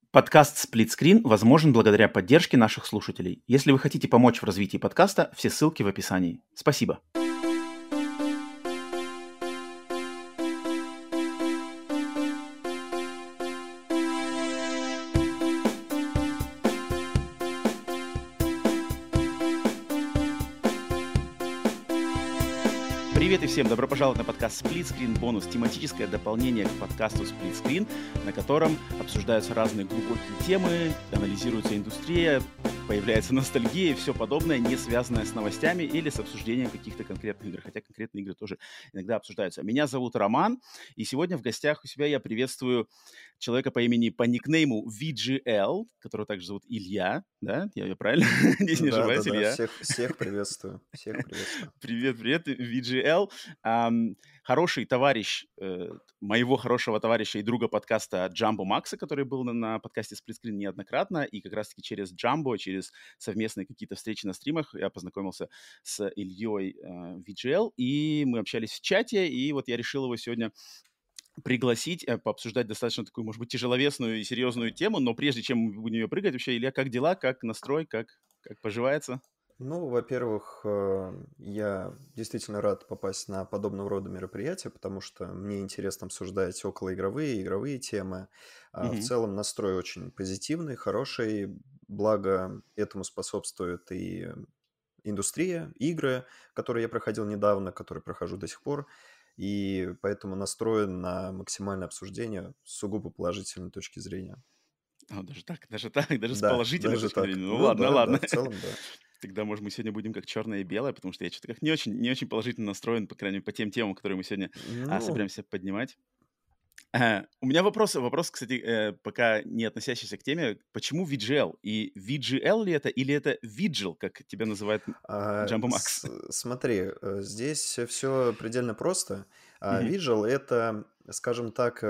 Подкаст «Сплитскрин» возможен благодаря поддержке наших слушателей. Если вы хотите помочь в развитии подкаста, все ссылки в описании. Спасибо. Привет и всем! Добро пожаловать на подкаст Split Screen Bonus, тематическое дополнение к подкасту Split Screen, на котором обсуждаются разные глубокие темы, анализируется индустрия, появляется ностальгия и все подобное, не связанное с новостями или с обсуждением каких-то конкретных игр, хотя конкретные игры тоже иногда обсуждаются. Меня зовут Роман, и сегодня в гостях у себя я приветствую человека по никнейму VGL, которого также зовут Илья, да? Я правильно? Здесь не ошибаюсь, Да-да-да, Илья? всех приветствую, всех приветствую. Привет, VGL. Хороший товарищ моего хорошего товарища и друга подкаста Джамбо Макса, который был на подкасте Сплитскрин неоднократно, и как раз-таки через Джамбо, через совместные какие-то встречи на стримах я познакомился с Ильей VGL, и мы общались в чате, и вот я решил его сегодня пригласить, пообсуждать достаточно такую, может быть, тяжеловесную и серьезную тему, но прежде чем мы будем ее прыгать, вообще, Илья, как дела, как настрой, как поживается? Ну, во-первых, я действительно рад попасть на подобного рода мероприятия, потому что мне интересно обсуждать околоигровые и игровые темы. В Мгм. целом настрой очень позитивный, хороший, благо этому способствует и индустрия, игры, которые я проходил недавно, которые прохожу до сих пор, и поэтому настроен на максимальное обсуждение с сугубо положительной точки зрения. Даже так, даже с Да, положительной даже точки так. зрения. Ну Ну ладно, да, да, ладно. в целом да. Тогда, может, мы сегодня будем как черное и белое, потому что я что-то как не очень положительно настроен, по крайней мере, по тем темам, которые мы сегодня Ну, собираемся поднимать. У меня вопрос, кстати, пока не относящийся к теме. Почему VGL? И VGL ли это, или это Vigil, как тебя называет Джамбо Макс? Смотри, здесь все предельно просто. Мгм, Vigil — это, скажем так,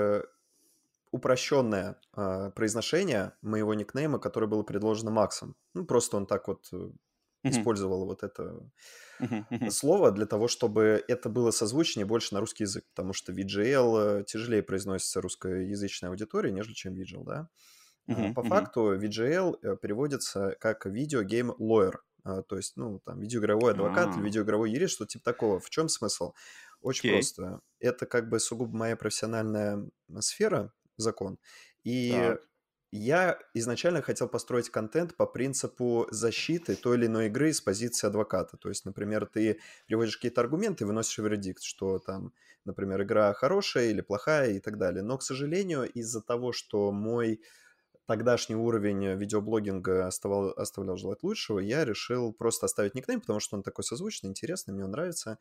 упрощенное произношение моего никнейма, которое было предложено Максом. Ну, просто он так вот мгм, использовал вот это мгм, мгм. слово для того, чтобы это было созвучнее больше на русский язык, потому что VGL тяжелее произносится русскоязычной аудиторией, нежели чем Vigil, да. Мгм, По мгм. факту VGL переводится как Video Game Lawyer, то есть, ну, там, видеоигровой адвокат или А, видеоигровой юрист, что-то типа такого. В чем смысл? Очень окей. просто. Это как бы сугубо моя профессиональная сфера, закон, и Так. я изначально хотел построить контент по принципу защиты той или иной игры с позиции адвоката. То есть, например, ты приводишь какие-то аргументы и выносишь вердикт, что там, например, игра хорошая или плохая и так далее. Но, к сожалению, из-за того, что мой тогдашний уровень видеоблогинга оставлял желать лучшего, я решил просто оставить никнейм, потому что он такой созвучный, интересный, мне он нравится.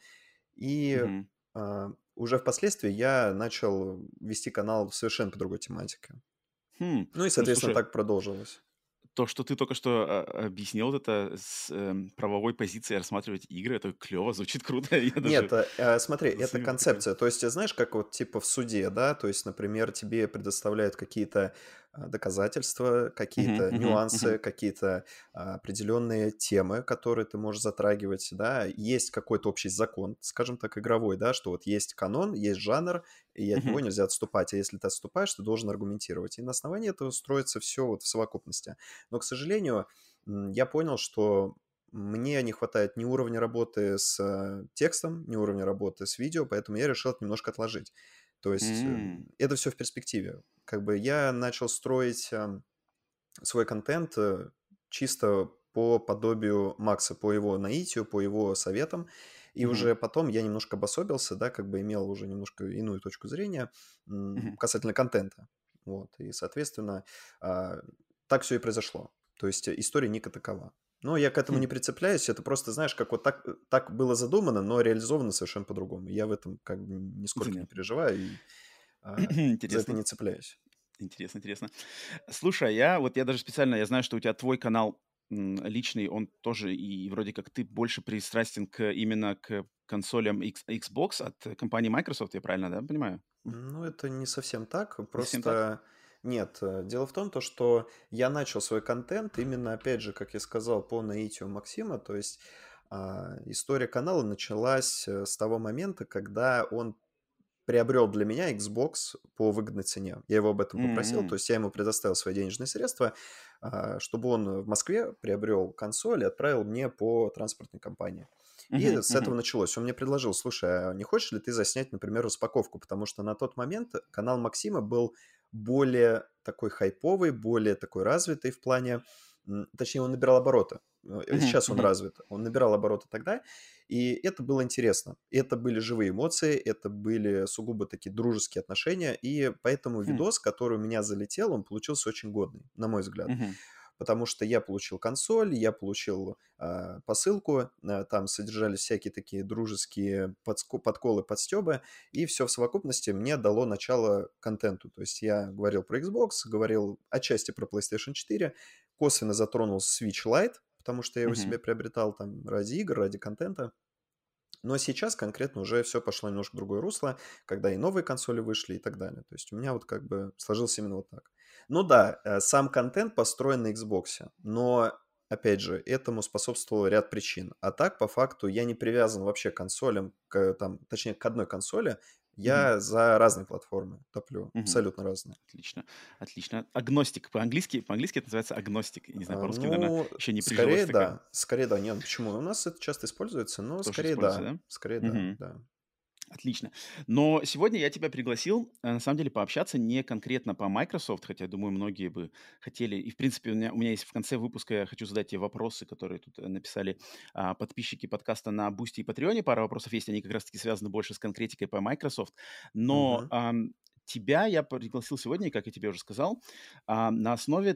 И Мгм. уже впоследствии я начал вести канал совершенно по другой тематике. Ну и, Ну, соответственно, слушай, так продолжилось. то, что ты только что объяснил, вот это с правовой позиции рассматривать игры, это клево, звучит круто. Я Нет, даже смотри, это заценил такое. концепция. То есть, знаешь, как вот типа в суде, да, то есть, например, тебе предоставляют какие-то доказательства, Мгм, какие-то мгм, нюансы, мгм, какие-то определенные темы, которые ты можешь затрагивать, да. Есть какой-то общий закон, скажем так, игровой, да, что вот есть канон, есть жанр, и от него мгм, нельзя отступать. А если ты отступаешь, ты должен аргументировать. И на основании этого строится все вот в совокупности. Но, к сожалению, я понял, что мне не хватает ни уровня работы с текстом, ни уровня работы с видео, поэтому я решил это немножко отложить. То есть это все в перспективе. Как бы я начал строить свой контент чисто по подобию Макса, по его наитию, по его советам. И мгм, уже потом я немножко обособился, да, как бы имел уже немножко иную точку зрения мгм. касательно контента. Вот, и, соответственно, а, так все и произошло. То есть история Ника такова. Но я к этому Хм. не прицепляюсь. Это просто, знаешь, как вот так было задумано, но реализовано совершенно по-другому. Я в этом как бы нисколько не Понятно. переживаю и за это Интересно. не цепляюсь. Интересно. Слушай, я даже специально, я знаю, что у тебя твой канал личный, он тоже и вроде как ты больше пристрастен именно к консолям Xbox от компании Microsoft, я правильно, да, понимаю? Ну, это не совсем так. Не совсем так? Просто нет. Дело в том, что я начал свой контент именно, опять же, как я сказал, по наитию Максима. То есть история канала началась с того момента, когда он приобрел для меня Xbox по выгодной цене. Я его об этом попросил, то М, есть я ему предоставил свои денежные средства, чтобы он в Москве приобрел консоль и отправил мне по транспортной компании. И мгм, с этого мгм, началось. Он мне предложил: слушай, а не хочешь ли ты заснять, например, распаковку? Потому что на тот момент канал Максима был более такой хайповый, более такой развитый в плане, точнее, он набирал обороты. мгм, Сейчас он мгм, развит. Он набирал обороты тогда, и это было интересно. Это были живые эмоции, это были сугубо такие дружеские отношения, и поэтому м, видос, который у меня залетел, он получился очень годный, на мой взгляд. мгм, Потому что я получил консоль, я получил посылку, там содержались всякие такие дружеские подколы, подстебы, и все в совокупности мне дало начало контенту. То есть я говорил про Xbox, говорил отчасти про PlayStation 4, косвенно затронул Switch Lite, потому что я его мгм. себе приобретал там ради игр, ради контента. Но сейчас конкретно уже все пошло немножко в другое русло, когда и новые консоли вышли и так далее. То есть у меня вот как бы сложился именно вот так. Ну да, сам контент построен на Xbox, но, опять же, этому способствовал ряд причин. А так, по факту, я не привязан вообще к консолям, там, точнее, к одной консоли. Мгм. Я за разные платформы топлю, Мгм. абсолютно разные. Отлично, отлично. Агностик по-английски это называется агностик. Я не знаю, по-русски, наверное, Ну, еще не прижилось скорее такая. да, скорее да. Нет, ну почему? У нас это часто используется, но Тоже скорее используется, да, да? да. Отлично. Но сегодня я тебя пригласил, на самом деле, пообщаться не конкретно по Microsoft, хотя, думаю, многие бы хотели. И, в принципе, у меня есть в конце выпуска, я хочу задать тебе вопросы, которые тут написали подписчики подкаста на Бусти и Патреоне. Пара вопросов есть, они как раз-таки связаны больше с конкретикой по Microsoft. Но Мгм. тебя я пригласил сегодня, как я тебе уже сказал, на основе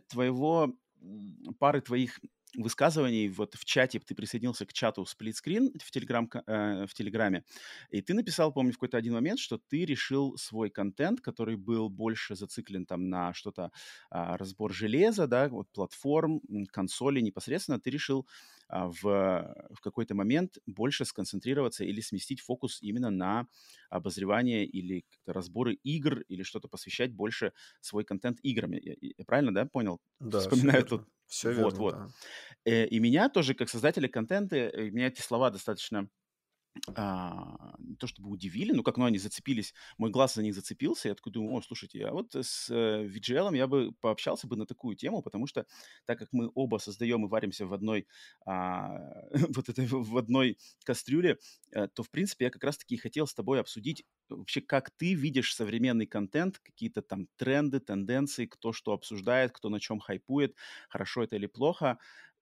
пары твоих высказываний вот в чате, ты присоединился к чату Split Screen в Телеграме, и ты написал, помню, в какой-то один момент, что ты решил свой контент, который был больше зациклен там на что-то, разбор железа, да, вот платформ, консоли непосредственно, ты решил в какой-то момент больше сконцентрироваться или сместить фокус именно на обозревание или как-то разборы игр или что-то посвящать больше свой контент играм. Я правильно, да, понял? Да, все Вспоминаю тут. верно. Все верно, Вот-вот. да. И меня тоже, как создателя контента, меня эти слова достаточно не то чтобы удивили, но как, ну, они зацепились, мой глаз за них зацепился. Я такой думаю: "О, слушайте, а вот с VGL я бы пообщался бы на такую тему", потому что так как мы оба создаем и варимся в одной, вот этой в одной кастрюле, то, в принципе, я как раз таки и хотел с тобой обсудить вообще, как ты видишь современный контент, какие-то там тренды, тенденции, кто что обсуждает, кто на чем хайпует, хорошо это или плохо.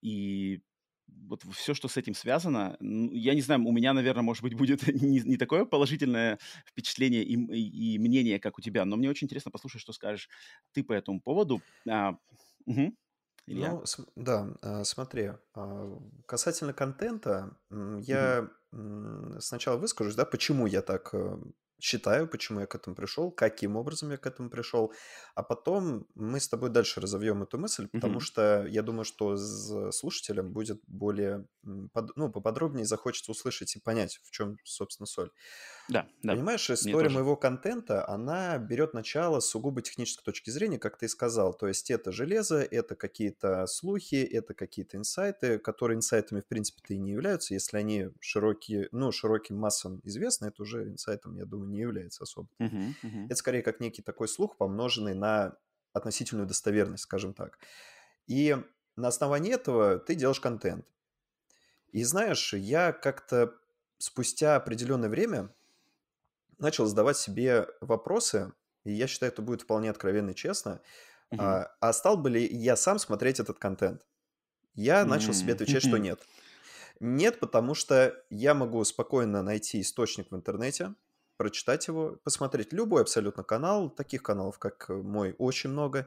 И вот все, что с этим связано, я не знаю, у меня, наверное, может быть, будет не такое положительное впечатление и мнение, как у тебя, но мне очень интересно послушать, что скажешь ты по этому поводу. Мгм. Илья? Ну, да, смотри, касательно контента, Мгм. я сначала выскажусь, да, почему я так считаю, почему я к этому пришел, каким образом я к этому пришел, а потом мы с тобой дальше разовьем эту мысль, потому Мгм. что я думаю, что слушателям будет более, ну, поподробнее захочется услышать и понять, в чем, собственно, соль. Да, да, Понимаешь, мне история тоже. моего контента, она берет начало с сугубо технической точки зрения, как ты и сказал. То есть это железо, это какие-то слухи, это какие-то инсайты, которые инсайтами, в принципе-то, и не являются. Если они широкие, ну, широким массам известны, это уже инсайтом, я думаю, не является особо. Мгм. Мгм. Это скорее как некий такой слух, помноженный на относительную достоверность, скажем так. И на основании этого ты делаешь контент. И знаешь, я как-то спустя определенное время начал задавать себе вопросы, и я считаю, это будет вполне откровенно и честно, Мгм. а стал бы ли я сам смотреть этот контент? Я начал себе отвечать, что Мгм. нет. Нет, потому что я могу спокойно найти источник в интернете, прочитать его, посмотреть любой абсолютно канал, таких каналов, как мой, очень много,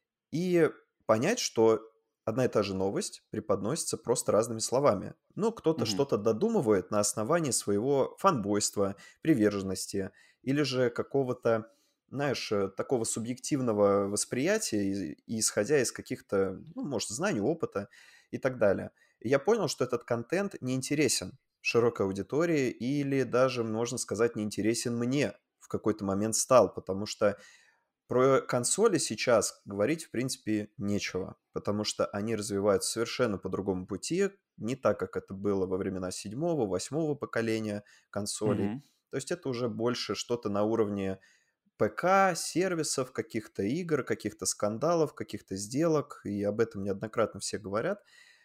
и понять, что одна и та же новость преподносится просто разными словами. Ну, кто-то Мгм. что-то додумывает на основании своего фанбойства, приверженности или же какого-то, знаешь, такого субъективного восприятия, исходя из каких-то, ну, может, знаний, опыта и так далее. И я понял, что этот контент не интересен широкой аудитории или даже, можно сказать, не интересен мне в какой-то момент стал, потому что про консоли сейчас говорить, в принципе, нечего, потому что они развиваются совершенно по другому пути, не так, как это было во времена седьмого, восьмого поколения консолей. Мгм. То есть это уже больше что-то на уровне ПК, сервисов, каких-то игр, каких-то скандалов, каких-то сделок, и об этом неоднократно все говорят.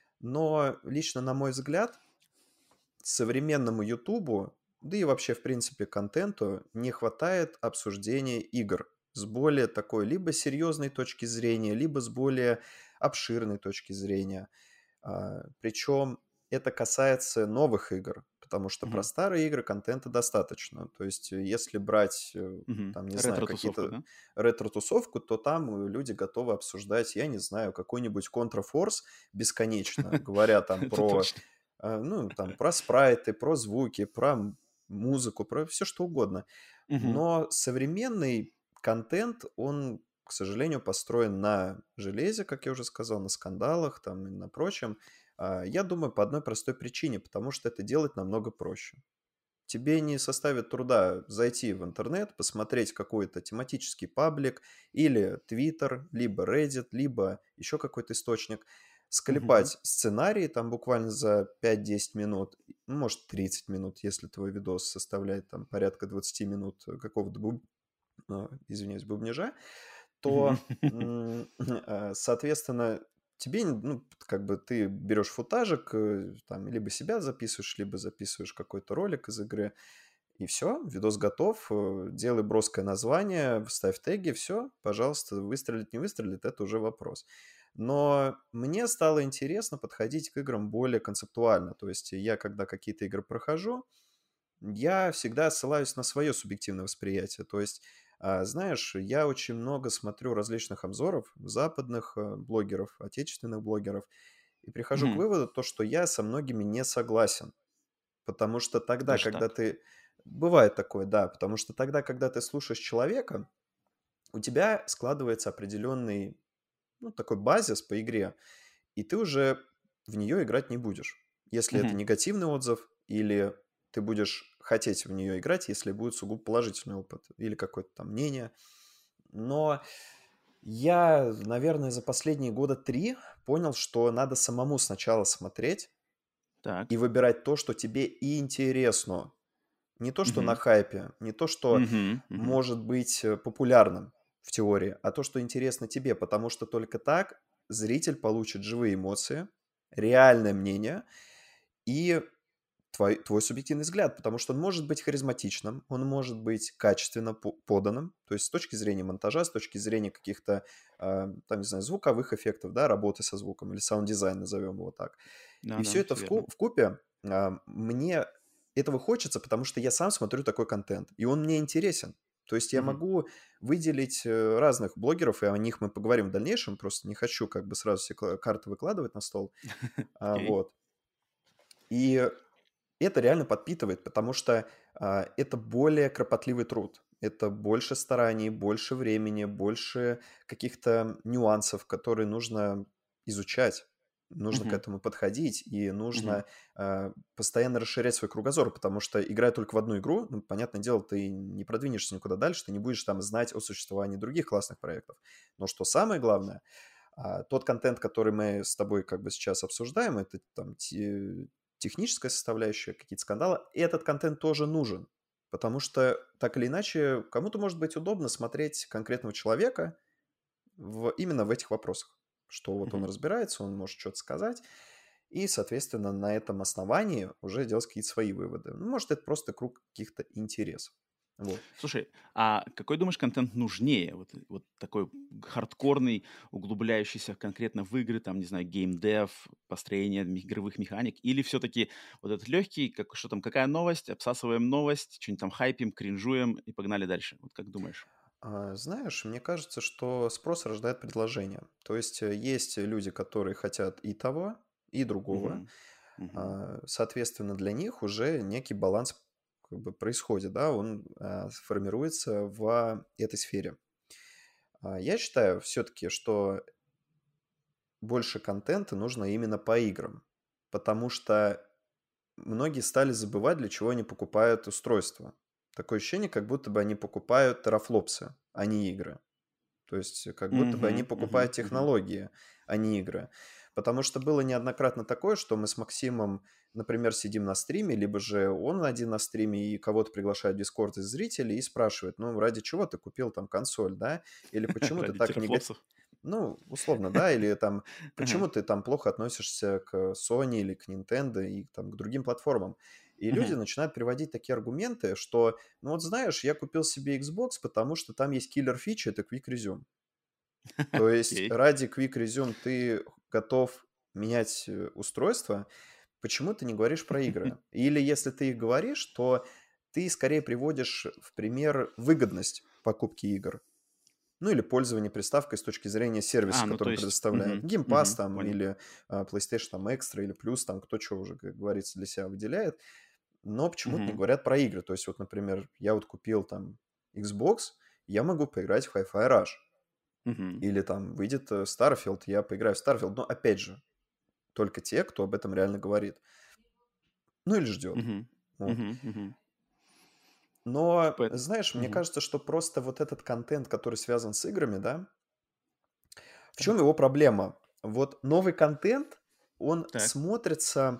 Но лично, на мой взгляд, современному Ютубу, да и вообще, в принципе, контенту не хватает обсуждения игр с более такой либо серьезной точки зрения, либо с более обширной точки зрения. Причем это касается новых игр, потому что про Мгм. старые игры контента достаточно. То есть, если брать, Мгм. там, не знаю, Ретро-тусовку, какие-то да? ретро-тусовку, то там люди готовы обсуждать, я не знаю, какой-нибудь Contra Force бесконечно, говоря там Это про, точно. ну, там, про спрайты, про звуки, про музыку, про все что угодно. Мгм. Но современный контент, он, к сожалению, построен на железе, как я уже сказал, на скандалах там и на прочем. Я думаю, по одной простой причине, потому что это делать намного проще. Тебе не составит труда зайти в интернет, посмотреть какой-то тематический паблик или Twitter, либо Reddit, либо еще какой-то источник, Мгм. склепать сценарий там буквально за 5-10 минут, ну, может 30 минут, если твой видос составляет там порядка 20 минут какого-то извиняюсь, бубнижа, Мгм. то, соответственно, тебе, ну, как бы ты берешь футажик, там, либо себя записываешь, либо записываешь какой-то ролик из игры, и все, видос готов, делай броское название, вставь теги, все, пожалуйста, выстрелит, не выстрелит, это уже вопрос. Но мне стало интересно подходить к играм более концептуально, то есть я, когда какие-то игры прохожу, я всегда ссылаюсь на свое субъективное восприятие. То есть, знаешь, я очень много смотрю различных обзоров западных блогеров, отечественных блогеров, и прихожу к Мгм. выводу, то, что я со многими не согласен. Потому что тогда, Даже когда так. ты... Бывает такое, да, потому что тогда, когда ты слушаешь человека, у тебя складывается определенный, ну, такой базис по игре, и ты уже в нее играть не будешь. Если это Мгм. негативный отзыв, или ты будешь хотеть в нее играть, если будет сугубо положительный опыт, или какое-то там мнение. Но я, наверное, за последние года 3 понял, что надо самому сначала смотреть и Так. выбирать то, что тебе и интересно. Не то, что на Мгм. хайпе, не то, что Мгм. Мгм. может быть популярным в теории, а то, что интересно тебе, потому что только так зритель получит живые эмоции, реальное мнение и твой субъективный взгляд, потому что он может быть харизматичным, он может быть качественно поданным, то есть с точки зрения монтажа, с точки зрения каких-то, там, не знаю, звуковых эффектов, да, работы со звуком или саунд-дизайн, назовем его так. И все Да-да, это всё верно. в купе мне этого хочется, потому что я сам смотрю такой контент, и он мне интересен. То есть я Мгм. могу выделить разных блогеров, и о них мы поговорим в дальнейшем, просто не хочу как бы сразу все карты выкладывать на стол. Окей. Вот. И это реально подпитывает, потому что это более кропотливый труд. Это больше стараний, больше времени, больше каких-то нюансов, которые нужно изучать. Нужно к Мгм. этому подходить, и Мгм. нужно постоянно расширять свой кругозор, потому что, играя только в одну игру, ну, понятное дело, ты не продвинешься никуда дальше, ты не будешь там знать о существовании других классных проектов. Но что самое главное, тот контент, который мы с тобой как бы сейчас обсуждаем, это там техническая составляющая, какие-то скандалы, и этот контент тоже нужен. Потому что, так или иначе, кому-то может быть удобно смотреть конкретного человека именно в этих вопросах. Что вот он Мгм. разбирается, он может что-то сказать, и, соответственно, на этом основании уже делать какие-то свои выводы. Ну, может, это просто круг каких-то интересов. Вот. Слушай, а какой, думаешь, контент нужнее? Вот такой хардкорный, углубляющийся конкретно в игры, там, не знаю, геймдев, построение игровых механик, или все-таки вот этот легкий, как, что там, какая новость, обсасываем новость, что-нибудь там хайпим, кринжуем и погнали дальше. Вот как думаешь? Знаешь, мне кажется, что спрос рождает предложение. То есть есть люди, которые хотят и того, и другого. Мгм. Мгм. Соответственно, для них уже некий баланс как бы происходит, да, он формируется в этой сфере. Я считаю все-таки, что больше контента нужно именно по играм, потому что многие стали забывать, для чего они покупают устройства. Такое ощущение, как будто бы они покупают терафлопсы, а не игры. То есть как будто бы они Мгм. покупают Мгм. Мгм. технологии, а не игры. Потому что было неоднократно такое, что мы с Максимом, например, сидим на стриме, либо же он один на стриме и кого-то приглашает в Дискорд из зрителей и спрашивает, ну, ради чего ты купил там консоль, да? Или почему ты Ради так терафлопсов. ну, условно, да, или там, Ага. почему ты там плохо относишься к Sony или к Nintendo и там к другим платформам. И люди Мгм. начинают приводить такие аргументы, что, ну вот знаешь, я купил себе Xbox, потому что там есть киллер фича, это Quick Resume. То есть Окей. ради Quick Resume ты готов менять устройство, почему ты не говоришь про игры? Или если ты их говоришь, то ты скорее приводишь в пример выгодность покупки игр. Ну, или пользование приставкой с точки зрения сервиса, Ну то который он есть, предоставляет. мгм, Геймпас мгм, там понял. или PlayStation там Extra или Plus, там кто что уже, как говорится, для себя выделяет. Но почему-то не Мгм, говорят про игры. То есть вот, например, я вот купил там Xbox, я могу поиграть в Hi-Fi Rush. мгм, Или там выйдет Starfield, я поиграю в Starfield. Но опять же, только те, кто об этом реально говорит. Ну или ждет. мгм, Вот. мгм, мгм. Но, Пэт знаешь, мне Мгм. кажется, что просто вот этот контент, который связан с играми, да, в чем Так, его проблема? Вот новый контент, он так. смотрится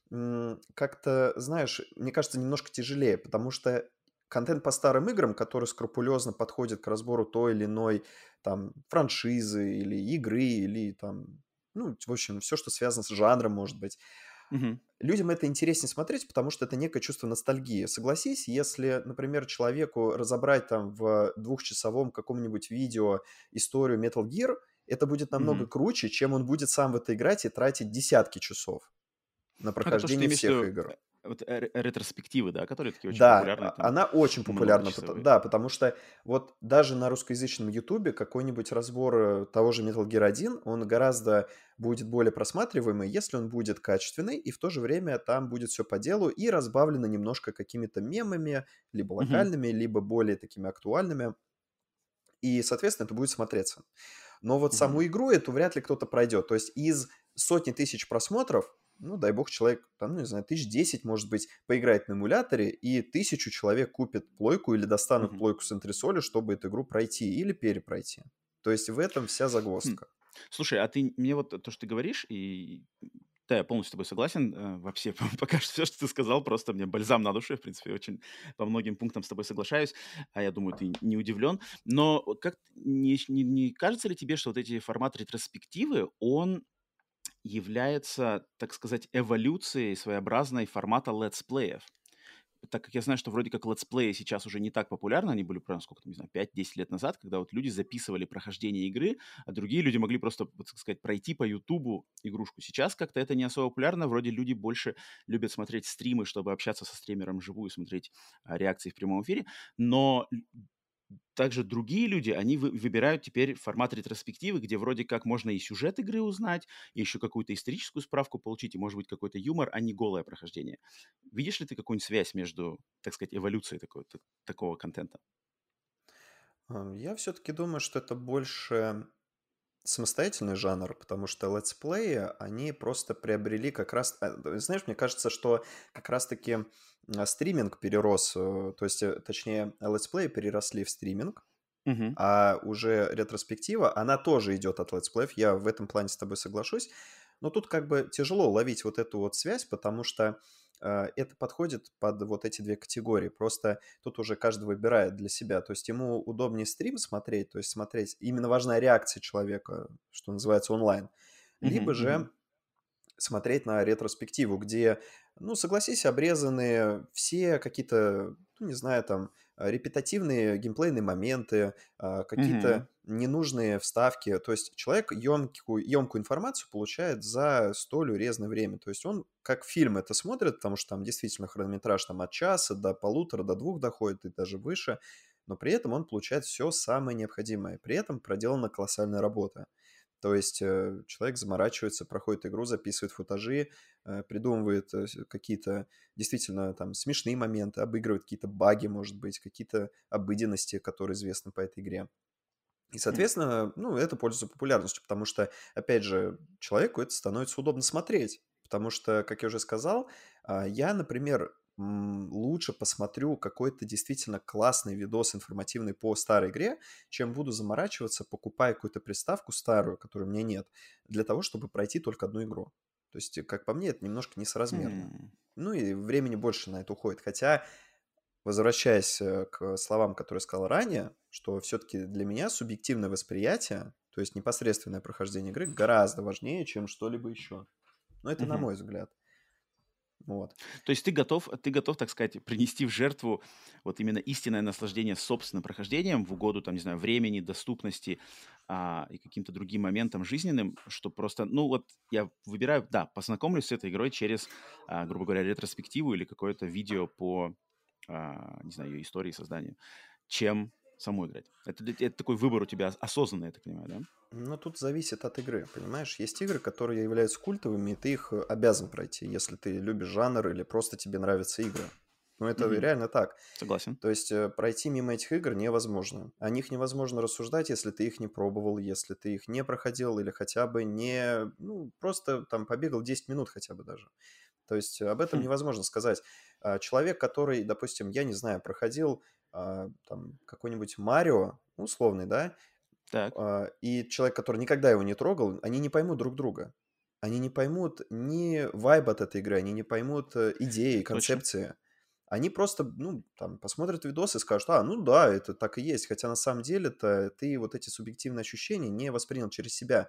как-то, знаешь, мне кажется, немножко тяжелее, потому что контент по старым играм, который скрупулезно подходит к разбору той или иной там франшизы или игры, или там, ну, в общем, все, что связано с жанром, может быть, Мгм, людям это интереснее смотреть, потому что это некое чувство ностальгии. Согласись, если, например, человеку разобрать там в двухчасовом каком-нибудь видео историю Metal Gear, это будет намного мгм. круче, чем он будет сам в это играть и тратить десятки часов на Это то, что ты прохождение имеешь в всех виду, игр. вот ретроспективы, да, которые такие очень Да, популярные, там она очень популярна, многочасовые. да, потому что вот даже на русскоязычном "Ютубе" какой-нибудь разбор, того же Metal Gear 1, он гораздо будет более просматриваемый, если он будет качественный, и в то же время там будет все по делу и разбавлено немножко какими-то мемами, либо Мгм, локальными, либо более такими актуальными, и, соответственно, это будет смотреться. Но вот мгм. саму игру эту вряд ли кто-то пройдет. То есть из сотни тысяч просмотров, ну, дай бог, человек, там, ну, не знаю, 1010, может быть, поиграет на эмуляторе, и 1000 человек купит плойку или достанут Мгм. плойку с антресоли, чтобы эту игру пройти или перепройти. То есть в этом вся Хм. загвоздка. Слушай, а ты мне вот то, что ты говоришь, и да, я полностью с тобой согласен. Вообще, пока что все, что ты сказал, просто мне бальзам на душе. В принципе, очень по многим пунктам с тобой соглашаюсь. А я думаю, ты не удивлен. Но вот как не кажется ли тебе, что вот эти формат ретроспективы, он является, так сказать, эволюцией своеобразной формата летсплеев? Так как я знаю, что вроде как летсплеи сейчас уже не так популярны, они были, прям, сколько там, не знаю, 5-10 лет назад, когда вот люди записывали прохождение игры, а другие люди могли просто, вот, так сказать, пройти по "Ютубу" игрушку. Сейчас как-то это не особо популярно, вроде люди больше любят смотреть стримы, чтобы общаться со стримером вживую, смотреть, реакции в прямом эфире. Но также другие люди, они выбирают теперь формат ретроспективы, где вроде как можно и сюжет игры узнать, и еще какую-то историческую справку получить, и, может быть, какой-то юмор, а не голое прохождение. Видишь ли ты какую-нибудь связь между, так сказать, эволюцией такого контента? Я все-таки думаю, что это больше самостоятельный жанр, потому что летсплеи, они просто приобрели как раз... Знаешь, мне кажется, что как раз-таки стриминг перерос, то есть, точнее, летсплеи переросли в стриминг, Мгм. а уже ретроспектива, она тоже идет от летсплеев, я в этом плане с тобой соглашусь, но тут как бы тяжело ловить вот эту вот связь, потому что это подходит под вот эти две категории. Просто тут уже каждый выбирает для себя. То есть ему удобнее стрим смотреть, то есть смотреть, именно важна реакция человека, что называется, онлайн. Мгм. Либо Мгм. же смотреть на ретроспективу, где, ну, согласись, обрезаны все какие-то, ну, не знаю, там, репетативные геймплейные моменты, Мгм. какие-то ненужные вставки. То есть человек емкую информацию получает за столь урезанное время. То есть он как фильм это смотрит, потому что там действительно хронометраж там от часа до полутора, до двух доходит и даже выше, но при этом он получает все самое необходимое. При этом проделана колоссальная работа. То есть человек заморачивается, проходит игру, записывает футажи, придумывает какие-то действительно там смешные моменты, обыгрывает какие-то баги, может быть, какие-то обыденности, которые известны по этой игре. И, Хм. соответственно, ну, это пользуется популярностью, потому что, опять же, человеку это становится удобно смотреть. Потому что, как я уже сказал, я, например, лучше посмотрю какой-то действительно классный видос информативный по старой игре, чем буду заморачиваться, покупая какую-то приставку старую, которой у меня нет, для того, чтобы пройти только одну игру. То есть, как по мне, это немножко несоразмерно. Хм. Ну и времени больше на это уходит. Хотя, возвращаясь к словам, которые я сказал ранее, что все-таки для меня субъективное восприятие, то есть непосредственное прохождение игры, гораздо важнее, чем что-либо еще. Но это на Мгм. мой взгляд. Вот. То есть ты готов, так сказать, принести в жертву вот именно истинное наслаждение собственным прохождением в угоду, там, не знаю, времени, доступности, и каким-то другим моментам жизненным, что просто, ну, вот я выбираю, да, познакомлюсь с этой игрой через, грубо говоря, ретроспективу или какое-то видео по, не знаю, ее истории создания, чем саму играть. Это такой выбор у тебя осознанный, я так понимаю, да? Но тут зависит от игры, понимаешь? Есть игры, которые являются культовыми, и ты их обязан пройти, если ты любишь жанр или просто тебе нравятся игры. Ну, это Мгм. реально так. Согласен. То есть пройти мимо этих игр невозможно. О них невозможно рассуждать, если ты их не пробовал, если ты их не проходил или хотя бы не... Ну, просто там побегал 10 минут хотя бы даже. То есть об этом Хм. невозможно сказать. Человек, который, допустим, я не знаю, проходил там какой-нибудь Марио, условный, да, Так, и человек, который никогда его не трогал, они не поймут друг друга. Они не поймут ни вайб от этой игры, они не поймут идеи, точно. концепции. Они просто, ну, там, посмотрят видосы и скажут, ну да, это так и есть. Хотя на самом деле-то ты вот эти субъективные ощущения не воспринял через себя.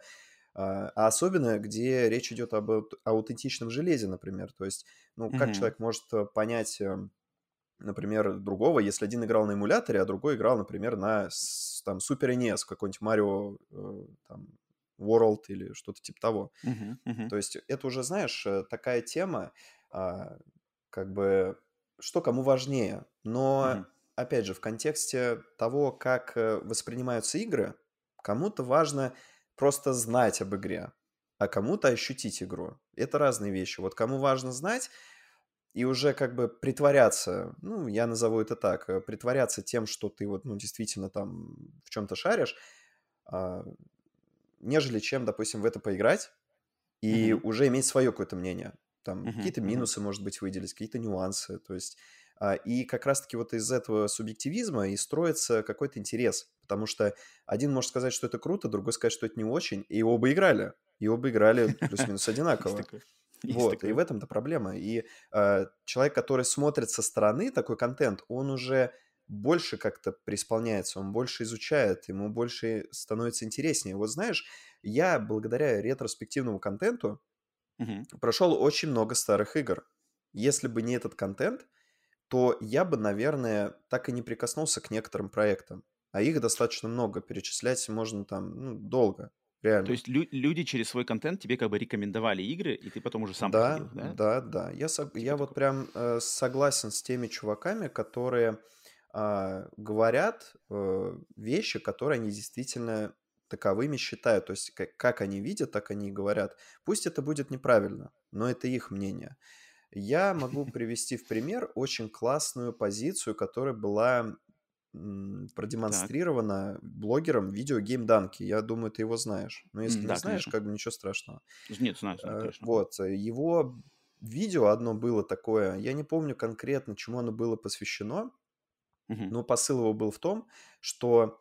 А особенно, где речь идет об аутентичном железе, например. То есть, ну, как Мгм. человек может понять, например, другого, если один играл на эмуляторе, а другой играл, например, на там Супер NES, какой-нибудь Марио там World или что-то типа того. Мгм. Мгм. То есть это уже, знаешь, такая тема, а, как бы, что кому важнее. Но, Мгм. опять же, в контексте того, как воспринимаются игры, кому-то важно просто знать об игре, а кому-то ощутить игру. Это разные вещи. Вот кому важно знать, и уже как бы притворяться, ну, я назову это так, притворяться тем, что ты вот, ну, действительно там в чем-то шаришь, а, нежели чем, допустим, в это поиграть и Мгм. уже иметь свое какое-то мнение. Там Мгм. какие-то Мгм. минусы, может быть, выделить, какие-то нюансы. То есть, и как раз-таки вот из этого субъективизма и строится какой-то интерес. Потому что один может сказать, что это круто, другой сказать, что это не очень, и оба играли. И оба играли плюс-минус Есть одинаково. такое. Есть Вот, и в такое. этом-то проблема. И человек, который смотрит со стороны такой контент, он уже больше как-то преисполняется, он больше изучает, ему больше становится интереснее. Вот знаешь, я благодаря ретроспективному контенту Мгм. прошел очень много старых игр. Если бы не этот контент, то я бы, наверное, так и не прикоснулся к некоторым проектам. А их достаточно много, перечислять можно там, ну, долго, То реально. есть люди через свой контент тебе как бы рекомендовали игры, и ты потом уже сам проходил, Да, да? да, да. Типа Я вот такого. прям согласен с теми чуваками, которые говорят вещи, которые они действительно таковыми считают. То есть как они видят, так они и говорят. Пусть это будет неправильно, но это их мнение. Я могу привести в пример очень классную позицию, которая была Так. продемонстрирована блогером видео Game Данки. Я думаю, ты его знаешь. Но если не Да, знаешь, конечно. как бы ничего страшного. Нет, знаю, конечно. Вот, его видео одно было такое, я не помню конкретно, чему оно было посвящено, Мгм. но посыл его был в том, что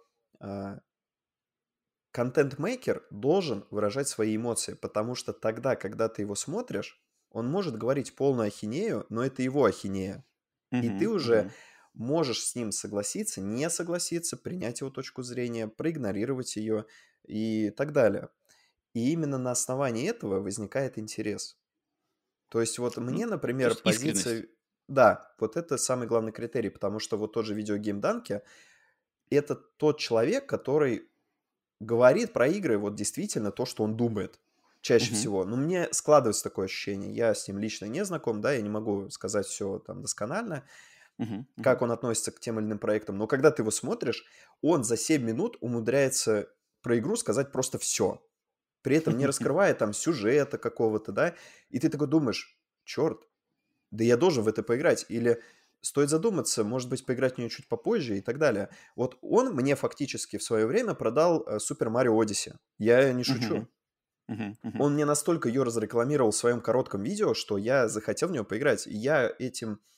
контент-мейкер должен выражать свои эмоции, потому что тогда, когда ты его смотришь, он может говорить полную ахинею, но это его ахинея. И ты Мгм. уже Мгм. можешь с ним согласиться, не согласиться, принять его точку зрения, проигнорировать ее и так далее. И именно на основании этого возникает интерес. То есть вот Ну, мне, то например, есть искренность. позиция... Да, вот это самый главный критерий, потому что вот тот же видеогейм Данки– это тот человек, который говорит про игры вот действительно то, что он думает чаще Мгм. всего. Но мне складывается такое ощущение. Я с ним лично не знаком, да, я не могу сказать все там досконально, Мгм. Мгм. как он относится к тем или иным проектам. Но когда ты его смотришь, он за 7 минут умудряется про игру сказать просто все. При этом не раскрывая там сюжета какого-то, да, и ты такой думаешь, черт, да я должен в это поиграть. Или стоит задуматься, может быть, поиграть в нее чуть попозже и так далее. Вот он мне фактически в свое время продал Super Mario Odyssey. Я не Мгм. шучу. Мгм. Мгм. Он мне настолько ее разрекламировал в своем коротком видео, что я захотел в нее поиграть. И я этим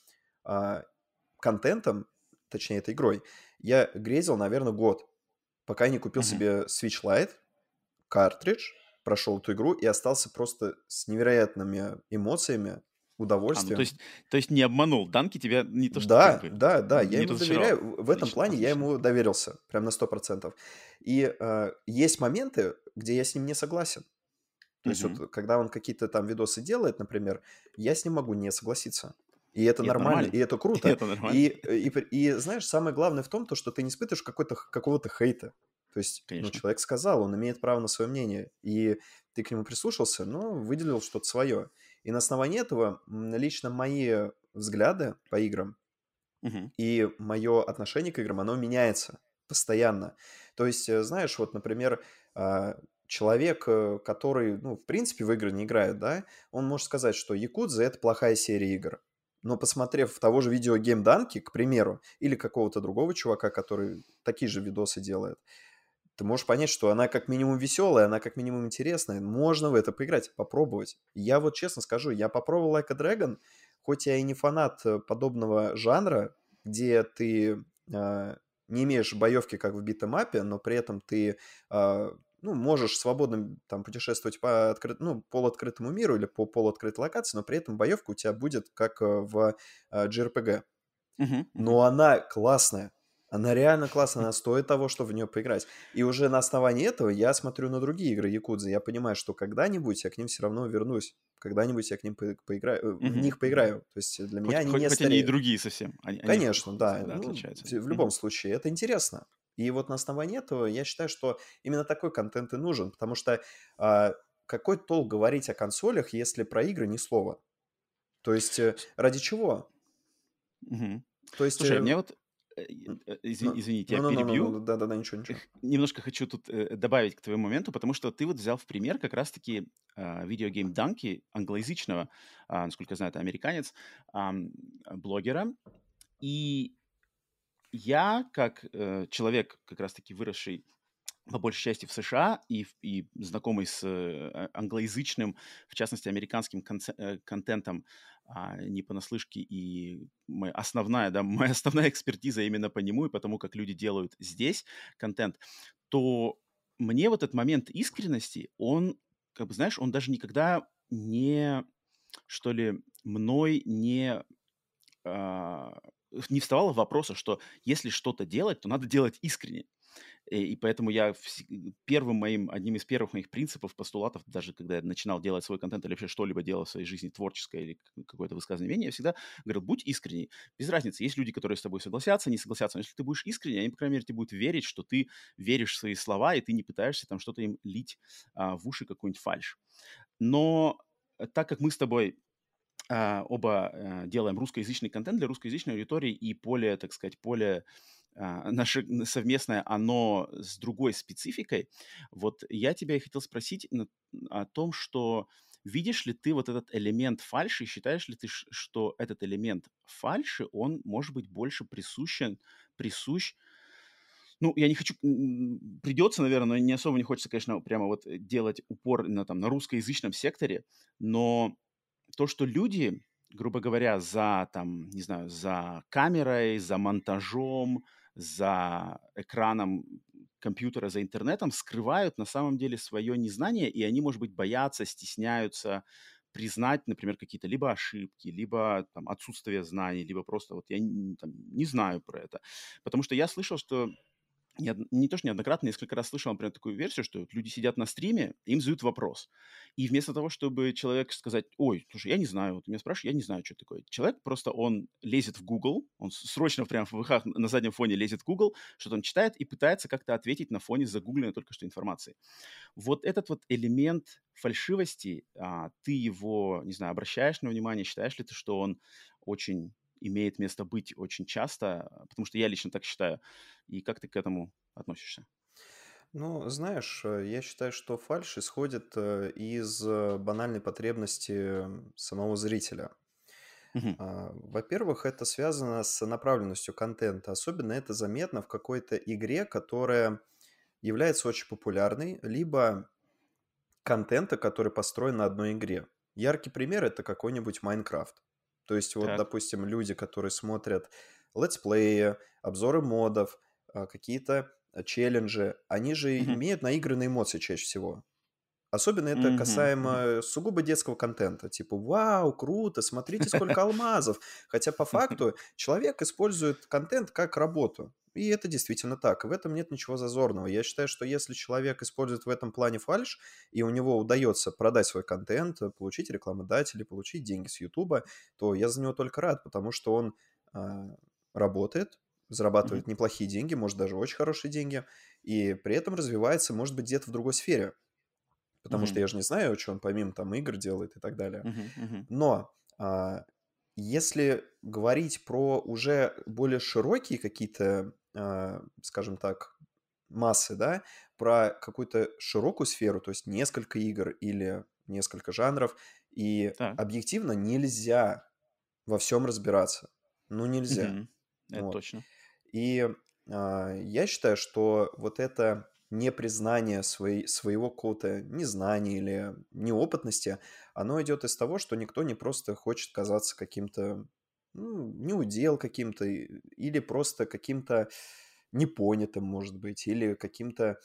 а, контентом, точнее, этой игрой, я грезил, наверное, год, пока не купил Мгм. себе Switch Lite, картридж, прошел эту игру и остался просто с невероятными эмоциями, Ну, то удовольствием. есть, то есть не обманул. Данки тебя не то, что как Да, бы да, да, я не ему разочаровал. доверяю. В этом Отлично, плане я отлично. ему доверился, прям на 100%. И есть моменты, где я с ним не согласен. То есть вот Мгм. когда он какие-то там видосы делает, например, я с ним могу не согласиться. И это И это нормально, и нормально. это И круто. это нормально. И знаешь, самое главное в том, то, что ты не испытываешь какого-то хейта. То есть, ну, Конечно. человек сказал, он имеет право на свое мнение. И ты к нему прислушался, но выделил что-то свое. И на основании этого лично мои взгляды по играм Мгм. и мое отношение к играм, оно меняется постоянно. То есть, знаешь, вот, например, человек, который, ну, в принципе, в игры не играет, да, он может сказать, что Якудза — это плохая серия игр. Но посмотрев того же видео Game Данки, к примеру, или какого-то другого чувака, который такие же видосы делает, ты можешь понять, что она как минимум веселая, она как минимум интересная. Можно в это поиграть, попробовать. Я вот честно скажу, я попробовал Like a Dragon, хоть я и не фанат подобного жанра, где ты не имеешь боевки, как в битэмапе, но при этом ты ну, можешь свободно там путешествовать по ну, полуоткрытому миру или по полуоткрытой локации, но при этом боевка у тебя будет как в JRPG. Мгм. Мгм. Но она классная. Она реально классная, она стоит того, чтобы в нее поиграть. И уже на основании этого я смотрю на другие игры Якудзы. Я понимаю, что когда-нибудь я к ним все равно вернусь. Когда-нибудь я к ним поиграю, в Мгм. них Мгм. поиграю. То есть для меня Хоть, они хоть, не хоть они и стареют. другие совсем. Они Конечно, да. да, Ну, отличаются. в любом Мгм. случае, это интересно. И вот на основании этого я считаю, что именно такой контент и нужен. Потому что а, какой толк говорить о консолях, если про игры ни слова? То есть ради чего? Мгм. То есть Слушай, а мне вот, Н ну извини, тебя ну-ну-ну-ну-ну, перебью. да-да-да, ничего, ничего. Немножко хочу тут добавить к твоему моменту, потому что ты вот взял в пример как раз-таки видеогейм Данки англоязычного, насколько я знаю, это американец, блогера. И я, как человек, как раз-таки выросший по большей части в США и знакомый с англоязычным, в частности, американским контентом не понаслышке, и основная, да, моя основная экспертиза именно по нему и по тому, как люди делают здесь контент, то мне вот этот момент искренности, он, как бы, знаешь, он даже никогда не, что ли, мной а, не вставало вопроса, что если что-то делать, то надо делать искренне. И поэтому первым моим, одним из первых моих принципов, постулатов, даже когда я начинал делать свой контент или вообще что-либо делал в своей жизни, творческое или какое-то высказывание мнения, я всегда говорил, будь искренний. Без разницы, есть люди, которые с тобой согласятся, не согласятся, но если ты будешь искренний, они, по крайней мере, тебе будут верить, что ты веришь в свои слова, и ты не пытаешься там что-то им лить в уши, какую-нибудь фальшь. Но так как мы с тобой оба делаем русскоязычный контент для русскоязычной аудитории и поле, так сказать, поле наше совместное, оно с другой спецификой. Вот я тебя и хотел спросить о том, что видишь ли ты вот этот элемент фальши, и считаешь ли ты, что этот элемент фальши, он может быть больше присущ, ну, я не хочу, придется, наверное, но не особо не хочется, конечно, прямо вот делать упор на русскоязычном секторе, но то, что люди, грубо говоря, за там, не знаю, за камерой, за монтажом, за экраном компьютера, за интернетом скрывают на самом деле свое незнание, и они, может быть, боятся, стесняются признать, например, какие-то либо ошибки, либо там отсутствие знаний, либо просто вот я там, не знаю про это. Потому что я слышал, что не то, что неоднократно, несколько раз слышал, например, такую версию, что вот люди сидят на стриме, им задают вопрос. И вместо того, чтобы человек сказать, ой, слушай, я не знаю, вот ты меня спрашиваешь, я не знаю, что это такое. Человек просто, он лезет в Google, он срочно прямо в ВХ на заднем фоне лезет в Google, что-то он читает и пытается как-то ответить на фоне загугленной только что информации. Вот этот вот элемент фальшивости, ты его, не знаю, обращаешь на внимание, считаешь ли ты, что он очень имеет место быть очень часто, потому что я лично так считаю. И как ты к этому относишься? Ну, знаешь, я считаю, что фальшь исходит из банальной потребности самого зрителя. Мгм. Во-первых, это связано с направленностью контента. Особенно это заметно в какой-то игре, которая является очень популярной, либо контента, который построен на одной игре. Яркий пример — это какой-нибудь Майнкрафт. То есть вот, Так. допустим, люди, которые смотрят летсплеи, обзоры модов, какие-то челленджи, они же Мгм. имеют наигранные эмоции чаще всего. Особенно это Мгм. Мгм. касаемо сугубо детского контента. Типа, вау, круто, смотрите, сколько алмазов. Хотя по факту человек использует контент как работу. И это действительно так. И в этом нет ничего зазорного. Я считаю, что если человек использует в этом плане фальшь, и у него удается продать свой контент, получить рекламодателей, получить деньги с Ютуба, то я за него только рад, потому что он а, работает, Мгм. зарабатывает неплохие деньги, может, даже очень хорошие деньги, и при этом развивается, может быть, где-то в другой сфере. Потому что Мгм. я же не знаю, что он помимо там игр делает и так далее. Мгм. Мгм. Но а, если говорить про уже более широкие какие-то, скажем так, массы, да, про какую-то широкую сферу, то есть несколько игр или несколько жанров, и Так. объективно нельзя во всем разбираться. Ну, нельзя. Мгм. Это Вот. точно. И я считаю, что вот это непризнание своего какого-то незнания или неопытности, оно идет из того, что никто не просто хочет казаться каким-то, ну, неудел каким-то, или просто каким-то непонятым, может быть, или каким-то,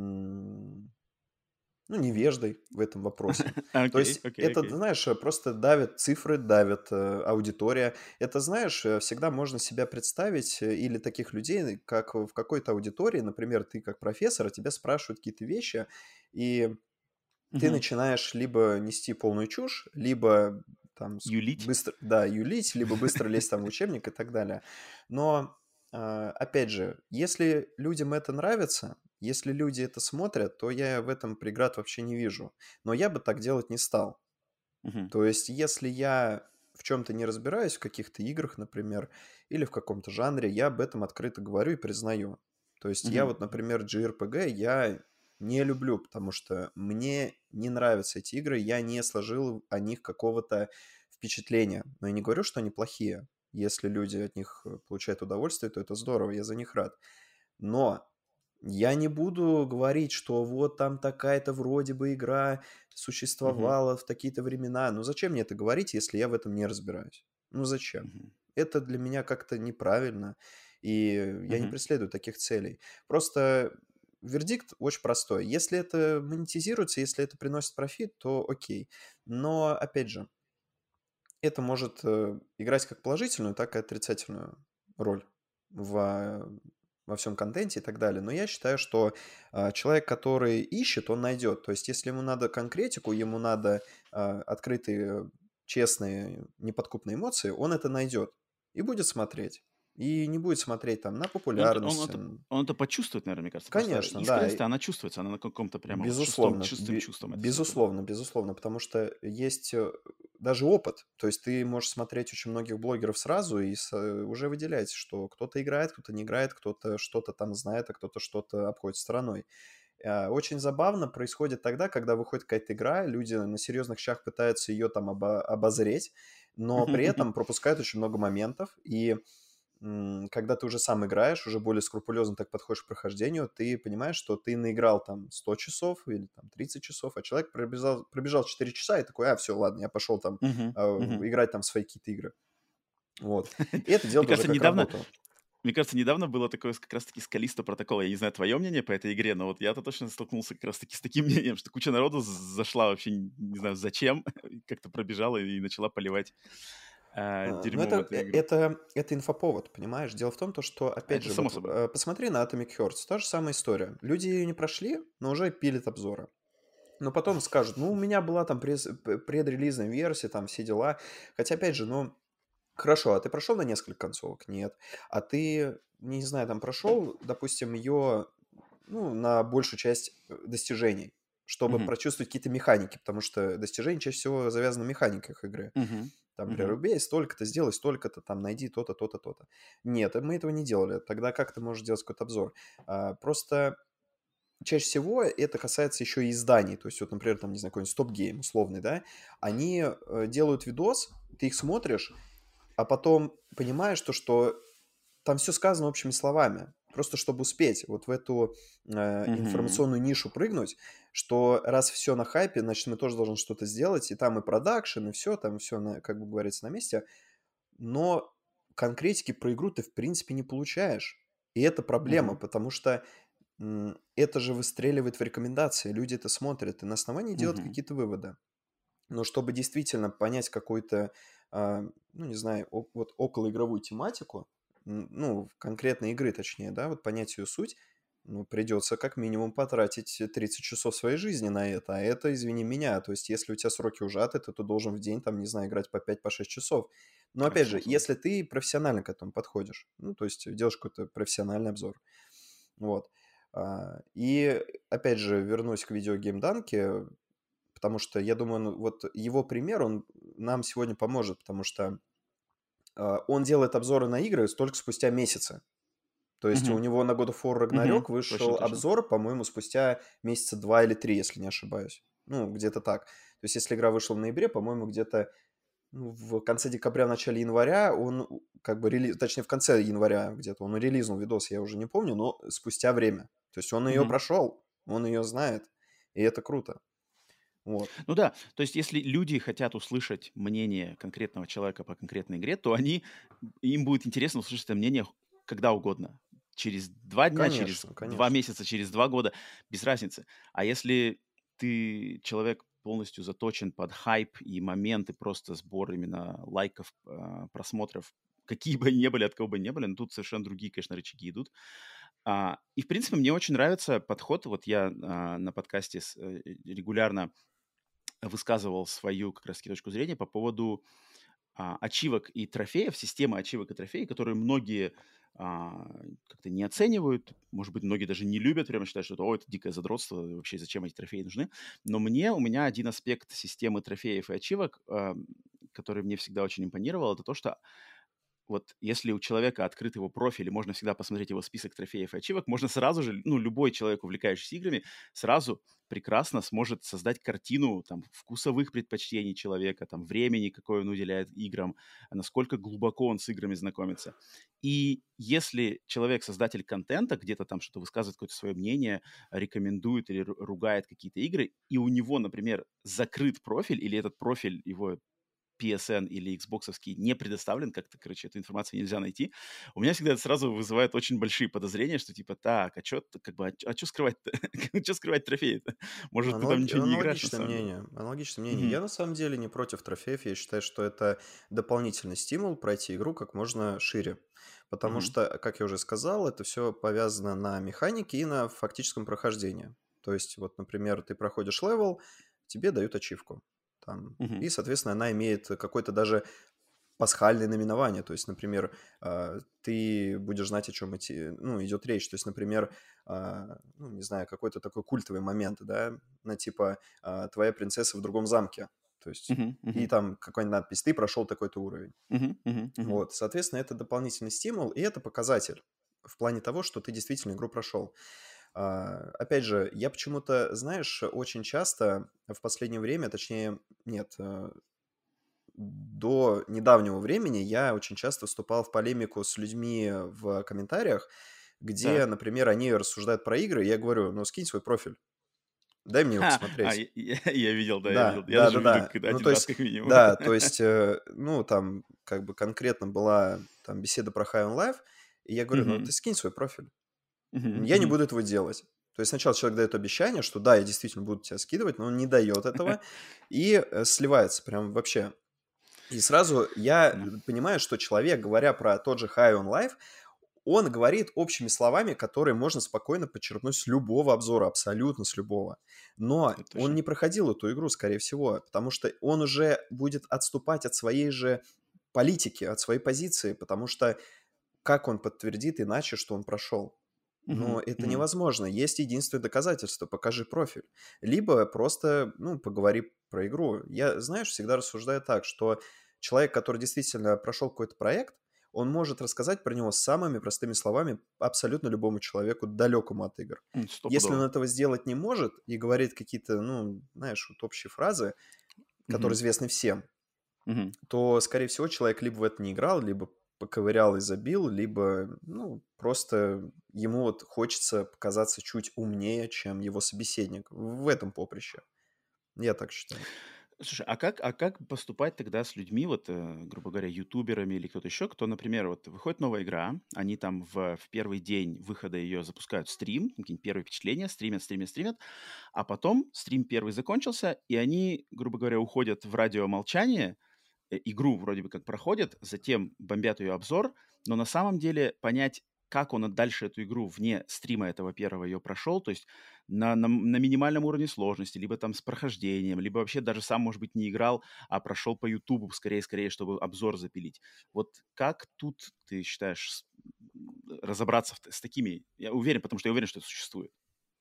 ну, невеждой в этом вопросе. То Окей, есть окей, это, окей. знаешь, просто давят цифры, давят аудитория. Это, знаешь, всегда можно себя представить или таких людей, как в какой-то аудитории, например, ты как профессор, а тебя спрашивают какие-то вещи, и ты Мгм. начинаешь либо нести полную чушь, либо там Юлить? быстро, да, юлить, либо быстро лезть там в учебник и так далее. Но, опять же, если людям это нравится, если люди это смотрят, то я в этом преград вообще не вижу. Но я бы так делать не стал. Мгм. То есть, если я в чем-то не разбираюсь, в каких-то играх, например, или в каком-то жанре, я об этом открыто говорю и признаю. То есть, я Мгм. вот, например, JRPG я не люблю, потому что мне не нравятся эти игры, я не сложил о них какого-то впечатления. Но я не говорю, что они плохие. Если люди от них получают удовольствие, то это здорово, я за них рад. Но я не буду говорить, что вот там такая-то вроде бы игра Мгм. существовала в такие-то времена. Ну зачем мне это говорить, если я в этом не разбираюсь? Ну зачем? Мгм. Это для меня как-то неправильно, и я не Мгм. преследую таких целей. Просто вердикт очень простой. Если это монетизируется, если это приносит профит, то окей. Но, опять же, это может играть как положительную, так и отрицательную роль в, во всем контенте и так далее. Но я считаю, что человек, который ищет, он найдет. То есть, если ему надо конкретику, ему надо открытые, честные, неподкупные эмоции, он это найдет и будет смотреть. И не будет смотреть там на Ну, популярность. он это почувствует, наверное, мне кажется. Просто Конечно, да. искренность, она чувствуется, она на каком-то прямо вот Безусловно, шестым чувством это всё это. безусловно, безусловно, потому что есть даже опыт. То есть ты можешь смотреть очень многих блогеров сразу и уже выделять, что кто-то играет, кто-то не играет, кто-то что-то там знает, а кто-то что-то обходит стороной. Очень забавно происходит тогда, когда выходит какая-то игра, люди на серьезных щах пытаются ее там обозреть, но при этом пропускают очень много моментов, и когда ты уже сам играешь, уже более скрупулезно так подходишь к прохождению, ты понимаешь, что ты наиграл там 100 часов или там 30 часов, а человек пробежал 4 часа и такой, все, ладно, я пошел там Мгм. Мгм. играть там в свои какие-то игры. Вот. И это делает Мне уже кажется, как недавно работу. мне кажется, недавно было такое как раз таки с Callisto Protocol. Я не знаю твое мнение по этой игре, но вот я-то точно столкнулся как раз таки с таким мнением, что куча народу зашла вообще не знаю зачем, как-то пробежала и начала поливать, Но дерьмом эту игру. это инфоповод, понимаешь? Дело в том, то, что, опять Это же, само вот собой. посмотри на Atomic Hearts, та же самая история. Люди ее не прошли, но уже пилят обзоры. Но потом скажут, ну, у меня была там предрелизная версия, там все дела. Хотя, опять же, ну, хорошо, а ты прошел на несколько концовок? Нет. А ты, не знаю, там прошел, допустим, ее, ну, на большую часть достижений, чтобы Мгм. прочувствовать какие-то механики, потому что достижения чаще всего завязаны на механиках игры. Мгм. Там, например, Мгм. убей столько-то, сделай столько-то, там, найди то-то, то-то, то-то. Нет, мы этого не делали. Тогда как ты можешь делать какой-то обзор? Просто чаще всего это касается еще и изданий. То есть, вот, например, там, не знаю, какой-нибудь стоп-гейм условный, да, они делают видос, ты их смотришь, а потом понимаешь то, что там все сказано общими словами. Просто чтобы успеть вот в эту Мгм. информационную нишу прыгнуть, что раз все на хайпе, значит, мы тоже должны что-то сделать, и там и продакшн, и все, там все, как бы говорится, на месте. но конкретики про игру ты, в принципе, не получаешь. И это проблема, Мгм. потому что это же выстреливает в рекомендации, люди это смотрят и на основании делают Мгм. какие-то выводы. Но чтобы действительно понять какую-то, ну, не знаю, вот околоигровую тематику, ну, конкретной игры, точнее, да, вот понять ее суть, ну, придется как минимум потратить 30 часов своей жизни на это. А это, извини меня, то есть если у тебя сроки ужаты, то ты должен в день, там, не знаю, играть по 5-6 часов. Но Это опять же, само собой. если ты профессионально к этому подходишь, ну, то есть делаешь какой-то профессиональный обзор, вот. И опять же, вернусь к видеогеймданке, потому что я думаю, ну, вот его пример, он нам сегодня поможет, потому что он делает обзоры на игры только спустя месяцы. То есть у Мгм. него на God of War Мгм. Ragnarok Точно, вышел точно. обзор, по-моему, спустя месяца 2 или 3, если не ошибаюсь. Ну, где-то так. То есть если игра вышла в ноябре, по-моему, где-то в конце декабря, в начале января он как бы точнее, в конце января где-то он релизнул видос, я уже не помню, но спустя время. То есть он ее Мгм. прошел, он ее знает, и это круто. Вот. Ну да, то есть если люди хотят услышать мнение конкретного человека по конкретной игре, то им будет интересно услышать это мнение когда угодно. Через 2 дня, через Конечно, 2 конечно. месяца, через 2 года, без разницы. А если ты человек полностью заточен под хайп и моменты, просто сбор именно лайков, просмотров, какие бы они ни были, от кого бы ни были, но тут совершенно другие, конечно, рычаги идут. И, в принципе, мне очень нравится подход. Вот я, на подкасте регулярно высказывал свою как раз-таки точку зрения по поводу ачивок и трофеев, системы ачивок и трофеев, которые многие а, как-то не оценивают, может быть, многие даже не любят, прямо считают, что это дикое задротство, вообще зачем эти трофеи нужны. Но у меня один аспект системы трофеев и ачивок, который мне всегда очень импонировал, это то, что вот если у человека открыт его профиль, и можно всегда посмотреть его список трофеев и ачивок, можно сразу же, ну, любой человек, увлекающийся играми, сразу прекрасно сможет создать картину там вкусовых предпочтений человека, там времени, какое он уделяет играм, насколько глубоко он с играми знакомится. И если человек, создатель контента, где-то там что-то высказывает, какое-то свое мнение, рекомендует или ругает какие-то игры, и у него, например, закрыт профиль, или этот профиль его PSN или Xboxовский не предоставлен, как-то, короче, эту информацию нельзя найти. У меня всегда это сразу вызывает очень большие подозрения, что типа, так, а что, как бы, чё скрывать-то? Чё скрывать трофеи-то? Может, ты там ничего не играешь на Аналогичное самом деле? мнение. Аналогичное мнение. Мгм. Я на самом деле не против трофеев. Я считаю, что это дополнительный стимул пройти игру как можно шире. Потому Мгм. что, как я уже сказал, это все повязано на механике и на фактическом прохождении. То есть, вот, например, ты проходишь левел, тебе дают ачивку. Там, Мгм. и, соответственно, она имеет какой-то даже пасхальные наименования. То есть, например, ты будешь знать, о чем ну, идет речь. То есть, например, ну, не знаю, какой-то такой культовый момент, да, на типа «Твоя принцесса в другом замке». То есть, Мгм. и Мгм. там какая-нибудь надпись «Ты прошел такой-то уровень». Мгм. Мгм. Мгм. Вот, соответственно, это дополнительный стимул, и это показатель в плане того, что ты действительно игру прошел. Опять же, я почему-то, знаешь, очень часто в последнее время, точнее, нет, до недавнего времени я очень часто вступал в полемику с людьми в комментариях, где, Так. например, они рассуждают про игры, и я говорю, ну, скинь свой профиль, дай мне его посмотреть. Я видел, да, я Да, видел. Я даже видел да-да-да. как Ну, один то раз есть, как минимум это. да, то есть, ну, там, как бы конкретно была там беседа про High on Life, и я говорю, ну, ты Мгм. скинь свой профиль. Мгм. Я не Мгм. буду этого делать. То есть сначала человек дает обещание, что да, я действительно буду тебя скидывать, но он не дает этого и сливается прям вообще. И сразу я Да. понимаю, что человек, говоря про тот же High on Life, он говорит общими словами, которые можно спокойно подчеркнуть с любого обзора, абсолютно с любого. Но Это он точно. не проходил эту игру, скорее всего, потому что он уже будет отступать от своей же политики, от своей позиции, потому что как он подтвердит иначе, что он прошел? Но Мгм. это Мгм. невозможно. Есть единственное доказательство – покажи профиль. Либо просто, ну, поговори про игру. Я, знаешь, всегда рассуждаю так, что человек, который действительно прошел какой-то проект, он может рассказать про него самыми простыми словами абсолютно любому человеку, далекому от игр. Если он Стопудово. этого сделать не может и говорит какие-то, ну, знаешь, вот общие фразы, которые Мгм. известны всем, Мгм. то, скорее всего, человек либо в это не играл, либо поковырял и забил, либо, ну, просто ему вот хочется показаться чуть умнее, чем его собеседник в этом поприще. Я так считаю. Слушай, а как поступать тогда с людьми, вот, грубо говоря, ютуберами или кто-то еще, кто, например, вот выходит новая игра, они там в первый день выхода ее запускают стрим, какие-нибудь первые впечатления, стримят, а потом стрим первый закончился, и они, грубо говоря, уходят в радиомолчание, игру вроде бы как проходят, затем бомбят ее обзор, но на самом деле понять, как он дальше эту игру вне стрима этого первого ее прошел, то есть на минимальном уровне сложности, либо там с прохождением, либо вообще даже сам, может быть, не играл, а прошел по Ютубу скорее, чтобы обзор запилить. Вот как тут, ты считаешь, разобраться с такими? Я уверен, потому что я уверен, что это существует.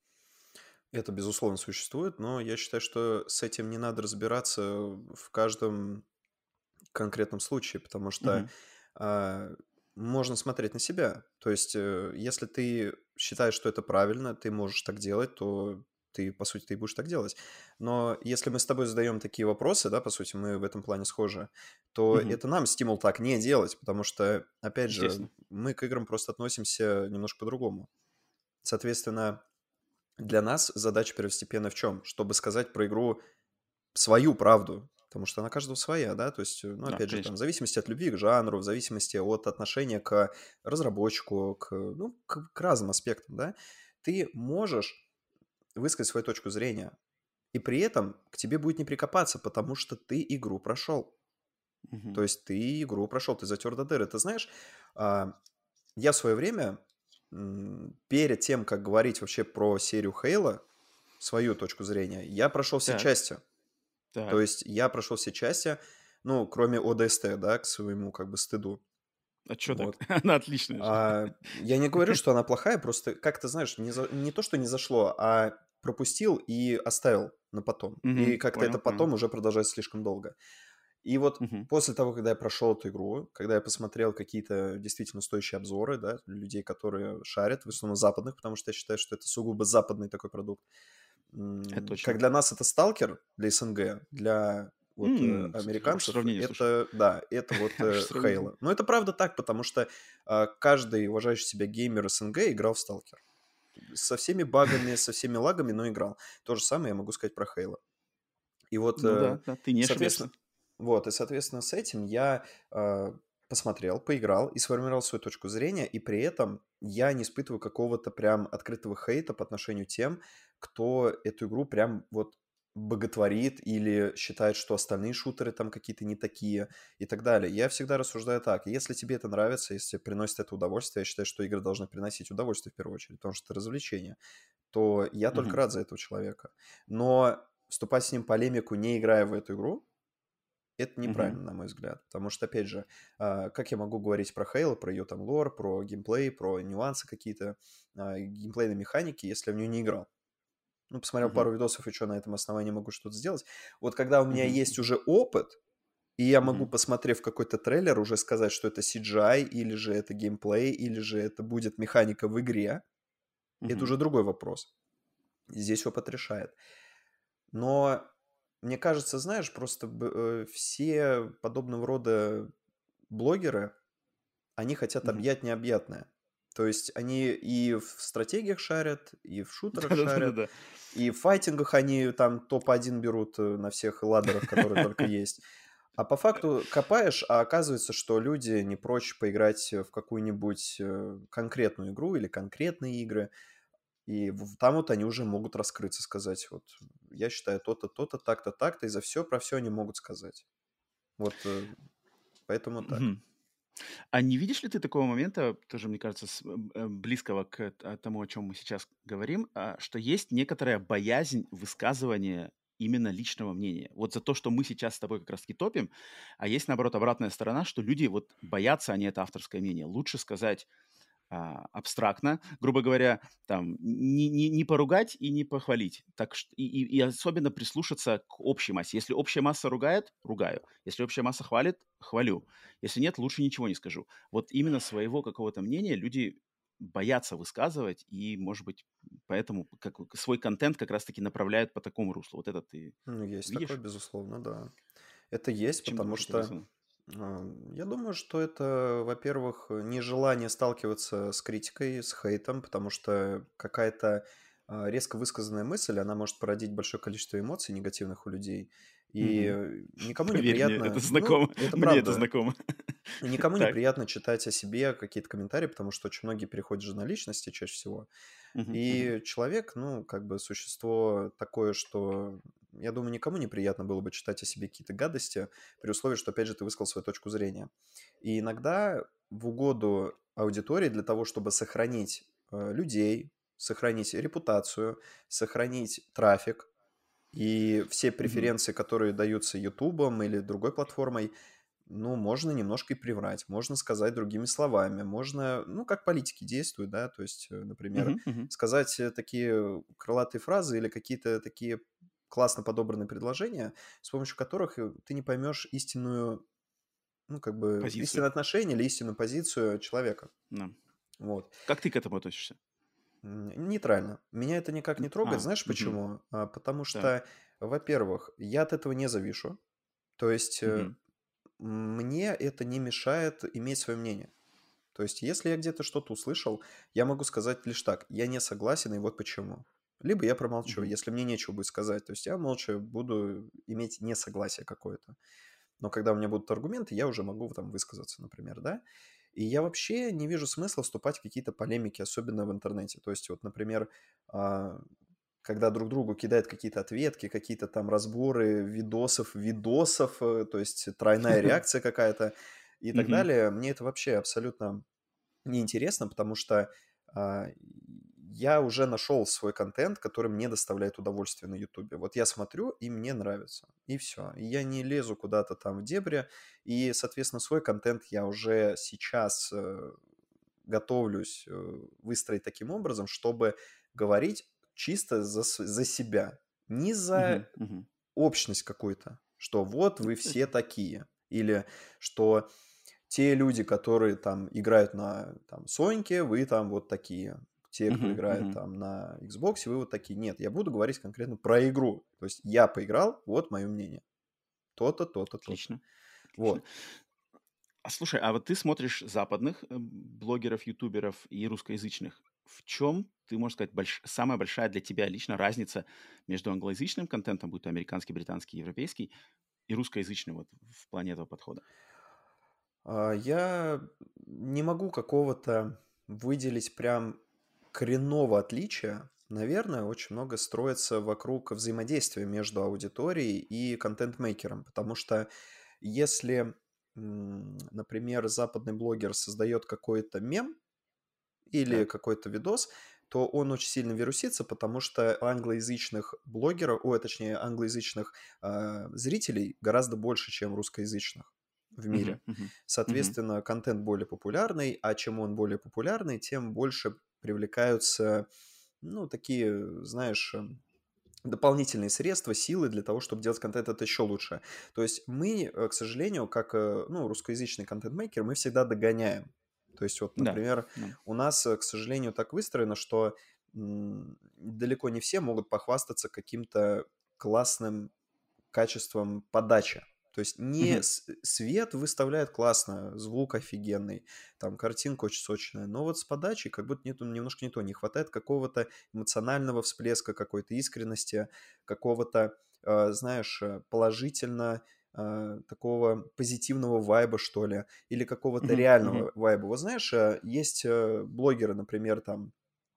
Это, безусловно, существует, но я считаю, что с этим не надо разбираться в каждом конкретном случае, потому что Мгм. а, можно смотреть на себя. То есть, если ты считаешь, что это правильно, ты можешь так делать, то ты, по сути, ты будешь так делать. Но если мы с тобой задаем такие вопросы, да, по сути, мы в этом плане схожи, то Мгм. это нам стимул так не делать, потому что, опять же, Естественно. мы к играм просто относимся немножко по-другому. Соответственно, для нас задача первостепенная в чем? Чтобы сказать про игру свою правду, потому что она каждого своя, да, то есть, ну, Да, опять же, там, конечно. в зависимости от любви к жанру, в зависимости от отношения к разработчику, ну, к разным аспектам, да, ты можешь высказать свою точку зрения, и при этом к тебе будет не прикопаться, потому что ты игру прошел. То Мгм. есть ты игру прошел, ты затер до дыры. Ты знаешь, а, я в свое время, перед тем, как говорить вообще про серию Хейла, свою точку зрения, я прошел все Так, части. То так. есть я прошел все части, ну, кроме ОДСТ, да, к своему как бы стыду. А чё так? Вот. Она отличная же. Я не говорю, что она плохая, просто как-то, знаешь, не то, что не зашло, а пропустил и оставил на потом. И Мгм. как-то это Понял. потом уже продолжается слишком долго. И вот Мгм. после того, когда я прошел эту игру, когда я посмотрел какие-то действительно стоящие обзоры, да, людей, которые шарят, в основном западных, потому что я считаю, что это сугубо западный такой продукт. Это Как точно. для нас это «Сталкер», для СНГ, для вот Хорошее американцев сравнение, слушай. это, да, это вот Хорошее сравнение. Хейла. Но это правда так, потому что каждый уважающий себя геймер СНГ играл в «Сталкер». Со всеми багами, со всеми лагами, но играл. То же самое я могу сказать про Хейла. И вот, Ну да, да, ты не ошибешься. соответственно, соответственно, с этим я посмотрел, поиграл и сформировал свою точку зрения, и при этом я не испытываю какого-то прям открытого хейта по отношению к тем, кто эту игру прям вот боготворит или считает, что остальные шутеры там какие-то не такие и так далее. Я всегда рассуждаю так: если тебе это нравится, если тебе приносит это удовольствие, я считаю, что игры должны приносить удовольствие в первую очередь, потому что это развлечение, то я только Мгм. рад за этого человека. Но вступать с ним в полемику, не играя в эту игру, это Мгм. неправильно, на мой взгляд. Потому что, опять же, как я могу говорить про Хейл, про ее там лор, про геймплей, про нюансы какие-то, геймплейные механики, если я в нее не играл? Ну, посмотрел Мгм. пару видосов, и что на этом основании могу что-то сделать. Вот когда у меня Мгм. есть уже опыт, и я могу, Мгм. посмотрев какой-то трейлер, уже сказать, что это CGI, или же это геймплей, или же это будет механика в игре, это Мгм. уже другой вопрос. Здесь опыт решает. Но мне кажется, знаешь, просто все подобного рода блогеры, они хотят Мгм. объять необъятное. То есть они и в стратегиях шарят, и в шутерах шарят, Да-да-да-да-да. и в файтингах они там топ-1 берут на всех ладерах, которые только есть. А по факту копаешь, а оказывается, что люди не прочь поиграть в какую-нибудь конкретную игру или конкретные игры, и там вот они уже могут раскрыться, сказать, вот я считаю то-то, то-то, так-то, так-то, и за все про все они могут сказать. Вот поэтому так. Мгм. А не видишь ли ты такого момента, тоже, мне кажется, близкого к тому, о чем мы сейчас говорим, что есть некоторая боязнь высказывания именно личного мнения? Вот за то, что мы сейчас с тобой как раз-таки топим, а есть, наоборот, обратная сторона, что люди вот боятся, они это авторское мнение. Лучше сказать абстрактно, грубо говоря, там не поругать и не похвалить. Так что и особенно прислушаться к общей массе. Если общая масса ругает — ругаю. Если общая масса хвалит — хвалю. Если нет, лучше ничего не скажу. Вот именно своего какого-то мнения люди боятся высказывать, и, может быть, поэтому свой контент как раз-таки направляют по такому руслу. Вот это ты Ну, есть такое, видишь? безусловно, да. Это есть, С чем потому думаешь, это что вызвано? я думаю, что это, во-первых, нежелание сталкиваться с критикой, с хейтом, потому что какая-то резко высказанная мысль, она может породить большое количество эмоций негативных у людей. И Мгм. никому не Поверь мне, это приятно, ну, знакомо. это Мне это правда, знакомо. никому не Так. приятно читать о себе какие-то комментарии, потому что очень многие переходят же на личности чаще всего. Мгм, мгм, И человек, ну, как бы существо такое, что, я думаю, никому не приятно было бы читать о себе какие-то гадости, при условии, что, опять же, ты высказал свою точку зрения. И иногда в угоду аудитории для того, чтобы сохранить людей, сохранить репутацию, сохранить трафик и все мгм, преференции, которые даются Ютубом или другой платформой, ну, можно немножко и приврать, можно сказать другими словами, можно, ну, как политики действуют, да, то есть, например, мгм, мгм. сказать такие крылатые фразы или какие-то такие классно подобранные предложения, с помощью которых ты не поймешь истинную, ну, как бы, Позицию. истинное отношение или истинную позицию человека. Да. Вот. Как ты к этому относишься? Нейтрально. Меня это никак не трогает. Знаешь Мгм. почему? Потому Так. что, во-первых, я от этого не завишу. То есть Мгм. мне это не мешает иметь свое мнение. То есть если я где-то что-то услышал, я могу сказать лишь так: я не согласен, и вот почему. Либо я промолчу, Мгм. если мне нечего будет сказать. То есть я молча буду иметь несогласие какое-то. Но когда у меня будут аргументы, я уже могу там высказаться, например, да. И я вообще не вижу смысла вступать в какие-то полемики, особенно в интернете. То есть вот, например, а, когда друг другу кидают какие-то ответки, какие-то там разборы видосов, то есть тройная реакция какая-то и так Мгм. далее, мне это вообще абсолютно неинтересно, потому что а, я уже нашел свой контент, который мне доставляет удовольствие на Ютубе. Вот я смотрю, и мне нравится. И все. И я не лезу куда-то там в дебри. И, соответственно, свой контент я уже сейчас готовлюсь выстроить таким образом, чтобы говорить чисто за себя. Не за Мгм. Мгм. общность какую-то, что вот Ну, вы все кстати. такие. Или что те люди, которые там играют на там, Соньке, вы там вот такие. Те, кто Мгм. играет Мгм. там на Xbox, вы вот такие. Нет, я буду говорить конкретно про игру. То есть я поиграл, вот мое мнение. То-то, то-то, то-то. Отлично. Отлично. Вот. А слушай, а вот ты смотришь западных блогеров, ютуберов и русскоязычных. В чем, ты можешь сказать, самая большая для тебя лично разница между англоязычным контентом, будь то американский, британский, европейский, и русскоязычным вот в плане этого подхода? Я не могу какого-то выделить прям коренного отличия. Наверное, очень много строится вокруг взаимодействия между аудиторией и контент-мейкером, потому что если, например, западный блогер создает какой-то мем или Так. какой-то видос, то он очень сильно вирусится, потому что англоязычных блогеров, ой, точнее, англоязычных зрителей гораздо больше, чем русскоязычных в Мгм. мире. Мгм. Мгм. Соответственно, контент более популярный, а чем он более популярный, тем больше привлекаются, ну, такие, знаешь, дополнительные средства, силы для того, чтобы делать контент это еще лучше. То есть мы, к сожалению, как ну, русскоязычный контент-мейкер, мы всегда догоняем. То есть вот, Да. например, Да. у нас, к сожалению, так выстроено, что далеко не все могут похвастаться каким-то классным качеством подачи. То есть не Мгм. свет выставляет классно, звук офигенный, там картинка очень сочная, но вот с подачей как будто нету, немножко не то, не хватает какого-то эмоционального всплеска, какой-то искренности, какого-то, знаешь, положительно такого позитивного вайба, что ли, или какого-то Мгм. Мгм. реального вайба. Вот знаешь, есть блогеры, например, там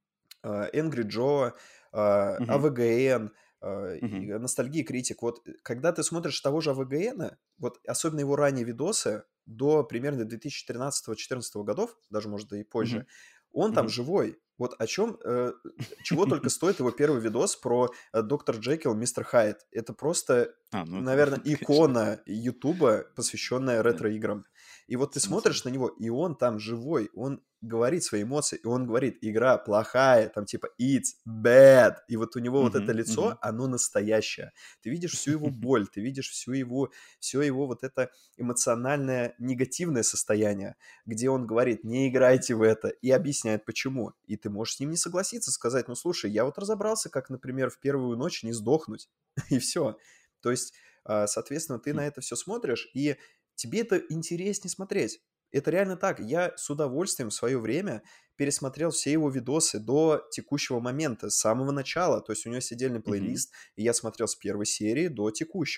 Angry Joe, Мгм. АВГН, и Мгм. Ностальгия Критик. Вот когда ты смотришь того же АВГНа, вот особенно его ранние видосы до примерно 2013-2014 годов, даже, может, да и позже, Мгм. он там Мгм. живой. Вот о чем, чего только стоит его первый видос про доктор Джекил, мистер Хайд. Это просто, Ну это да, наверное, это, конечно, икона Ютуба, посвященная да, ретро-играм. И вот ты само собой. смотришь на него, и он там живой, он говорит свои эмоции, и он говорит: игра плохая, там типа it's bad, и вот у него вот это Мгм. лицо, Мгм. оно настоящее. Ты видишь всю его боль, ты видишь все его вот это эмоциональное негативное состояние, где он говорит: не играйте в это, и объясняет почему. И ты можешь с ним не согласиться, сказать: ну слушай, я вот разобрался, как, например, в первую ночь не сдохнуть, и все. То есть, соответственно, ты Хм. на это все смотришь, и тебе это интереснее смотреть. Это реально так. Я с удовольствием в свое время пересмотрел все его видосы до текущего момента, с самого начала. То есть у него есть отдельный Мгм. плейлист, и я смотрел с первой серии до текущих.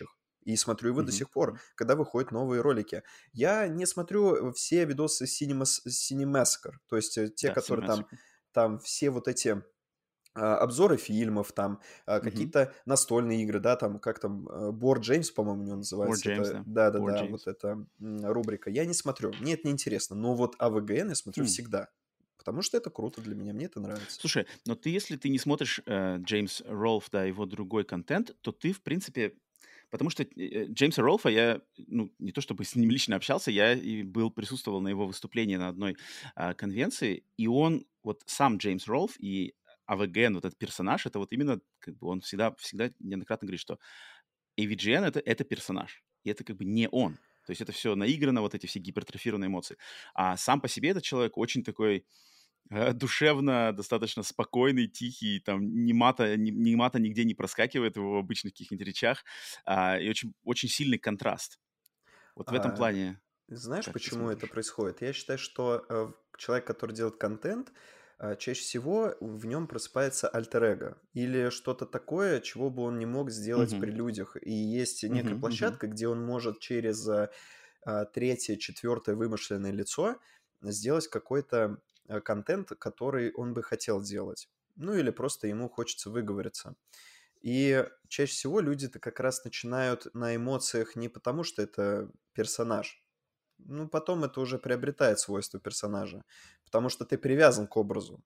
И смотрю его до Мгм. сих пор, Мгм. когда выходят новые ролики. Я не смотрю все видосы Cinemassacre, то есть те, Да, которые там, Cinemassacre. там все вот эти обзоры фильмов, там Мгм. какие-то настольные игры, да, там, как там, Board James, по-моему, у него War называется, James, это, да. War да-да-да, вот James. эта рубрика. Я не смотрю, мне это не интересно, но вот АВГН я смотрю Хм. всегда, потому что это круто для меня, мне это нравится. Слушай, но ты, если ты не смотришь Джеймс Ролф, да, его другой контент, то ты, в принципе, потому что Джеймса Ролфа я, ну, не то чтобы с ним лично общался, я и присутствовал на его выступлении на одной конвенции, и он, вот сам Джеймс Ролф и АВГН, вот этот персонаж, это вот именно, как бы он всегда неоднократно говорит, что AVGN это персонаж, и это как бы не он. То есть это все наиграно, вот эти все гипертрофированные эмоции. А сам по себе этот человек очень такой душевно, достаточно спокойный, тихий, там ни мата нигде не проскакивает в его обычных каких-нибудь речах, и очень очень сильный контраст. Вот в этом А, плане Знаешь, как ты почему это смотришь? происходит? Я считаю, что человек, который делает контент, чаще всего в нем просыпается альтер-эго или что-то такое, чего бы он не мог сделать при Мгм. людях. И есть некая Мгм. Мгм. площадка, где он может через третье, четвертое вымышленное лицо сделать какой-то контент, который он бы хотел делать. Ну или просто ему хочется выговориться. И чаще всего люди-то как раз начинают на эмоциях не потому, что это персонаж. Ну, потом это уже приобретает свойства персонажа, потому что ты привязан к образу.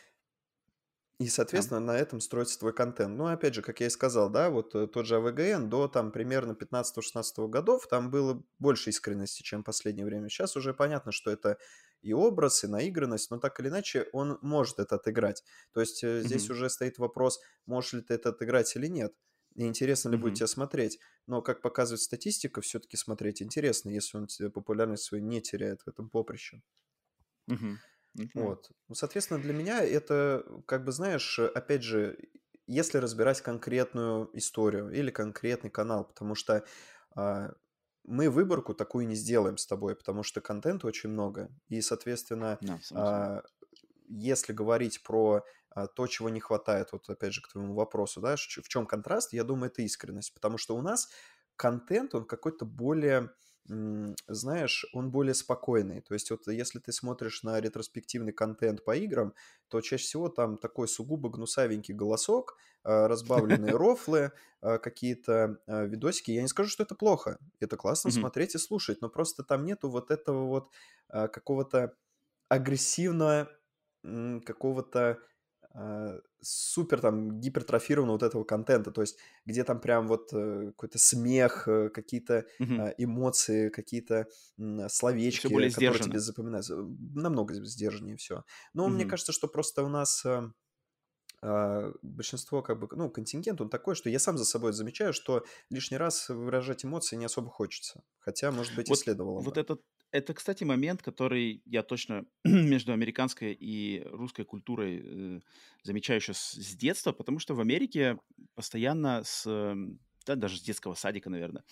И, Да. соответственно, на этом строится твой контент. Ну, опять же, как я и сказал, да, вот тот же АВГН до там примерно 15-16 годов там было больше искренности, чем в последнее время. Сейчас уже понятно, что это и образ, и наигранность, но так или иначе он может это отыграть. То есть здесь Мгм. уже стоит вопрос, можешь ли ты это отыграть или нет. И интересно ли будет Мгм. тебе смотреть. Но, как показывает статистика, все-таки смотреть интересно, если он тебе популярность свою не теряет в этом поприще. Мгм. Не знаю. Вот. Ну, соответственно, для меня это, как бы, знаешь, опять же, если разбирать конкретную историю или конкретный канал, потому что а, мы выборку такую не сделаем с тобой, потому что контента очень много. И, соответственно, Да, само собой. а, если говорить про то, чего не хватает, вот опять же к твоему вопросу, да, в чем контраст, я думаю, это искренность, потому что у нас контент, он какой-то более, знаешь, он более спокойный. То есть вот если ты смотришь на ретроспективный контент по играм, то чаще всего там такой сугубо гнусавенький голосок, разбавленные рофлы, какие-то видосики. Я не скажу, что это плохо. Это классно Мгм. смотреть и слушать, но просто там нету вот этого вот какого-то агрессивного, какого-то супер там гипертрофированного вот этого контента, то есть где там прям вот какой-то смех, какие-то Мгм. эмоции, какие-то Всё словечки, более которые тебе сдержанно. запоминаются. Намного сдержаннее все. Но мне Мгм. кажется, что просто у нас большинство как бы, ну, контингент, он такой, что я сам за собой замечаю, что лишний раз выражать эмоции не особо хочется. Хотя, может быть, и Вот следовало вот бы. это, кстати, момент, который я точно между американской и русской культурой, замечаю еще с детства, потому что в Америке постоянно да, даже с детского садика, наверное,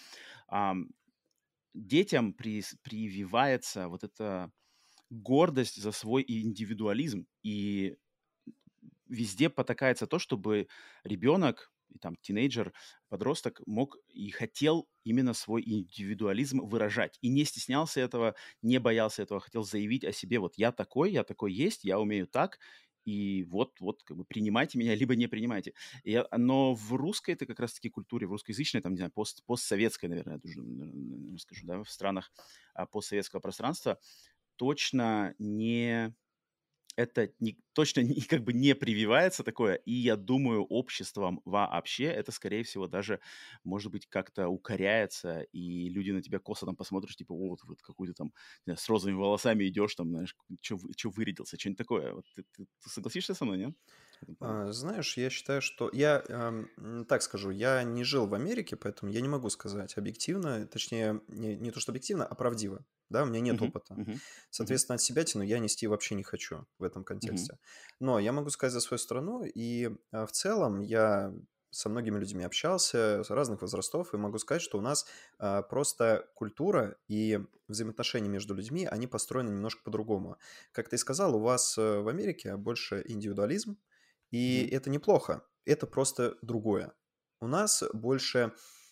детям прививается вот эта гордость за свой индивидуализм. И везде потакается то, чтобы ребенок, и там тинейджер, подросток мог и хотел именно свой индивидуализм выражать. И не стеснялся этого, не боялся этого, хотел заявить о себе. Вот я такой есть, я умею так, и вот, как бы принимайте меня, либо не принимайте. Но в русской это как раз-таки культуре, в русскоязычной, там, не знаю, постсоветской, наверное, я тоже, наверное, скажу, да, в странах постсоветского пространства, точно не точно не как бы не прививается такое, и я думаю, обществом вообще это, скорее всего, даже, может быть, как-то укоряется, и люди на тебя косо там посмотрят, типа, о, вот какой-то там, не знаю, с розовыми волосами идешь, там, знаешь, чё вырядился, что-нибудь такое. Вот ты согласишься со мной, нет? В этом плане. Знаешь, я считаю, что я, так скажу, я не жил в Америке, поэтому я не могу сказать объективно, точнее, не то, что объективно, а правдиво. Да, у меня нет Мгм, опыта. мгм, мгм, Соответственно, от себятину я нести вообще не хочу в этом мгм, контексте. Но я могу сказать за свою страну, и в целом я со многими людьми общался, с разных возрастов, и могу сказать, что у нас просто культура и взаимоотношения между людьми, они построены немножко по-другому. Как ты и сказал, у вас в Америке больше индивидуализм, и мгм, это неплохо, это просто другое. У нас больше,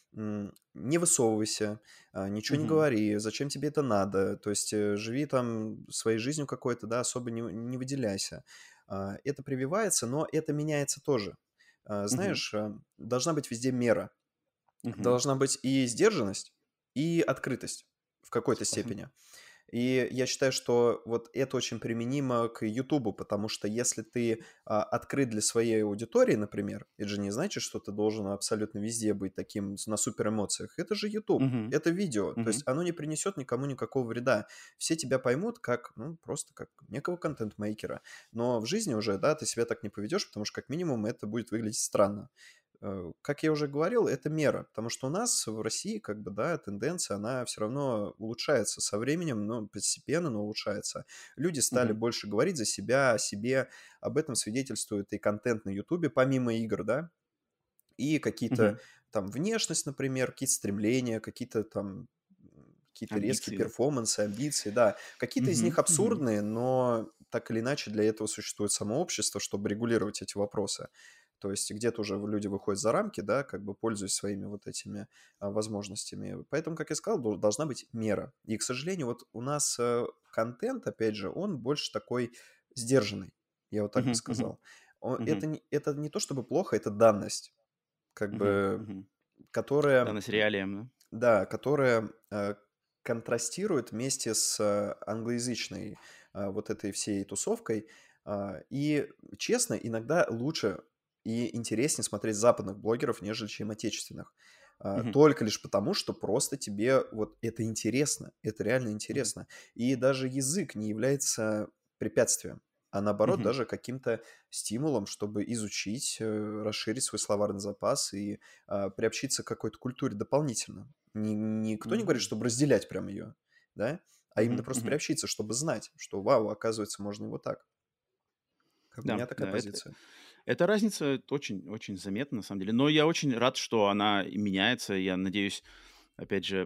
Не высовывайся, ничего не Мгм. говори, зачем тебе это надо, то есть живи там своей жизнью какой-то, да, особо не выделяйся. Это прививается, но это меняется тоже. Мгм. Знаешь, должна быть везде мера. Мгм. Должна быть и сдержанность, и открытость в какой-то Согласен. степени. И я считаю, что вот это очень применимо к "Ютубу", потому что если ты, открыт для своей аудитории, например, это же не значит, что ты должен абсолютно везде быть таким на супер эмоциях. Это же "Ютуб", Мгм. это видео, то есть Мгм. оно не принесет никому никакого вреда. Все тебя поймут как, ну, просто как некого контент-мейкера. Но в жизни уже, да, ты себя так не поведешь, потому что как минимум это будет выглядеть странно. Как я уже говорил, это мера, потому что у нас в России, как бы, да, тенденция, она все равно улучшается со временем, но постепенно, но улучшается. Люди стали Мгм. больше говорить за себя, о себе, об этом свидетельствует и контент на Ютубе, помимо игр, да, и какие-то Мгм. там внешность, например, какие-то стремления, какие-то там какие-то резкие Амбиции, да? перформансы, амбиции, да. Какие-то из них Мгм. Мгм. абсурдные, но так или иначе для этого существует само общество, чтобы регулировать эти вопросы. То есть где-то уже люди выходят за рамки, да, как бы пользуясь своими вот этими возможностями. Поэтому, как я сказал, должна быть мера. И, к сожалению, вот у нас контент, опять же, он больше такой сдержанный, я вот так бы Мгм. Мгм. сказал. Мгм. Это не то чтобы плохо, это данность, как Мгм. бы, Мгм. которая, Данность реалиям, да? да, которая контрастирует вместе с англоязычной вот этой всей тусовкой. И, честно, иногда лучше и интереснее смотреть западных блогеров, нежели чем отечественных. Мгм. Только лишь потому, что просто тебе вот это интересно, это реально Мгм. интересно. И даже язык не является препятствием, а наоборот Мгм. даже каким-то стимулом, чтобы изучить, расширить свой словарный запас и приобщиться к какой-то культуре дополнительно. Никто не говорит, Мгм. чтобы разделять прям ее, да, а именно Мгм. просто Мгм. приобщиться, чтобы знать, что, вау, оказывается, можно и вот так. Как бы у Да, меня такая да, это позиция. эта разница очень очень заметна на самом деле. Но я очень рад, что она и меняется. Я надеюсь, опять же,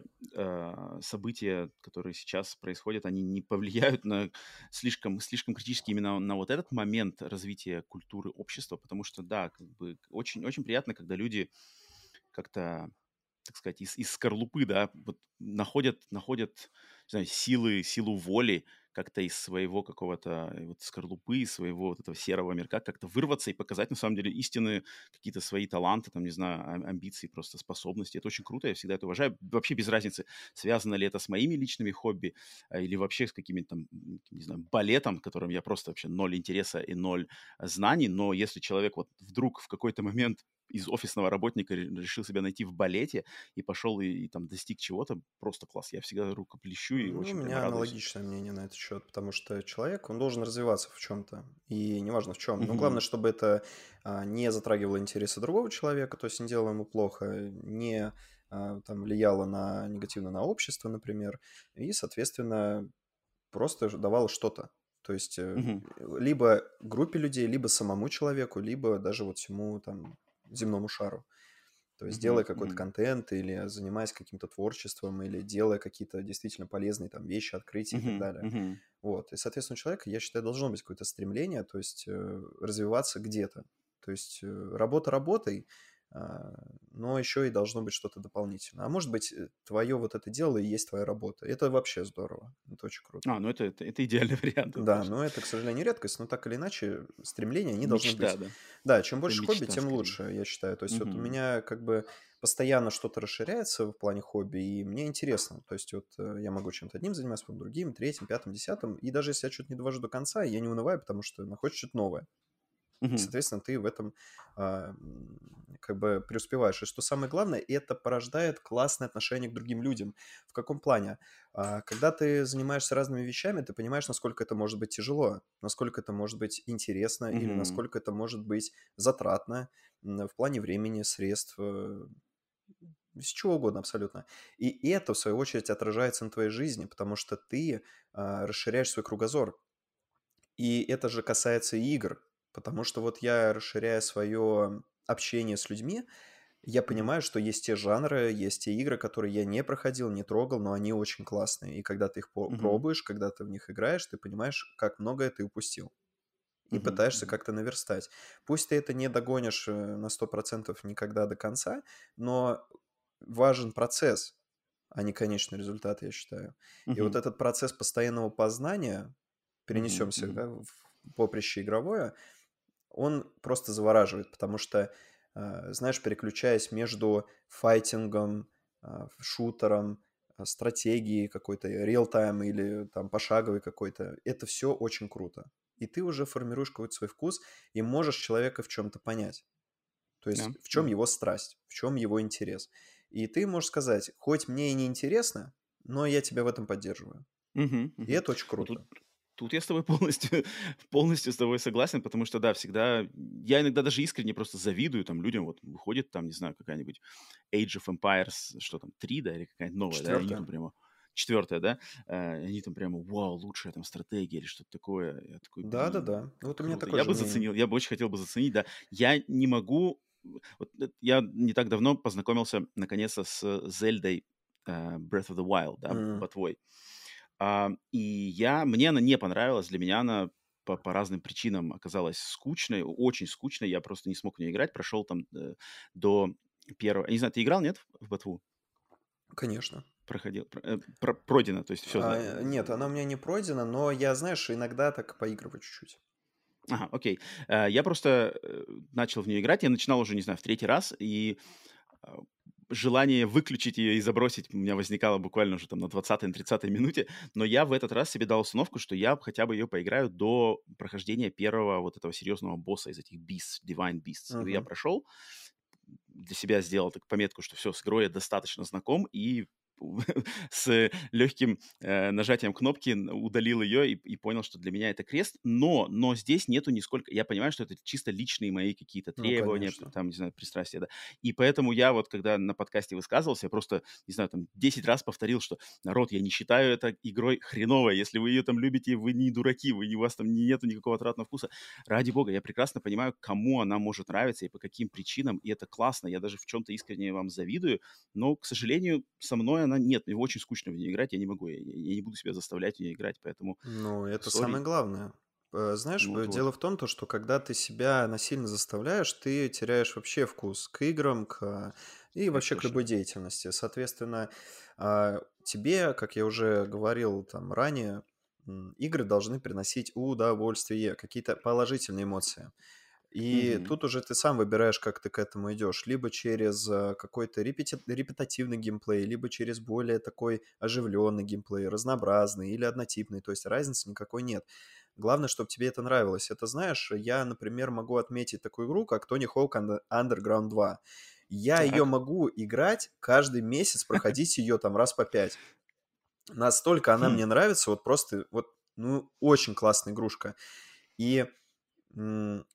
события, которые сейчас происходят, они не повлияют на слишком критически именно на вот этот момент развития культуры общества, потому что, да, как бы очень очень приятно, когда люди как-то, так сказать, из скорлупы, да, вот находят, не знаю, силу воли как-то из своего какого-то вот скорлупы, из своего вот этого серого мирка как-то вырваться и показать на самом деле истинные какие-то свои таланты, там, не знаю, амбиции, просто способности. Это очень круто, я всегда это уважаю. Вообще без разницы, связано ли это с моими личными хобби или вообще с какими-то там, не знаю, балетом, которым я просто вообще ноль интереса и ноль знаний, но если человек вот вдруг в какой-то момент из офисного работника решил себя найти в балете и пошел и там достиг чего-то, просто класс. Я всегда рукоплещу и Ну, у очень прямо меня радуюсь. аналогичное мнение на этот счет, потому что человек, он должен развиваться в чем-то, и неважно в чем. Но главное, Мгм. чтобы это не затрагивало интересы другого человека, то есть не делало ему плохо, не там влияло негативно на общество, например, и, соответственно, просто давало что-то. То есть Мгм. либо группе людей, либо самому человеку, либо даже вот всему там земному шару. То есть делая Мгм. какой-то Мгм. контент или занимаясь каким-то творчеством, или делая какие-то действительно полезные там вещи, открытия и так Мгм. далее. Мгм. Вот. И, соответственно, у человека, я считаю, должно быть какое-то стремление, то есть развиваться где-то. То есть работа работой, но еще и должно быть что-то дополнительное. А может быть, твое вот это дело и есть твоя работа. Это вообще здорово. Это очень круто. Ну это идеальный вариант, это Да, точно. но это, к сожалению, редкость, но так или иначе стремления, они должны Мечта, быть. да. Да, чем Это больше хобби, мечта тем скорее. лучше, я считаю. То есть вот у Мгм. меня как бы постоянно что-то расширяется в плане хобби, и мне интересно. То есть вот я могу чем-то одним заниматься, потом другим, третьим, пятым, десятым. И даже если я что-то не довожу до конца, я не унываю, потому что находишь что-то новое. И, Мгм. соответственно, ты в этом как бы преуспеваешь. И что самое главное, это порождает классное отношение к другим людям. В каком плане? Когда ты занимаешься разными вещами, ты понимаешь, насколько это может быть тяжело, насколько это может быть интересно или Мгм. насколько это может быть затратно в плане времени, средств, из чего угодно абсолютно. И это, в свою очередь, отражается на твоей жизни, потому что ты расширяешь свой кругозор. И это же касается и игр, потому что вот я, расширяя свое общение с людьми, я Мгм. понимаю, что есть те жанры, есть те игры, которые я не проходил, не трогал, но они очень классные. И когда ты их Мгм. пробуешь, когда ты в них играешь, ты понимаешь, как многое ты упустил. И Мгм. пытаешься Мгм. как-то наверстать. Пусть ты это не догонишь на 100% никогда до конца, но важен процесс, а не конечный результат, я считаю. И вот Мгм. этот процесс постоянного познания, Мгм. перенесемся, Мгм. да, в поприще игровое, он просто завораживает, потому что, знаешь, переключаясь между файтингом, шутером, стратегией какой-то, реал-тайм или там пошаговой какой-то, это все очень круто. И ты уже формируешь какой-то свой вкус и можешь человека в чем-то понять. То есть Да, в чем да. его страсть, в чем его интерес. И ты можешь сказать, хоть мне и не интересно, но я тебя в этом поддерживаю. Мгм. И Мгм. это очень Ну, тут круто. тут я с тобой полностью полностью с тобой согласен, потому что, да, всегда я иногда даже искренне просто завидую там людям. Вот выходит там, не знаю, какая-нибудь Age of Empires, что там, 3, да, или какая-нибудь новая, да, и они там Четвертое. прямо 4, да, и они там прямо: "Вау, лучшая там стратегия" или что-то такое. Я такой: "Блин, Да-да-да. как Вот у меня круто". такое Я же бы мнение. заценил, я бы очень хотел бы заценить, да. Я не могу вот, я не так давно познакомился наконец-то с "Зельдой", Breath of the Wild, да, М. ботвой. Мне она не понравилась. Для меня она по разным причинам оказалась скучной, очень скучной. Я просто не смог в нее играть. Прошел там до первого. Я не знаю, ты играл, нет, в ботву? Конечно. Проходил? Пройдено, то есть все, да. Нет, она у меня не пройдена, но я, знаешь, иногда так поигрываю чуть-чуть. Ага, окей. Я просто начал в нее играть. Я начинал уже, не знаю, в третий раз, и а, желание выключить ее и забросить у меня возникало буквально уже там на 20-й, на 30-й минуте, но я в этот раз себе дал установку, что я хотя бы ее поиграю до прохождения первого вот этого серьезного босса из этих Beasts, Divine Beasts. И я Мгм. прошел, для себя сделал так пометку, что все, с игрой я достаточно знаком, и с легким нажатием кнопки удалил ее и понял, что для меня это крест. Но здесь нету нисколько... Я понимаю, что это чисто личные мои какие-то Ну, требования, конечно. там, не знаю, пристрастия, да. И поэтому я вот, когда на подкасте высказывался, я просто, не знаю, там, 10 раз повторил, что, народ, я не считаю это игрой хреновой. Если вы ее там любите, вы не дураки, у вас там нету никакого отвратного вкуса. Ради бога, я прекрасно понимаю, кому она может нравиться и по каким причинам, и это классно. Я даже в чем-то искренне вам завидую, но, к сожалению, со мной она нет. Мне очень скучно в нее играть, я не могу, я не буду себя заставлять в нее играть, поэтому Ну, это самое сори. главное. Знаешь, Ну дело вот-вот. в том, что когда ты себя насильно заставляешь, ты теряешь вообще вкус к играм, и Это вообще к точно. любой деятельности. Соответственно, тебе, как я уже говорил там ранее, игры должны приносить удовольствие, какие-то положительные эмоции. И Мгм. тут уже ты сам выбираешь, как ты к этому идешь. Либо через какой-то репетативный геймплей, либо через более такой оживленный геймплей, разнообразный или однотипный. То есть разницы никакой нет. Главное, чтобы тебе это нравилось. Это, знаешь, я, например, могу отметить такую игру, как Tony Hawk Underground 2. Я ее Так. могу играть каждый месяц, проходить ее там раз по 5. Настолько она Хм. мне нравится, вот просто, вот, ну, очень классная игрушка. И м,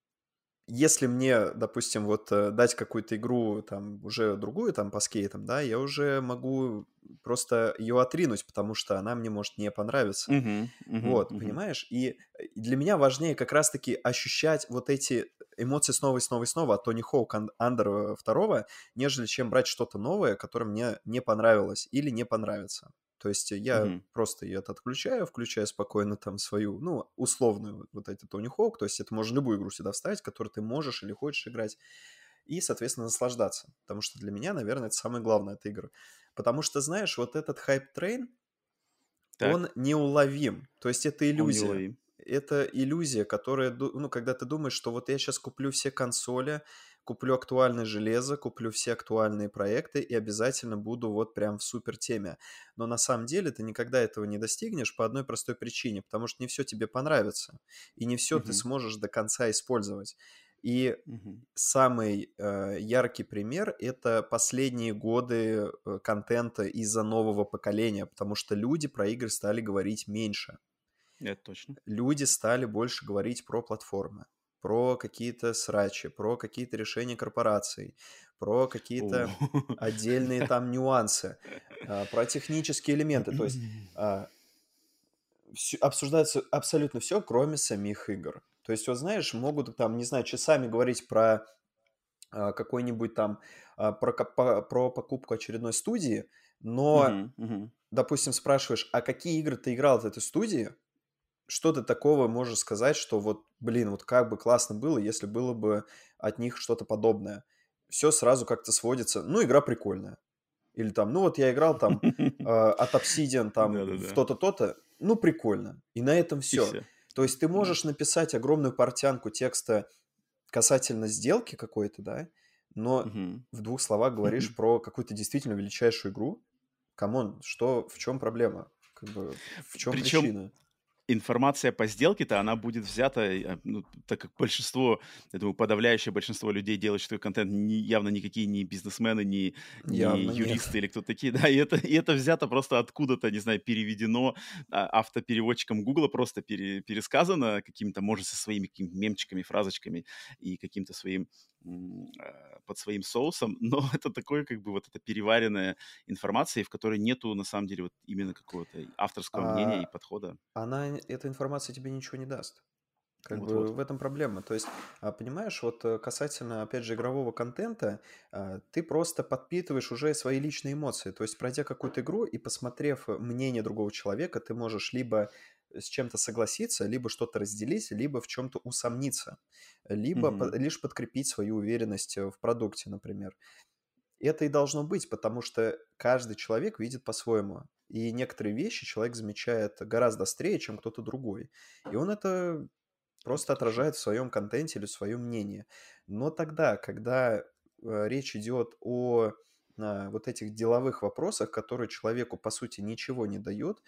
если мне, допустим, вот дать какую-то игру, там, уже другую, там, по скейтам, да, я уже могу просто ее отринуть, потому что она мне может не понравиться. Мгм. Мгм. Вот, Мгм. понимаешь? И для меня важнее как раз-таки ощущать вот эти эмоции снова и снова и снова от Тони Хоук Андер 2, нежели чем брать что-то новое, которое мне не понравилось или не понравится. То есть я Мгм. просто ее отключаю, включаю спокойно там свою, ну, условную вот эту Тони Хоук, то есть это можно любую игру сюда вставить, которую ты можешь или хочешь играть, и, соответственно, наслаждаться. Потому что для меня, наверное, это самое главное от игр. Потому что, знаешь, вот этот хайп-трейн, Так, он неуловим. То есть это он иллюзия. неуловим. Это иллюзия, которая, ну, когда ты думаешь, что вот я сейчас куплю все консоли, куплю актуальное железо, куплю все актуальные проекты и обязательно буду вот прям в супер теме. Но на самом деле ты никогда этого не достигнешь по одной простой причине, потому что не все тебе понравится, и не все ты Мгм. сможешь до конца использовать. И Мгм. самый яркий пример — это последние годы контента из-за нового поколения, потому что люди про игры стали говорить меньше. Это точно. Люди стали больше говорить про платформы, про какие-то срачи, про какие-то решения корпораций, про О. какие-то отдельные там нюансы, про технические элементы. То есть обсуждается абсолютно все, кроме самих игр. То есть, вот знаешь, могут там, не знаю, часами говорить про какой-нибудь там, про покупку очередной студии, но, Мгм. Мгм. допустим, спрашиваешь, а какие игры ты играл от этой студии? Что ты такого можешь сказать, что вот, блин, вот как бы классно было, если было бы от них что-то подобное? все сразу как-то сводится, ну, игра прикольная. Или там, ну, вот я играл там от Obsidian там в Да-да-да. то-то, то-то, ну, прикольно. И на этом И все. все. То есть ты Да. можешь написать огромную портянку текста касательно сделки какой-то, да, но Мгм. в двух словах говоришь про какую-то действительно величайшую игру. Камон, что, в чем проблема? Как бы, в чем Причем причина? информация по сделке-то, она будет взята, ну, так как большинство, я думаю, подавляющее большинство людей, делающих контент, явно никакие не бизнесмены, не Явно нет. юристы или кто такие, да, и это взято просто откуда-то, не знаю, переведено автопереводчиком Гугла, просто пересказано какими-то, может, со своими какими-то мемчиками, фразочками и каким-то своим под своим соусом, но это такое, как бы, вот это переваренная информация, в которой нету, на самом деле, вот именно какого-то авторского мнения и А подхода. эта информация тебе ничего не даст. Как бы Вот-вот. в этом проблема. То есть, понимаешь, вот касательно, опять же, игрового контента, ты просто подпитываешь уже свои личные эмоции. То есть, пройдя какую-то игру и посмотрев мнение другого человека, ты можешь либо с чем-то согласиться, либо что-то разделить, либо в чем-то усомниться, либо Мгм. лишь подкрепить свою уверенность в продукте, например. Это и должно быть, потому что каждый человек видит по-своему. И некоторые вещи человек замечает гораздо острее, чем кто-то другой. И он это Это просто точно. отражает в своем контенте или свое мнение. Но тогда, когда речь идет о вот этих деловых вопросах, которые человеку, по сути, ничего не дают,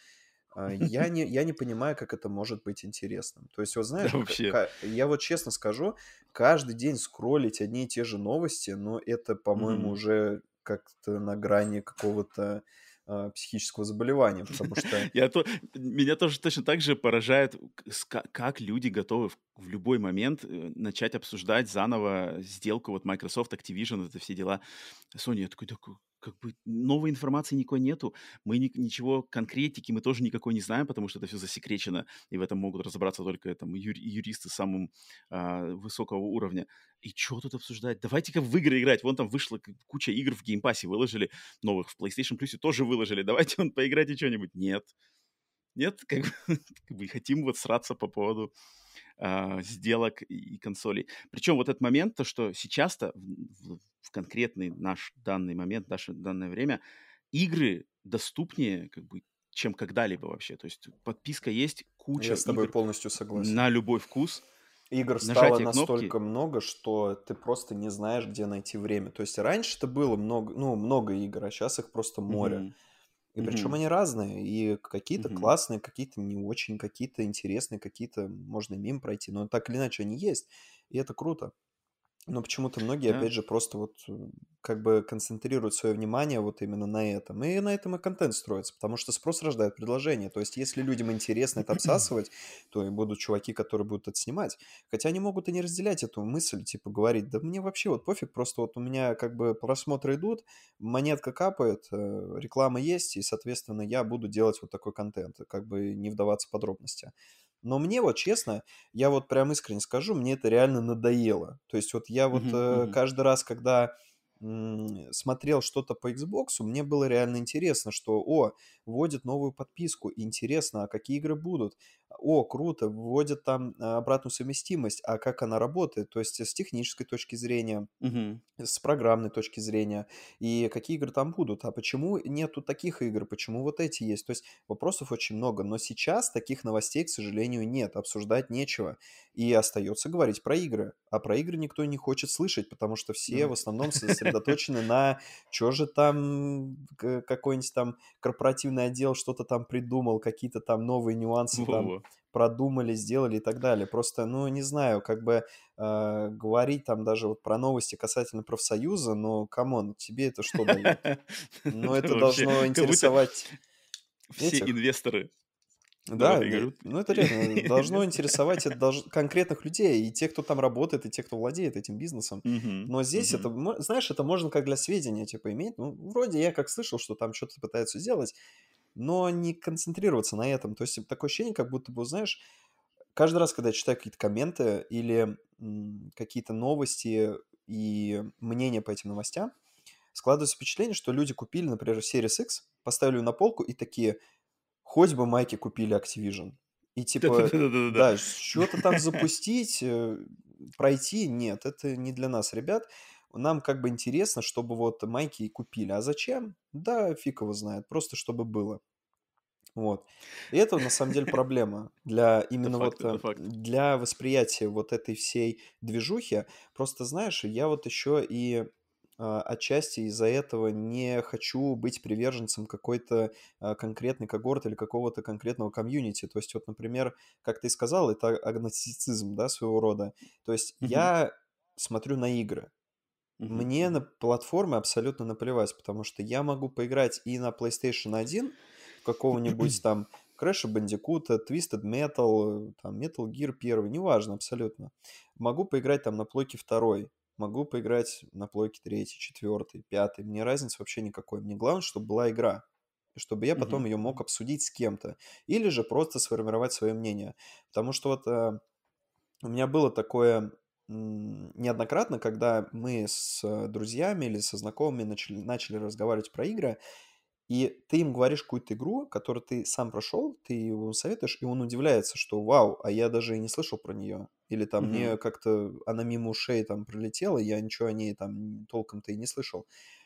я не понимаю, как это может быть интересным. То есть, вот Да, знаешь, вообще. я вот честно скажу, каждый день скроллить одни и те же новости, но это, по-моему, Мгм. уже как-то на грани какого-то психического заболевания, потому что Я то Меня тоже точно так же поражает, как люди готовы в любой момент, начать обсуждать заново сделку вот Microsoft, Activision, это все дела. Sony, я такой: "Да как бы новой информации никакой нету. Мы ничего конкретики мы тоже никакой не знаем, потому что это все засекречено, и в этом могут разобраться только там юристы самым, высокого уровня. И чё тут обсуждать? Давайте-ка в игры играть. Вон там вышла куча игр в геймпассе, выложили новых, в PlayStation Plus тоже выложили. Давайте вон поиграйте чё-нибудь". Нет. Нет, как бы как бы хотим вот сраться по поводу, сделок и консолей. Причем вот этот момент, то, что сейчас-то в конкретный наш данный момент, наше данное время игры доступнее как бы, чем когда-либо вообще. То есть подписка есть, куча я с тобой игр полностью согласен. на любой вкус. Игр стало Нажатие кнопки. настолько много, что ты просто не знаешь, где найти время. То есть раньше-то было много, ну, много игр, а сейчас их просто море. Мгм. И причем Мгм. они разные, и какие-то Мгм. классные, какие-то не очень, какие-то интересные, какие-то можно мимо пройти, но так или иначе они есть, и это круто. Но почему-то многие, Да. опять же, просто вот как бы концентрируют свое внимание вот именно на этом. И на этом и контент строится, потому что спрос рождает предложение. То есть, если людям интересно это обсасывать, то и будут чуваки, которые будут это снимать. Хотя они могут и не разделять эту мысль, типа говорить, да мне вообще вот пофиг, просто вот у меня как бы просмотры идут, монетка капает, реклама есть, и, соответственно, я буду делать вот такой контент, как бы не вдаваться в подробности. Но мне вот честно, я вот прям искренне скажу, мне это реально надоело. То есть вот я вот Мгм. Мгм. каждый раз, когда смотрел что-то по Xbox, мне было реально интересно, что, вводят новую подписку, интересно, а какие игры будут? О, круто, вводят там обратную совместимость, а как она работает? То есть с технической точки зрения, Мгм. с программной точки зрения, и какие игры там будут, а почему нету таких игр, почему вот эти есть. То есть вопросов очень много, но сейчас таких новостей, к сожалению, нет, обсуждать нечего. И остается говорить про игры. А про игры никто не хочет слышать, потому что все в Да. основном сосредоточены на что же там какой-нибудь там корпоративный отдел что-то там придумал, какие-то там новые нюансы там Во-во. продумали, сделали и так далее. Просто, ну, не знаю, как бы говорить там даже вот про новости касательно профсоюза, но, камон, тебе это что дает? Ну, это Вообще, должно как будто интересовать все этих. инвесторы, да, в Да, эту игру. ну это реально должно Инвесторы. интересовать это конкретных людей, и тех, кто там работает, и тех, кто владеет этим бизнесом. Мгм. Но здесь это, Мгм. знаешь, это можно как для сведения, типа, иметь. Ну, вроде я как слышал, что там что-то пытаются сделать, но не концентрироваться на этом. То есть такое ощущение, как будто бы, знаешь, каждый раз, когда я читаю какие-то комменты или какие-то новости и мнения по этим новостям, складывается впечатление, что люди купили, например, Series X, поставили на полку и такие: хоть бы майки купили Activision. И типа, Да-да-да-да-да-да. да, что-то там запустить, пройти, нет, это не для нас, ребят. нам как бы интересно, чтобы вот майки и купили. А зачем? Да, фиг его знает, просто чтобы было. Вот. И это на самом деле проблема для Это именно факт, вот это факт. для восприятия вот этой всей движухи. Просто знаешь, я вот еще и отчасти из-за этого не хочу быть приверженцем какой-то конкретной когорты или какого-то конкретного комьюнити. То есть вот, например, как ты сказал, это агностицизм, да, своего рода. То есть Мгм, я смотрю на игры. мгм, Мне на мгм, платформы абсолютно наплевать, потому что я могу поиграть и на PlayStation 1 в какого-нибудь там Crash Bandicoot, Twisted Metal, там Metal Gear 1, неважно абсолютно. Могу поиграть там на плойке 2, могу поиграть на плойке 3, 4, 5. Мне разницы вообще никакой. Мне главное, чтобы была игра, и чтобы я потом мгм, ее мог мгм, обсудить с кем-то. Или же просто сформировать свое мнение. Потому что вот у меня было такое неоднократно, когда мы с друзьями или со знакомыми начали разговаривать про игры, и ты им говоришь какую-то игру, которую ты сам прошел, ты ему советуешь, и он удивляется, что вау, а я даже и не слышал про нее. Или там мгм, мне как-то она мимо ушей там пролетела, я ничего о ней там толком-то и не слышал.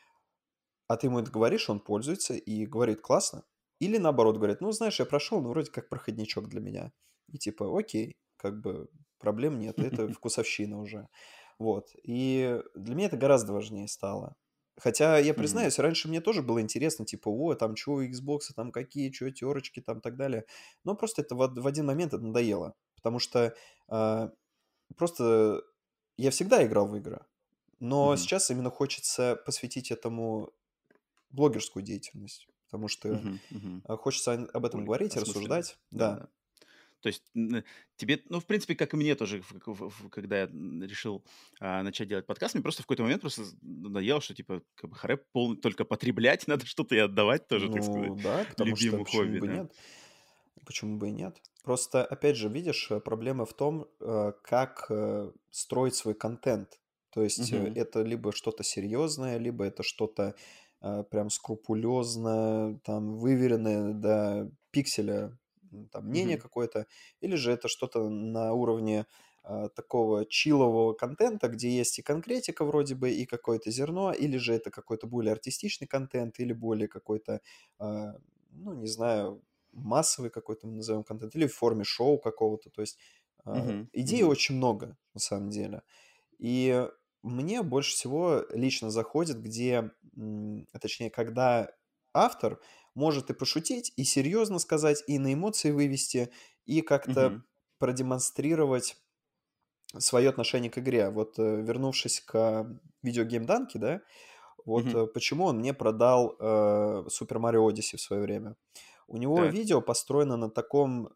А ты ему это говоришь, он пользуется и говорит классно. Или наоборот говорит, ну знаешь, я прошел, ну вроде как проходничок для меня. И типа, окей, как бы проблем нет, это вкусовщина уже. Вот. И для меня это гораздо важнее стало. Хотя, я мгм, признаюсь, раньше мне тоже было интересно, типа, о, там, что у Xbox, там, какие, что, терочки, там, так далее. Но просто это в один момент это надоело. Потому что а, просто я всегда играл в игры. Но мгм, сейчас именно хочется посвятить этому блогерскую деятельность, потому что мгм, мгм. хочется об этом Более говорить, осмысленно. рассуждать. Да. Да-да. То есть тебе, ну, в принципе, как и мне тоже, когда я решил начать делать подкаст, мне просто в какой-то момент просто надоело, что типа как бы харе только потреблять, надо что-то и отдавать тоже, так сказать, Ну да, потому что любимому почему хобби, бы да. нет? Почему бы и нет? Просто, опять же, видишь, проблема в том, как строить свой контент. То есть Мгм, это либо что-то серьезное, либо это что-то прям скрупулезно, там, выверенное до пикселя, там, мнение мгм, какое-то, или же это что-то на уровне такого чилового контента, где есть и конкретика вроде бы, и какое-то зерно, или же это какой-то более артистичный контент, или более какой-то, ну, не знаю, массовый какой-то, мы назовем, контент, или в форме шоу какого-то. То есть мгм, идей мгм, очень много, на самом деле. И мне больше всего лично заходит, где, точнее, когда автор может и пошутить, и серьезно сказать, и на эмоции вывести, и как-то мгм, продемонстрировать свое отношение к игре. Вот вернувшись к видеогеймданке, да, вот мгм. почему он мне продал Super Mario Odyssey в свое время. У него Так. видео построено на таком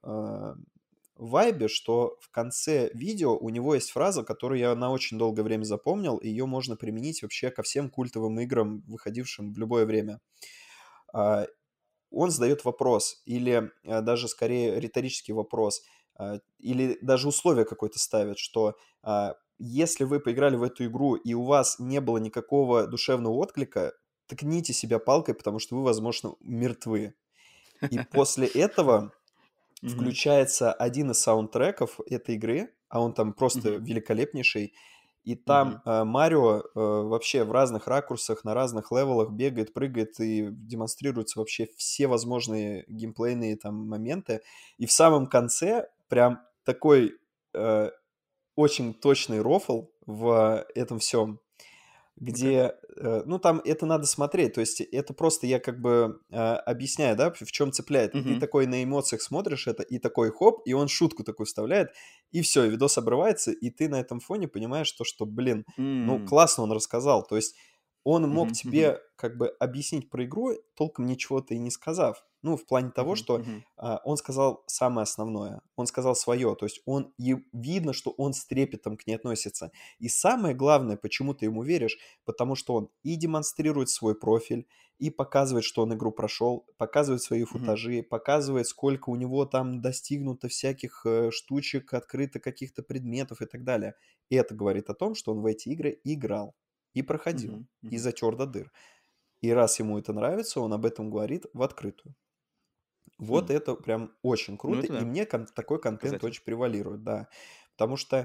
вайбе, что в конце видео у него есть фраза, которую я на очень долгое время запомнил, и ее можно применить вообще ко всем культовым играм, выходившим в любое время. А, Он задает вопрос, или даже скорее риторический вопрос, или даже условие какое-то ставит, что если вы поиграли в эту игру и у вас не было никакого душевного отклика, ткните себя палкой, потому что вы, возможно, мертвы. И после этого Мгм, включается один из саундтреков этой игры, а он там просто мгм, великолепнейший. И там мгм, Марио вообще в разных ракурсах, на разных левелах бегает, прыгает и демонстрируются вообще все возможные геймплейные там моменты. И в самом конце прям такой э, очень точный рофл в этом всем, ну-ка. где, ну, там это надо смотреть, то есть это просто я как бы объясняю, да, в чем цепляет, и ты Мгм, такой на эмоциях смотришь это, и такой хоп, и он шутку такую вставляет, и все, видос обрывается, и ты на этом фоне понимаешь то, что, блин, ну, м, классно он рассказал, то есть он мог мгм, мгм, тебе как бы объяснить про игру, толком ничего-то и не сказав, ну, в плане того, мгм, что мгм, он сказал самое основное, он сказал свое, то есть видно, что он с трепетом к ней относится, и самое главное, почему ты ему веришь, потому что он и демонстрирует свой профиль, и показывает, что он игру прошел, показывает свои мгм, футажи, показывает, сколько у него там достигнуто всяких штучек, открыто каких-то предметов и так далее. И это говорит о том, что он в эти игры играл и проходил, мгм, и мгм. затер до дыр. И раз ему это нравится, он об этом говорит в открытую. Хм. Вот это прям очень Ну, круто, это и да, мне такой контент показатель. очень превалирует, да. Потому что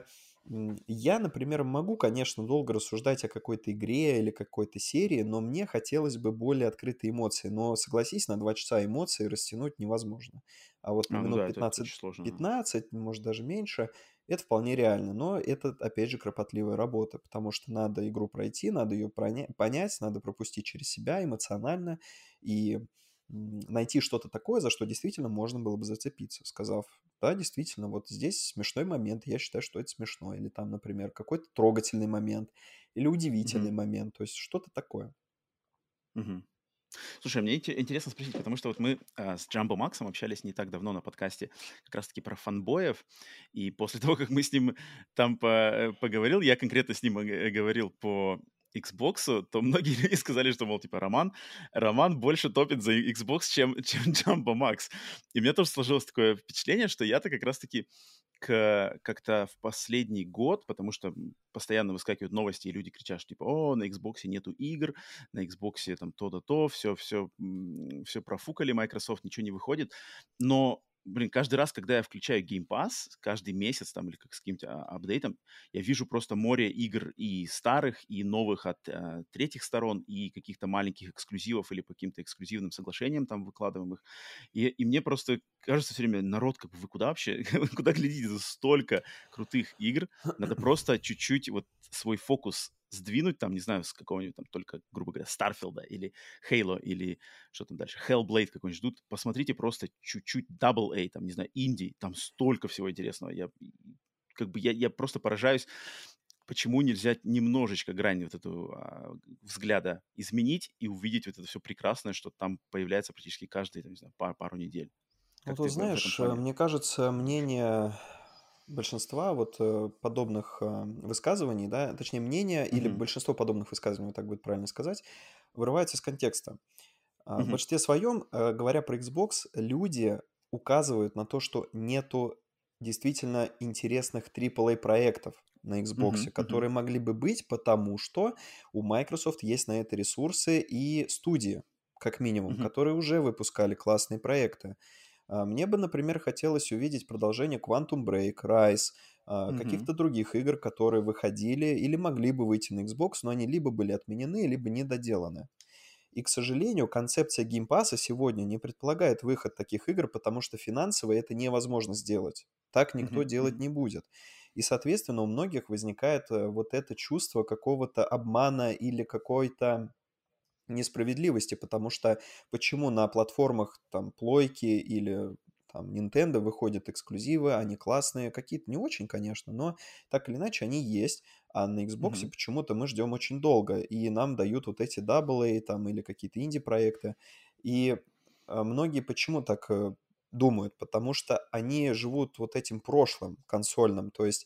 Я, например, могу, конечно, долго рассуждать о какой-то игре или какой-то серии, но мне хотелось бы более открытые эмоции. Но согласись, на 2 часа эмоции растянуть невозможно. А вот на Ну минут да, это очень сложно. Ага. 15, может, даже меньше, это вполне реально. Но это, опять же, кропотливая работа, потому что надо игру пройти, надо ее понять, надо пропустить через себя эмоционально и найти что-то такое, за что действительно можно было бы зацепиться, сказав: да, действительно, вот здесь смешной момент, я считаю, что это смешно. Или там, например, какой-то трогательный момент, или удивительный Мгм. момент, то есть что-то такое. Мгм. Слушай, мне интересно спросить, потому что вот мы с Джамбо Максом общались не так давно на подкасте как раз-таки про фанбоев, и после того, как мы с ним там поговорил, я конкретно с ним говорил по Xbox, то многие люди сказали, что, мол, типа, Роман больше топит за Xbox, чем Джамбо Макс. И у меня тоже сложилось такое впечатление, что я-то как раз-таки как-то в последний год, потому что постоянно выскакивают новости, и люди кричат, что типа, о, на Xbox нету игр, на Xbox там то-то, то, все профукали Microsoft, ничего не выходит. Но, блин, каждый раз, когда я включаю Game Pass, каждый месяц там или как с каким-то апдейтом, я вижу просто море игр и старых, и новых от третьих сторон, и каких-то маленьких эксклюзивов или по каким-то эксклюзивным соглашениям там выкладываемых. И мне просто кажется все время, народ, как бы вы куда вообще, куда глядите, за столько крутых игр, надо просто чуть-чуть вот свой фокус сдвинуть, там, не знаю, с какого-нибудь там только, грубо говоря, Старфилда или Halo или что там дальше, Hellblade какой-нибудь ждут. Посмотрите просто чуть-чуть Double A, там, не знаю, инди, там столько всего интересного. Я просто поражаюсь, почему нельзя немножечко грань вот эту взгляда изменить и увидеть вот это все прекрасное, что там появляется практически каждые, там, не знаю, пару недель. Ну, Как ты ты в этом знаешь, плане мне кажется, думаешь? мнение большинства вот подобных высказываний, да, точнее, мнение или Мгм. большинство подобных высказываний, вот так будет правильно сказать, вырывается из контекста. В Мгм. большинстве своем, говоря про Xbox, люди указывают на то, что нету действительно интересных AAA проектов на Xbox, Мгм. Мгм. которые могли бы быть, потому что у Microsoft есть на это ресурсы и студии, как минимум, Мгм. которые уже выпускали классные проекты. Мне бы, например, хотелось увидеть продолжение Quantum Break, Rise, Мгм. каких-то других игр, которые выходили или могли бы выйти на Xbox, но они либо были отменены, либо недоделаны. И, к сожалению, концепция геймпаса сегодня не предполагает выход таких игр, потому что финансово это невозможно сделать. Так никто Мгм. делать Мгм. не будет. И, соответственно, у многих возникает вот это чувство какого-то обмана или какой-то несправедливости, потому что почему на платформах там плойки или там Nintendo выходят эксклюзивы, они классные, какие-то не очень, конечно, но так или иначе они есть, а на Xbox Мгм. почему-то мы ждем очень долго, и нам дают вот эти AA там или какие-то инди-проекты, и многие почему так думают, потому что они живут вот этим прошлым консольным, то есть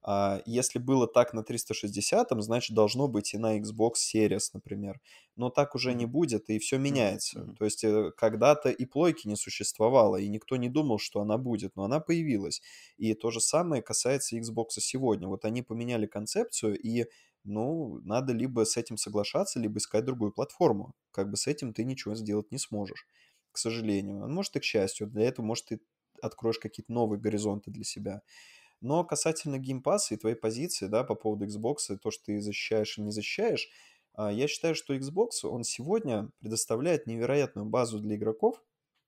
если было так на 360, значит должно быть и на Xbox Series, например, но так уже не Мгм. будет, и все Мгм. меняется. Мгм. То есть когда-то и плойки не существовало, и никто не думал, что она будет, но она появилась. И то же самое касается Xbox сегодня. Вот они поменяли концепцию, и, ну, надо либо с этим соглашаться, либо искать другую платформу. Как бы с этим ты ничего сделать не сможешь, к сожалению. А может, и к счастью. Для этого, может, ты откроешь какие-то новые горизонты для себя. Но касательно геймпаса и твоей позиции, да, по поводу Xbox, и то, что ты защищаешь и не защищаешь, я считаю, что Xbox, он сегодня предоставляет невероятную базу для игроков,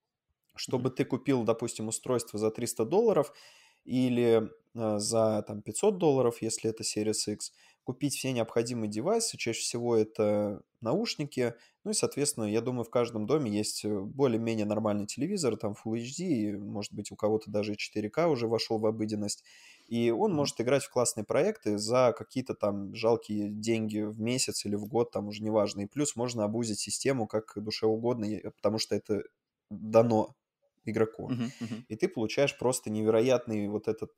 Мгм. чтобы ты купил, допустим, устройство за $300 или за там, $500, если это Series X, купить все необходимые девайсы, чаще всего это наушники, ну и, соответственно, я думаю, в каждом доме есть более-менее нормальный телевизор, там Full HD, и, может быть, у кого-то даже и 4К уже вошел в обыденность, и он Мгм. может играть в классные проекты за какие-то там жалкие деньги в месяц или в год, там уже неважно, и плюс можно обузить систему как душе угодно, потому что это дано игроку. Мгм. Мгм. И ты получаешь просто невероятный вот этот,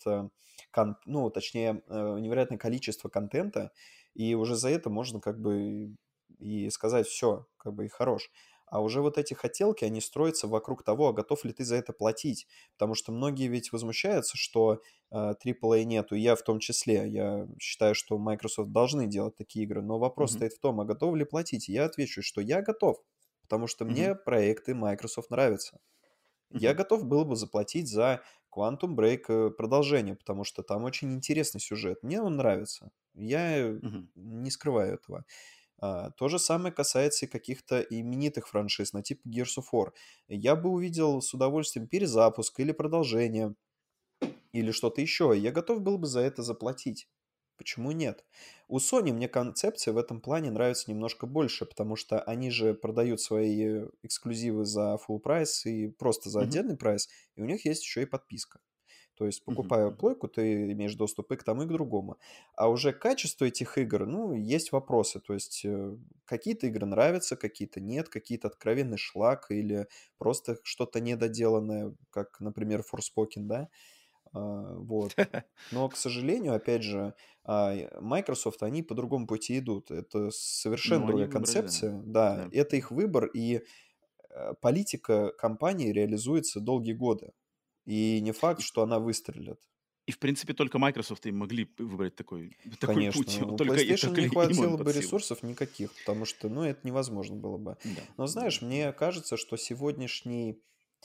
ну, точнее, невероятное количество контента, и уже за это можно как бы и сказать: все, как бы и хорош. А уже вот эти хотелки, они строятся вокруг того, а готов ли ты за это платить. Потому что многие ведь возмущаются, что AAA нету, и я в том числе. Я считаю, что Microsoft должны делать такие игры, но вопрос Мгм. стоит в том, а готов ли платить. И я отвечу, что я готов, потому что Мгм. мне проекты Microsoft нравятся. Я Мгм. готов был бы заплатить за Quantum Break продолжение, потому что там очень интересный сюжет. Мне он нравится. Я Мгм. не скрываю этого. То же самое касается и каких-то именитых франшиз, на типа Gears of War. Я бы увидел с удовольствием перезапуск или продолжение, или что-то еще. Я готов был бы за это заплатить. Почему нет? У Sony мне концепция в этом плане нравится немножко больше, потому что они же продают свои эксклюзивы за full прайс и просто за Мгм. отдельный прайс, и у них есть еще и подписка. То есть, Мгм. покупая Мгм. плойку, ты имеешь доступ и к тому, и к другому. А уже качество этих игр, ну, есть вопросы. То есть, какие-то игры нравятся, какие-то нет, какие-то откровенный шлак или просто что-то недоделанное, как, например, Forspoken, да? Вот. Но, к сожалению, опять же, Microsoft, они по другому пути идут. Это совершенно Ну, они другая выбрали, да. концепция. Да, Да, это да. их выбор, и политика компании реализуется долгие годы. И не факт, И, что она выстрелит. и, в принципе, только Microsoft и могли выбрать такой путь. Конечно, у Только, PlayStation только не им он хватило под бы силу. ресурсов никаких, потому что, ну, это невозможно было бы. Да, Но да, знаешь, да. мне кажется, что сегодняшний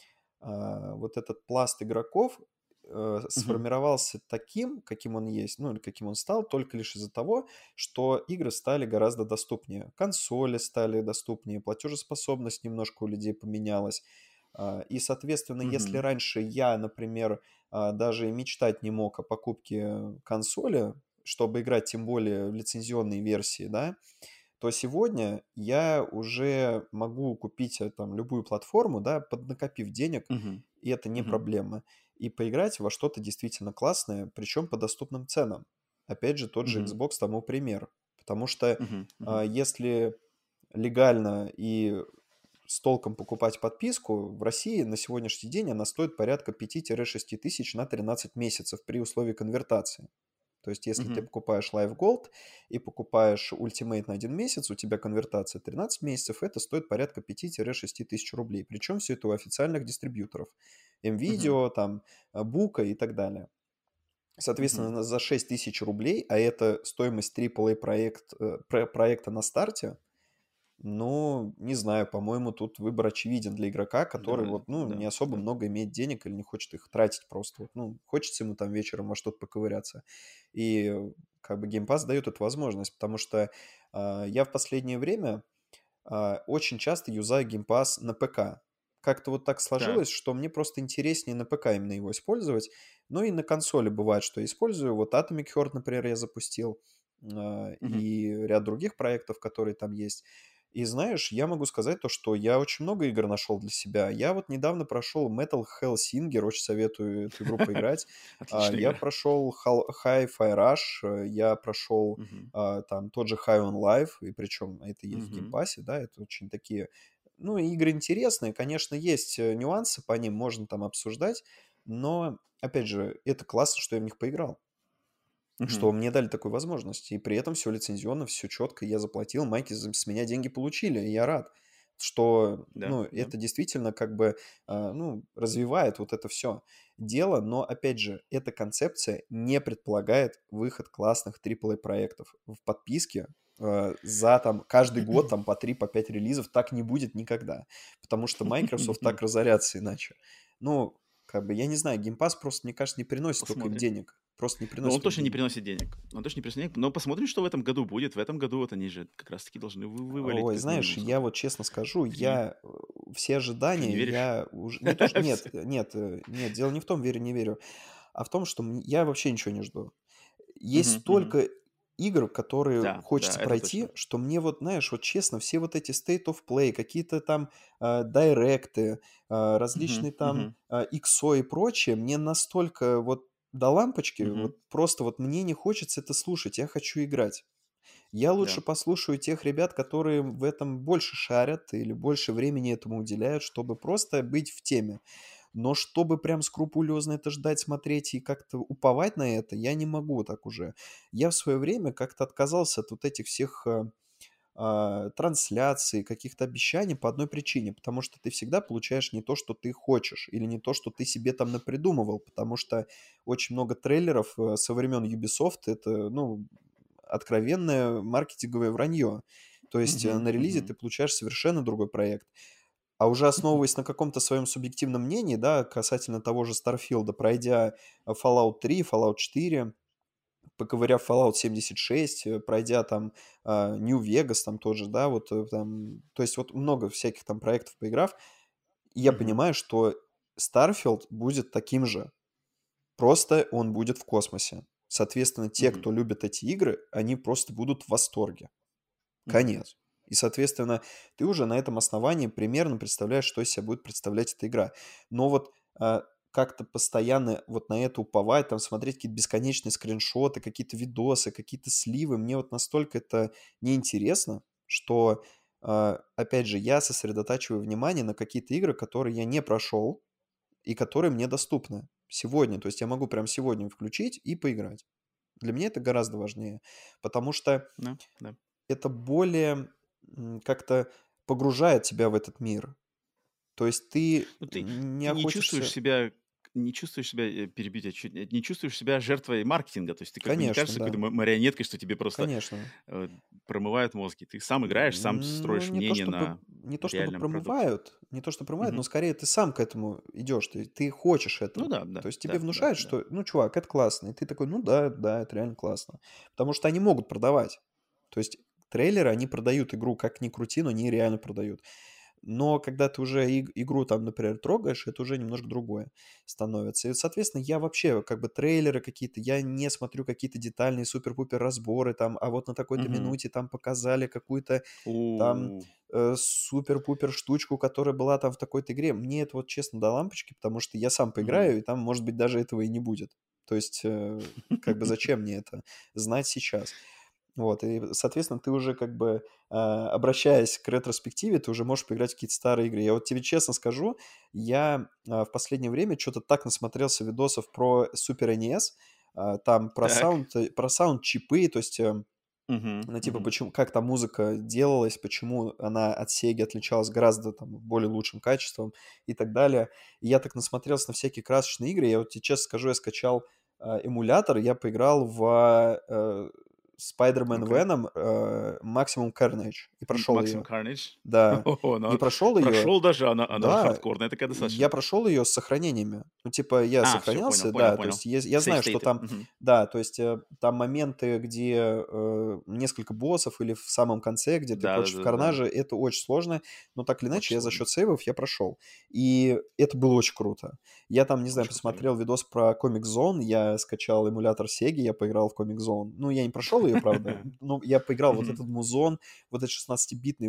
вот этот пласт игроков Мгм. сформировался таким, каким он есть, ну или каким он стал, только лишь из-за того, что игры стали гораздо доступнее. Консоли стали доступнее, платежеспособность немножко у людей поменялась. И, соответственно, если Мгм. раньше я, например, даже и мечтать не мог о покупке консоли, чтобы играть тем более в лицензионные версии, да, то сегодня я уже могу купить там любую платформу, да, поднакопив денег, Мгм. и это не Мгм. проблема, и поиграть во что-то действительно классное, причем по доступным ценам. Опять же, тот же Мгм. Xbox тому пример. Потому что Мгм. Мгм. если легально и с толком покупать подписку, в России на сегодняшний день она стоит порядка 5-6 тысяч на 13 месяцев при условии конвертации. То есть, если ты Мгм. покупаешь Live Gold и покупаешь Ultimate на 1 месяц, у тебя конвертация 13 месяцев, это стоит порядка 5-6 тысяч рублей. Причем все это у официальных дистрибьюторов. Мгм. NVIDIA, там, Бука и так далее. Мгм. Соответственно, за 6 тысяч рублей, а это стоимость AAA проекта на старте, ну, не знаю, по-моему, тут выбор очевиден для игрока, который Да, вот, ну, не да, особо да. много имеет денег или не хочет их тратить просто. Вот, ну, хочется ему там вечером во что-то поковыряться. И как бы Game Pass дает эту возможность, потому что я в последнее время очень часто юзаю Game Pass на ПК. Как-то вот так Так. сложилось, что мне просто интереснее на ПК именно его использовать. Ну и на консоли бывает, что использую. Вот Atomic Heart, например, я запустил, Мгм. и ряд других проектов, которые там есть. И знаешь, я могу сказать то, что я очень много игр нашел для себя. Я вот недавно прошел Metal Hellsinger, очень советую эту игру поиграть. Отличная Я игра. прошел Hi-Fi Rush, я прошел Мгм. там тот же High on Life, и причем это есть в Мгм. геймпассе, да, это очень такие, ну, игры интересные, конечно, есть нюансы по ним, можно там обсуждать, но, опять же, это классно, что я в них поиграл, Мгм. что мне дали такую возможность, и при этом все лицензионно, все четко, я заплатил, майки с меня деньги получили, и я рад, что, Да, ну, да. это действительно как бы, ну, развивает вот это все дело, но, опять же, эта концепция не предполагает выход классных AAA проектов в подписке за там каждый год там по 3 по 5 релизов. Так не будет никогда, потому что Microsoft так разорятся иначе. Ну, как бы, я не знаю, Game Pass просто, мне кажется, не приносит столько им Посмотрим. денег. Просто не Но приносит он столько точно не денег. приносит денег. Он точно не приносит денег. Но посмотрим, что в этом году будет. В этом году вот они же как раз-таки должны вывалить Ой, как знаешь, минимум я сколько? вот честно скажу, 3. все Уже не ожидания, веришь? я уже... Не то, что... Нет, Всё. нет, дело не в том, верю, не верю, а в том, что я вообще ничего не жду. Есть Мгм, мгм. столько игр, которые Да, да, хочется это пройти, точно. что мне вот, знаешь, вот честно, все вот эти State of Play, какие-то там директы, Мгм, различные там мгм, XO и прочее, мне настолько вот до лампочки, мгм. вот просто вот мне не хочется это слушать, я хочу играть. Я лучше Да. послушаю тех ребят, которые в этом больше шарят или больше времени этому уделяют, чтобы просто быть в теме. Но чтобы прям скрупулезно это ждать, смотреть и как-то уповать на это, я не могу так уже. Я в свое время как-то отказался от вот этих всех трансляций, каких-то обещаний по одной причине, потому что ты всегда получаешь не то, что ты хочешь, или не то, что ты себе там напридумывал, потому что очень много трейлеров со времен Ubisoft, это, ну, откровенное маркетинговое вранье. То есть Мгм, на релизе ты мгм. получаешь совершенно другой проект. А уже основываясь на каком-то своем субъективном мнении, да, касательно того же Старфилда, пройдя Fallout 3, Fallout 4, поковыряв Fallout 76, пройдя там New Vegas там тоже, да, вот там, то есть вот много всяких там проектов поиграв, я Мгм. понимаю, что Starfield будет таким же, просто он будет в космосе. Соответственно, те, Мгм. кто любит эти игры, они просто будут в восторге. Мгм. Конец. И, соответственно, ты уже на этом основании примерно представляешь, что из себя будет представлять эта игра. Но вот как-то постоянно вот на это уповать, там смотреть какие-то бесконечные скриншоты, какие-то видосы, какие-то сливы, мне вот настолько это неинтересно, что, опять же, я сосредотачиваю внимание на какие-то игры, которые я не прошел и которые мне доступны сегодня. То есть я могу прямо сегодня включить и поиграть. Для меня это гораздо важнее, потому что Да, да. это более как-то погружает тебя в этот мир. То есть ты Ну, не ты охотишься. не чувствуешь себя, перебить тебя чуть, не чувствуешь себя жертвой маркетинга. То есть ты как бы не Конечно, кажешься какой-то да, марионеткой, что тебе просто, конечно. э, промывают мозги. Ты сам играешь, сам Ну, строишь мнение на не то чтобы реальном продукте. промывают, не то что промывают, но Мгм. скорее ты сам к этому идешь, ты хочешь Ну этого. да, да, То есть тебе да, да, внушают, да. что, ну, чувак, это классно. И ты такой, ну да, да, это реально классно. Потому что они могут продавать. То есть трейлеры, они продают игру, как ни крути, но они реально продают. Но когда ты уже игру там, например, трогаешь, это уже немножко другое становится. И, соответственно, я вообще как бы трейлеры какие-то, я не смотрю какие-то детальные супер-пупер разборы там, а вот на такой-то Мгм. минуте там показали какую-то там У. супер-пупер штучку, которая была там в такой-то игре. Мне это вот честно до лампочки, потому что я сам Мгм. поиграю, и там, может быть, даже этого и не будет. То есть, как бы зачем мне это знать сейчас? Вот, и, соответственно, ты уже как бы, обращаясь к ретроспективе, ты уже можешь поиграть в какие-то старые игры. Я вот тебе честно скажу, я в последнее время что-то так насмотрелся видосов про Super NES, там Так. про саунд-чипы, то есть, Мгм, ну, типа, мгм. почему, как там музыка делалась, почему она от Sega отличалась гораздо там более лучшим качеством и так далее. И я так насмотрелся на всякие красочные игры. Я вот тебе честно скажу, я скачал эмулятор, я поиграл в Spider-Man Ну-ка. Venom Maximum Carnage и прошел Maximum ее. Carnage. Да. О, И ну, прошел ее, прошел даже, она да, хардкорная такая я достаточно. прошел ее с сохранениями. Ну, типа, я А, все, понял, сохранялся, понял, да, то понял. есть я Save знаю, что stated. там, Мгм. да, то есть там моменты, где несколько боссов или в самом конце, где ты против Да-да-да-да. Карнажа, это очень сложно, но так или Очень иначе я за сложно. счет сейвов я прошел. И это было очень круто. Я там, не знаю, Очень крутой игра. посмотрел видос про Comic Zone, я скачал эмулятор Sega, я поиграл в Comic Zone. Ну, я не прошел ее, правда, но я поиграл вот Мгм. этот музон, вот этот 16-битный,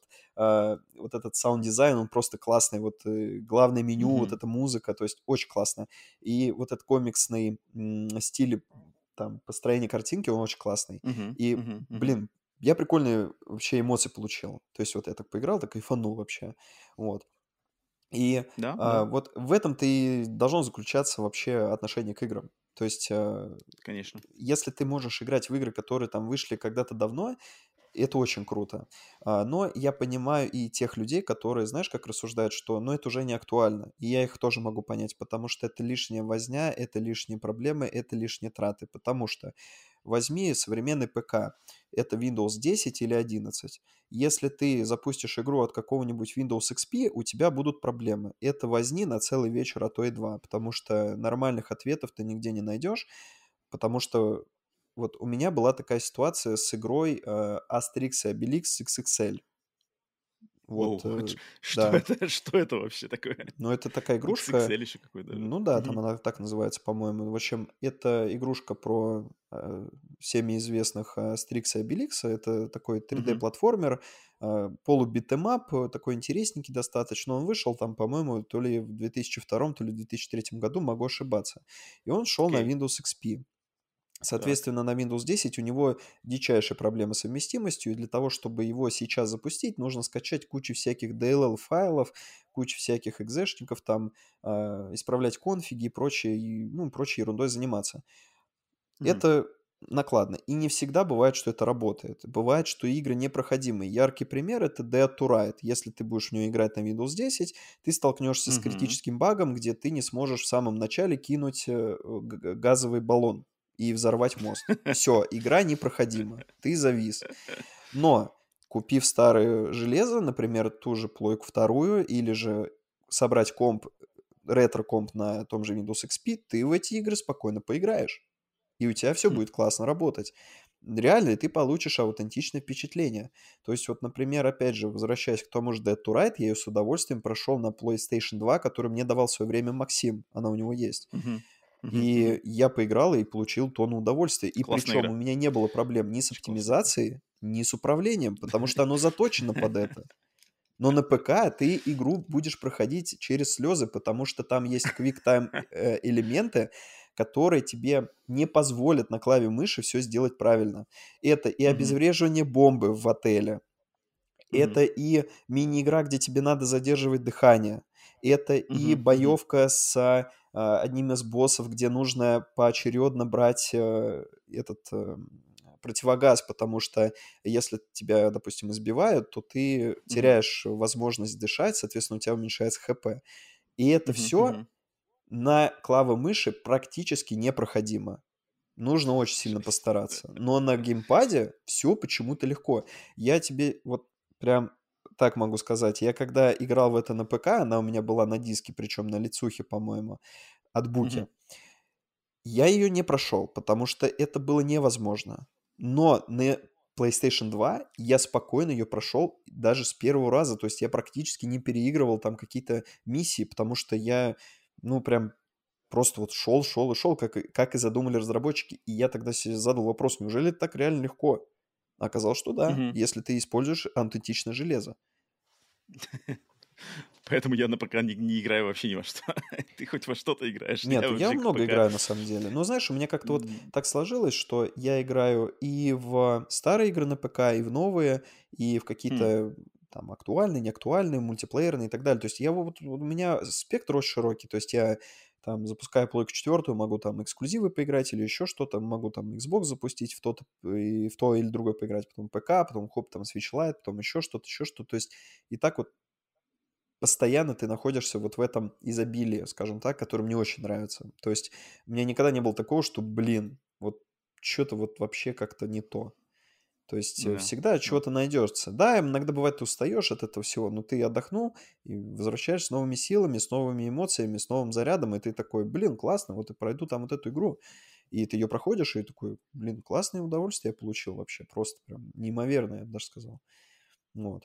вот этот саунд-дизайн, он просто классный, вот главное меню, вот Мгм. эта музыка, то есть очень классно. И вот этот комиксный стиль там построения картинки, он очень классный. Мгм. И, Мгм. Мгм. блин, я прикольные вообще эмоции получил. То есть вот я так поиграл, так кайфанул вообще. Вот. И Да, да, вот в этом-то и должно заключаться вообще отношение к играм. То есть, конечно. если ты можешь играть в игры, которые там вышли когда-то давно, это очень круто. Но я понимаю и тех людей, которые, знаешь, как рассуждают, что, ну, это уже не актуально. И я их тоже могу понять, потому что это лишняя возня, это лишние проблемы, это лишние траты. Потому что возьми современный ПК, это Windows 10 или 11. Если ты запустишь игру от какого-нибудь Windows XP, у тебя будут проблемы. Это возни на целый вечер, а то и два, потому что нормальных ответов ты нигде не найдешь, потому что вот у меня была такая ситуация с игрой Asterix и Obelix XXL. Вот, Воу, что да. это что это вообще такое? Но это такая игрушка, XXL еще какой даже. ну да, там Мгм. она так называется, по-моему. В общем, это игрушка про всеми известных Астерикса и Обеликса. Это такой Мгм. 3D-платформер, полубитэмап, такой интересненький достаточно. Он вышел там, по-моему, то ли в 2002, то ли в 2003 году, могу ошибаться. И он шел на Окей. Windows XP. Так. Соответственно, на Windows 10 у него дичайшие проблемы с совместимостью, и для того, чтобы его сейчас запустить, нужно скачать кучу всяких DLL-файлов, кучу всяких экзешников, там, исправлять конфиги и прочее, ну, прочей ерундой заниматься. Мгм. Это накладно. И не всегда бывает, что это работает. Бывает, что игры непроходимые. Яркий пример — это Dead to Riot. Если ты будешь в нее играть на Windows 10, ты столкнешься с Мгм. критическим багом, где ты не сможешь в самом начале кинуть газовый баллон и взорвать мост. Все, игра непроходима. Ты завис. Но Купив старое железо, например, ту же плойку вторую, или же собрать комп, ретро-комп на том же Windows XP, ты в эти игры спокойно поиграешь. И у тебя все Хм. будет классно работать. Реально, и ты получишь аутентичное впечатление. То есть, вот, например, опять же, возвращаясь к тому же Dead to Right, я ее с удовольствием прошел на PlayStation 2, который мне давал в свое время Максим. Она у него есть. Мгм. Мгм. И Мгм. я поиграл и получил тонну удовольствия. И Классная причем игра. у меня не было проблем ни с Очень классная игра. оптимизацией, ни с управлением, потому что оно заточено под это. Но на ПК ты игру будешь проходить через слезы, потому что там есть QuickTime элементы, которые тебе не позволят на клаве мыши все сделать правильно. Это и Мгм. обезвреживание бомбы в отеле, Мгм. это и мини-игра, где тебе надо задерживать дыхание, это и Мгм. Мгм. боевка с одним из боссов, где нужно поочередно брать противогаз, потому что если тебя, допустим, избивают, то ты Мгм. теряешь возможность дышать, соответственно, у тебя уменьшается ХП. И это Мгм. все Мгм. на клаве мыши практически непроходимо. Нужно очень сильно Жесть. постараться. Но на геймпаде все почему-то легко. Я тебе вот прям так могу сказать. Я когда играл в это на ПК, она у меня была на диске, причем на лицухе, по-моему, от Мгм. Буки. Я ее не прошел, потому что это было невозможно. Но на PlayStation 2 я спокойно ее прошел даже с первого раза. То есть я практически не переигрывал там какие-то миссии, потому что я, ну, прям просто вот шел, шел и шел, как и задумали разработчики. И я тогда себе задал вопрос, неужели это так реально легко? Оказалось, что да, Мгм. если ты используешь аутентичное железо. Поэтому я на ПК не играю вообще ни во что. Ты хоть во что-то играешь, Нет, я я вообще к много ПК. играю на самом деле. Но знаешь, у меня как-то вот М. так сложилось, что я играю и в старые игры на ПК, и в новые, и в Хм. какие-то там актуальные, неактуальные, мультиплеерные и так далее. То есть вот у меня спектр очень широкий. То есть я там запускаю плойку четвертую, могу там эксклюзивы поиграть или еще что-то, могу там Xbox запустить, в то или другое поиграть, потом ПК, потом хоп, там Switch Lite, потом еще что-то, еще что-то. То есть и так вот постоянно ты находишься вот в этом изобилии, скажем так, которое мне очень нравится. То есть у меня никогда не было такого, что, блин, вот что-то вот вообще как-то не то. То есть Ну да, всегда да. чего-то найдется. Да, иногда бывает, ты устаешь от этого всего, но ты отдохнул и возвращаешься с новыми силами, с новыми эмоциями, с новым зарядом, и ты такой, блин, классно, вот и пройду там вот эту игру. И ты ее проходишь, и такой, блин, классное удовольствие я получил вообще, просто прям неимоверное, я бы даже сказал. Вот.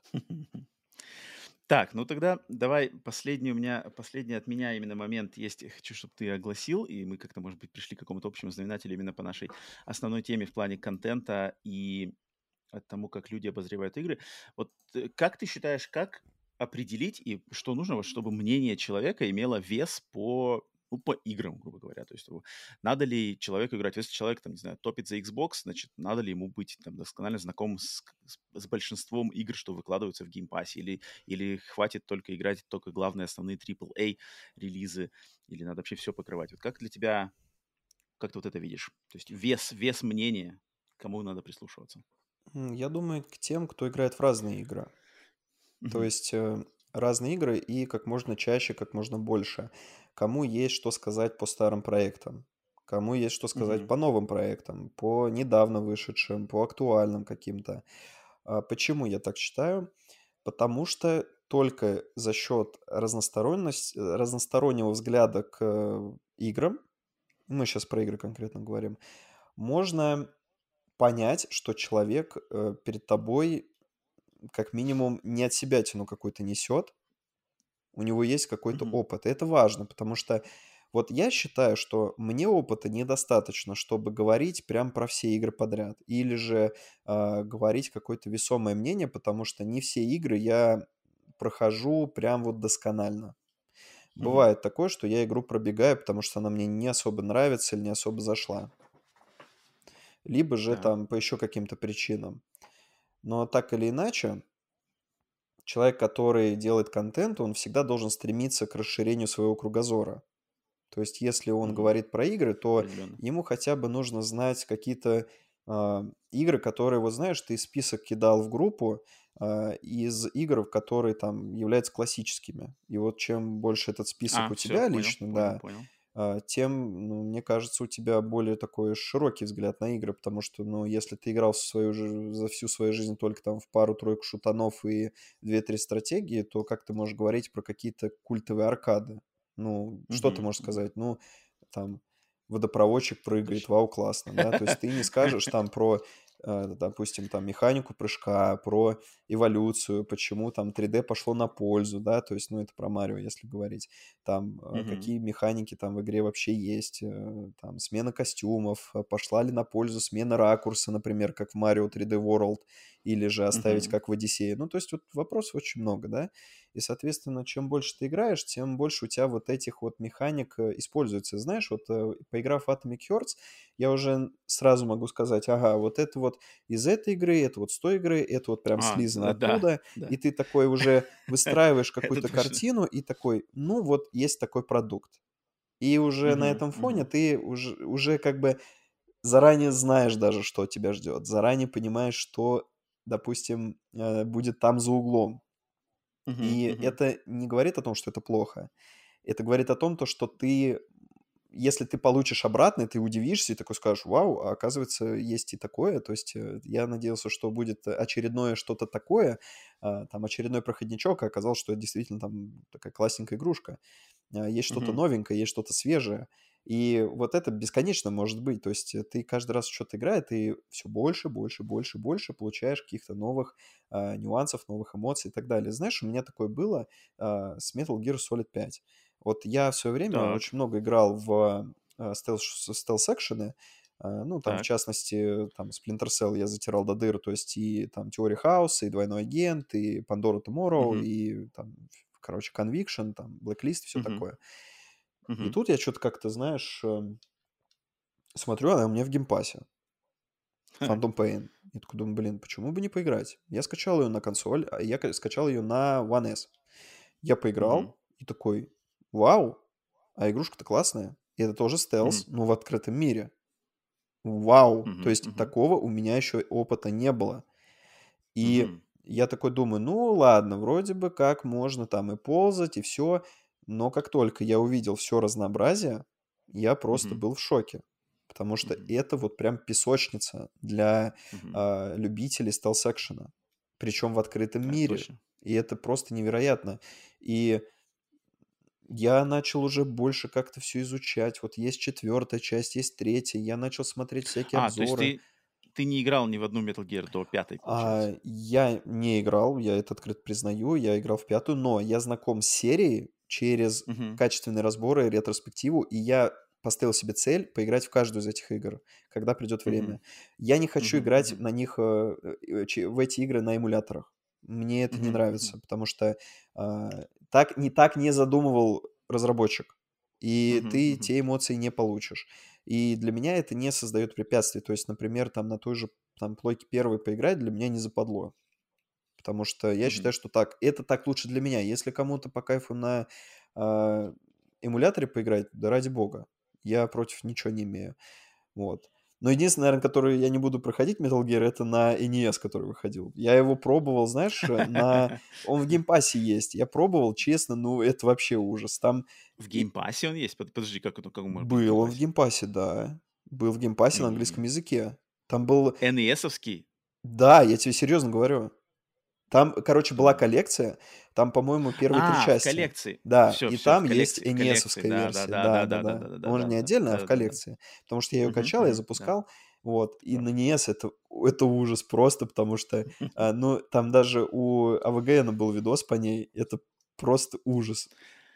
Так, ну тогда давай последний от меня именно момент есть. Я хочу, чтобы ты огласил, и мы как-то, может быть, пришли к какому-то общему знаменателю именно по нашей основной теме в плане контента и тому, как люди обозревают игры. Вот как ты считаешь, как определить и что нужно, вот, чтобы мнение человека имело вес по играм, грубо говоря. То есть надо ли человеку играть, если человек, там, не знаю, топит за Xbox, значит, надо ли ему быть там досконально знаком с большинством игр, что выкладываются в геймпассе, или хватит только играть только главные основные AAA релизы, или надо вообще все покрывать. Вот как для тебя, как ты вот это видишь? То есть вес мнения, кому надо прислушиваться? Я думаю, к тем, кто играет в разные игры. То Мгм. есть разные игры и как можно чаще, как можно больше. Кому есть что сказать по старым проектам, кому есть что сказать Мгм. по новым проектам, по недавно вышедшим, по актуальным каким-то. Почему я так считаю? Потому что только за счет разностороннего взгляда к играм, мы сейчас про игры конкретно говорим, можно понять, что человек перед тобой как минимум не от себя тяну какую-то несет, у него есть какой-то Мгм. опыт. И это важно, потому что вот я считаю, что мне опыта недостаточно, чтобы говорить прям про все игры подряд. Или же говорить какое-то весомое мнение, потому что не все игры я прохожу прям вот досконально. Мгм. Бывает такое, что я игру пробегаю, потому что она мне не особо нравится или не особо зашла. Либо же Так. там по еще каким-то причинам. Но так или иначе, человек, который делает контент, он всегда должен стремиться к расширению своего кругозора. То есть, если он Мгм. говорит про игры, то Определенно. ему хотя бы нужно знать какие-то игры, которые, вот знаешь, ты список кидал в группу из игр, которые там являются классическими. И вот чем больше этот список у Все, тебя понял, лично, понял, да, понял. тем, ну, мне кажется, у тебя более такой широкий взгляд на игры, потому что, ну, если ты играл за всю свою жизнь только там в пару-тройку шутанов и 2-3 стратегии, то как ты можешь говорить про какие-то культовые аркады? Ну, что ты Мгм, можешь мгм. сказать? Ну, там, водопроводчик прыгает, Точно. вау, классно, да? То есть ты не скажешь там про, допустим, там, механику прыжка, про эволюцию, почему там 3D пошло на пользу, да? То есть, ну, это про Марио, если говорить. Там, Мгм. какие механики там в игре вообще есть, там, смена костюмов, пошла ли на пользу смена ракурса, например, как в Mario 3D World, или же оставить Мгм. как в Одиссее. Ну, то есть вот вопросов очень много, да, и, соответственно, чем больше ты играешь, тем больше у тебя вот этих вот механик используется. Знаешь, вот поиграв в Atomic Hearts, я уже сразу могу сказать, ага, вот это вот из этой игры, это вот с той игры, это вот прям слизано Да, оттуда, и да. ты такой уже выстраиваешь Это какую-то точно. картину и такой, ну вот есть такой продукт. И уже на Мгм, этом фоне мгм, ты уже как бы заранее знаешь даже, что тебя ждет, заранее понимаешь, что, допустим, будет там за углом. мгм, И мгм. это не говорит о том, что это плохо. Это говорит о том, что ты, если ты получишь обратно, ты удивишься и такой скажешь, вау, а оказывается, есть и такое. То есть я надеялся, что будет очередное что-то такое, там очередной проходничок, а оказалось, что это действительно там такая классненькая игрушка. Есть что-то Мгм. новенькое, есть что-то свежее. И вот это бесконечно может быть. То есть ты каждый раз что-то играя, ты все больше, больше, больше, больше получаешь каких-то новых нюансов, новых эмоций и так далее. Знаешь, у меня такое было с Metal Gear Solid 5. Вот я в свое время Так, очень много играл в стелс-экшены, ну, там, в так. частности, там, Splinter Cell я затирал до дыр, то есть и там Теория Хаоса, и Двойной Агент, и Pandora Tomorrow, Мгм, и там, короче, Conviction, там, Blacklist, все мгм, такое. И мгм. тут я что-то как-то, знаешь, смотрю, она у меня в геймпассе, Ха. Phantom Pain. Я такой думаю, блин, почему бы не поиграть? Я скачал ее на консоль, а я скачал ее на One S. Я Мгм, поиграл и такой, вау, а игрушка-то классная. И это тоже мгм, стелс, но в открытом мире. Вау! То мгм, есть мгм, такого у меня еще опыта не было. И мгм, я такой думаю, ну ладно, вроде бы как можно там и ползать, и все, но как только я увидел все разнообразие, я просто мгм, был в шоке, потому что мгм. это вот прям песочница для Мгм. любителей стелс-экшена, причем в открытом Это мире, точно. и это просто невероятно. И я начал уже больше как-то все изучать. Вот есть четвертая часть, есть третья. Я начал смотреть всякие То есть обзоры. ты не играл ни в одну Metal Gear до пятой, получается? Я не играл, я это открыто признаю, я играл в пятую, но я знаком с серией через Мгм, качественные разборы, ретроспективу, и я поставил себе цель поиграть в каждую из этих игр, когда придет мгм, время. Я не хочу мгм, играть мгм, на них, в эти игры на эмуляторах. Мне это не мгм, мгм, нравится, потому что так не задумывал разработчик, и мгм, ты мгм, те эмоции не получишь. И для меня это не создает препятствий. То есть, например, там на той же там плойке первой поиграть для меня не западло. Потому что я мгм. считаю, что это так лучше для меня. Если кому-то по кайфу на а, эмуляторе поиграть, да ради бога. Я против ничего не имею. Вот. Но единственное, наверное, который я не буду проходить Metal Gear, это на NES, который выходил. Я его пробовал, знаешь, он в геймпассе есть. Я пробовал, честно, ну это вообще ужас. Там В и геймпассе он есть? Подожди, как он может быть в был он в геймпассе? геймпассе, да. Был в геймпассе на английском Не-не-не. языке. Там был... NES-овский? Да, я тебе серьезно говорю. Там, короче, была М. коллекция, там, по-моему, первые 3 В части. коллекции. Да, Все, и все, там в есть коллекции, в коллекции. NES-овская версия. Да-да-да. Он же не Да-да-да-да-да-да-да-да-да. отдельно, а в Да-да-да. коллекции. Потому что я ее Мгм, качал, я мгм. Да. запускал. Вот. И Да. на NES это ужас просто, потому что, ну, там даже у АВГН был видос по ней. Это просто ужас.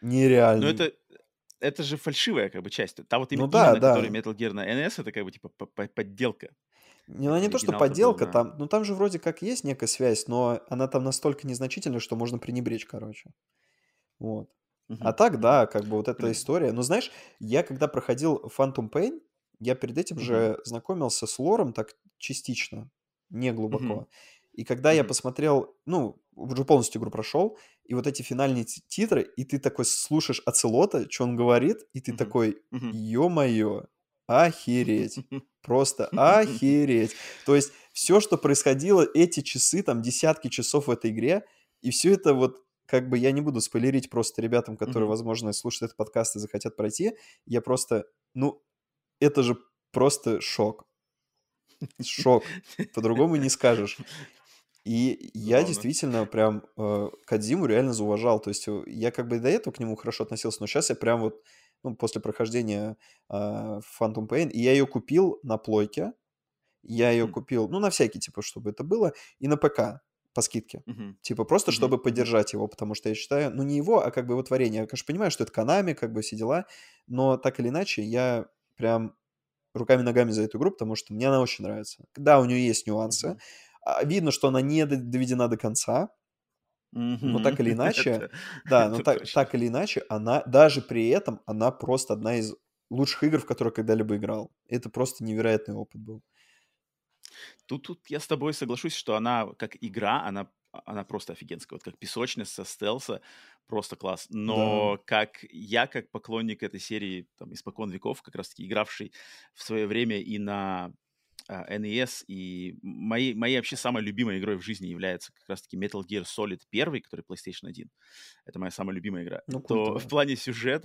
Но Нереальный. это же фальшивая как бы часть. Та вот Ну да, именно которая да. Metal Gear на NES, это как бы типа подделка. Она не то, что Оригинал-то был подделка, на... там, ну там же вроде как есть некая связь, но она там настолько незначительная, что можно пренебречь, короче. Вот. А Мгм, так, мгм. да, как бы вот эта Блин. история. Но знаешь, я когда проходил Phantom Pain, я перед этим Мгм, же знакомился с лором так частично, не мгм, глубоко. И когда я мгм, посмотрел, ну, уже полностью игру прошел, и вот эти финальные титры, и ты такой слушаешь Оцелота, что он говорит, и ты мгм, такой, мгм. ё-моё, охереть. Просто охереть. То есть все, что происходило эти часы, там десятки часов в этой игре, и все это вот как бы я не буду спойлерить просто ребятам, которые, Мгм. возможно, слушают этот подкаст и захотят пройти. Я просто, ну, это же просто шок. Шок. По-другому не скажешь. И я Забавно. действительно прям Кодзиму реально зауважал. То есть я как бы и до этого к нему хорошо относился, но сейчас я прям вот, ну, после прохождения Phantom Pain, и я ее купил на плойке, я ее Хм. купил, ну, на всякий, типа, чтобы это было, и на ПК по скидке. Мгм. Типа, просто Мгм. чтобы Мгм. поддержать его, потому что я считаю, ну, не его, а как бы его творение. Я, конечно, понимаю, что это Konami, как бы все дела, но так или иначе я прям руками-ногами за эту игру, потому что мне она очень нравится. Да, у нее есть нюансы. Мгм. Видно, что она не доведена до конца, но Мгм. так или иначе, Это да, но это точно. так или иначе, она, даже при этом, она просто одна из лучших игр, в которые когда-либо играл. Это просто невероятный опыт был. Тут я с тобой соглашусь, что она как игра, она просто офигенская. Вот как песочница со стелса, просто класс. Да. Но как поклонник этой серии, там, испокон веков, как раз таки игравший в свое время и на NES, и моей вообще самой любимой игрой в жизни является как раз таки Metal Gear Solid 1, который PlayStation 1. Это моя самая любимая игра. Ну, То в культовая. плане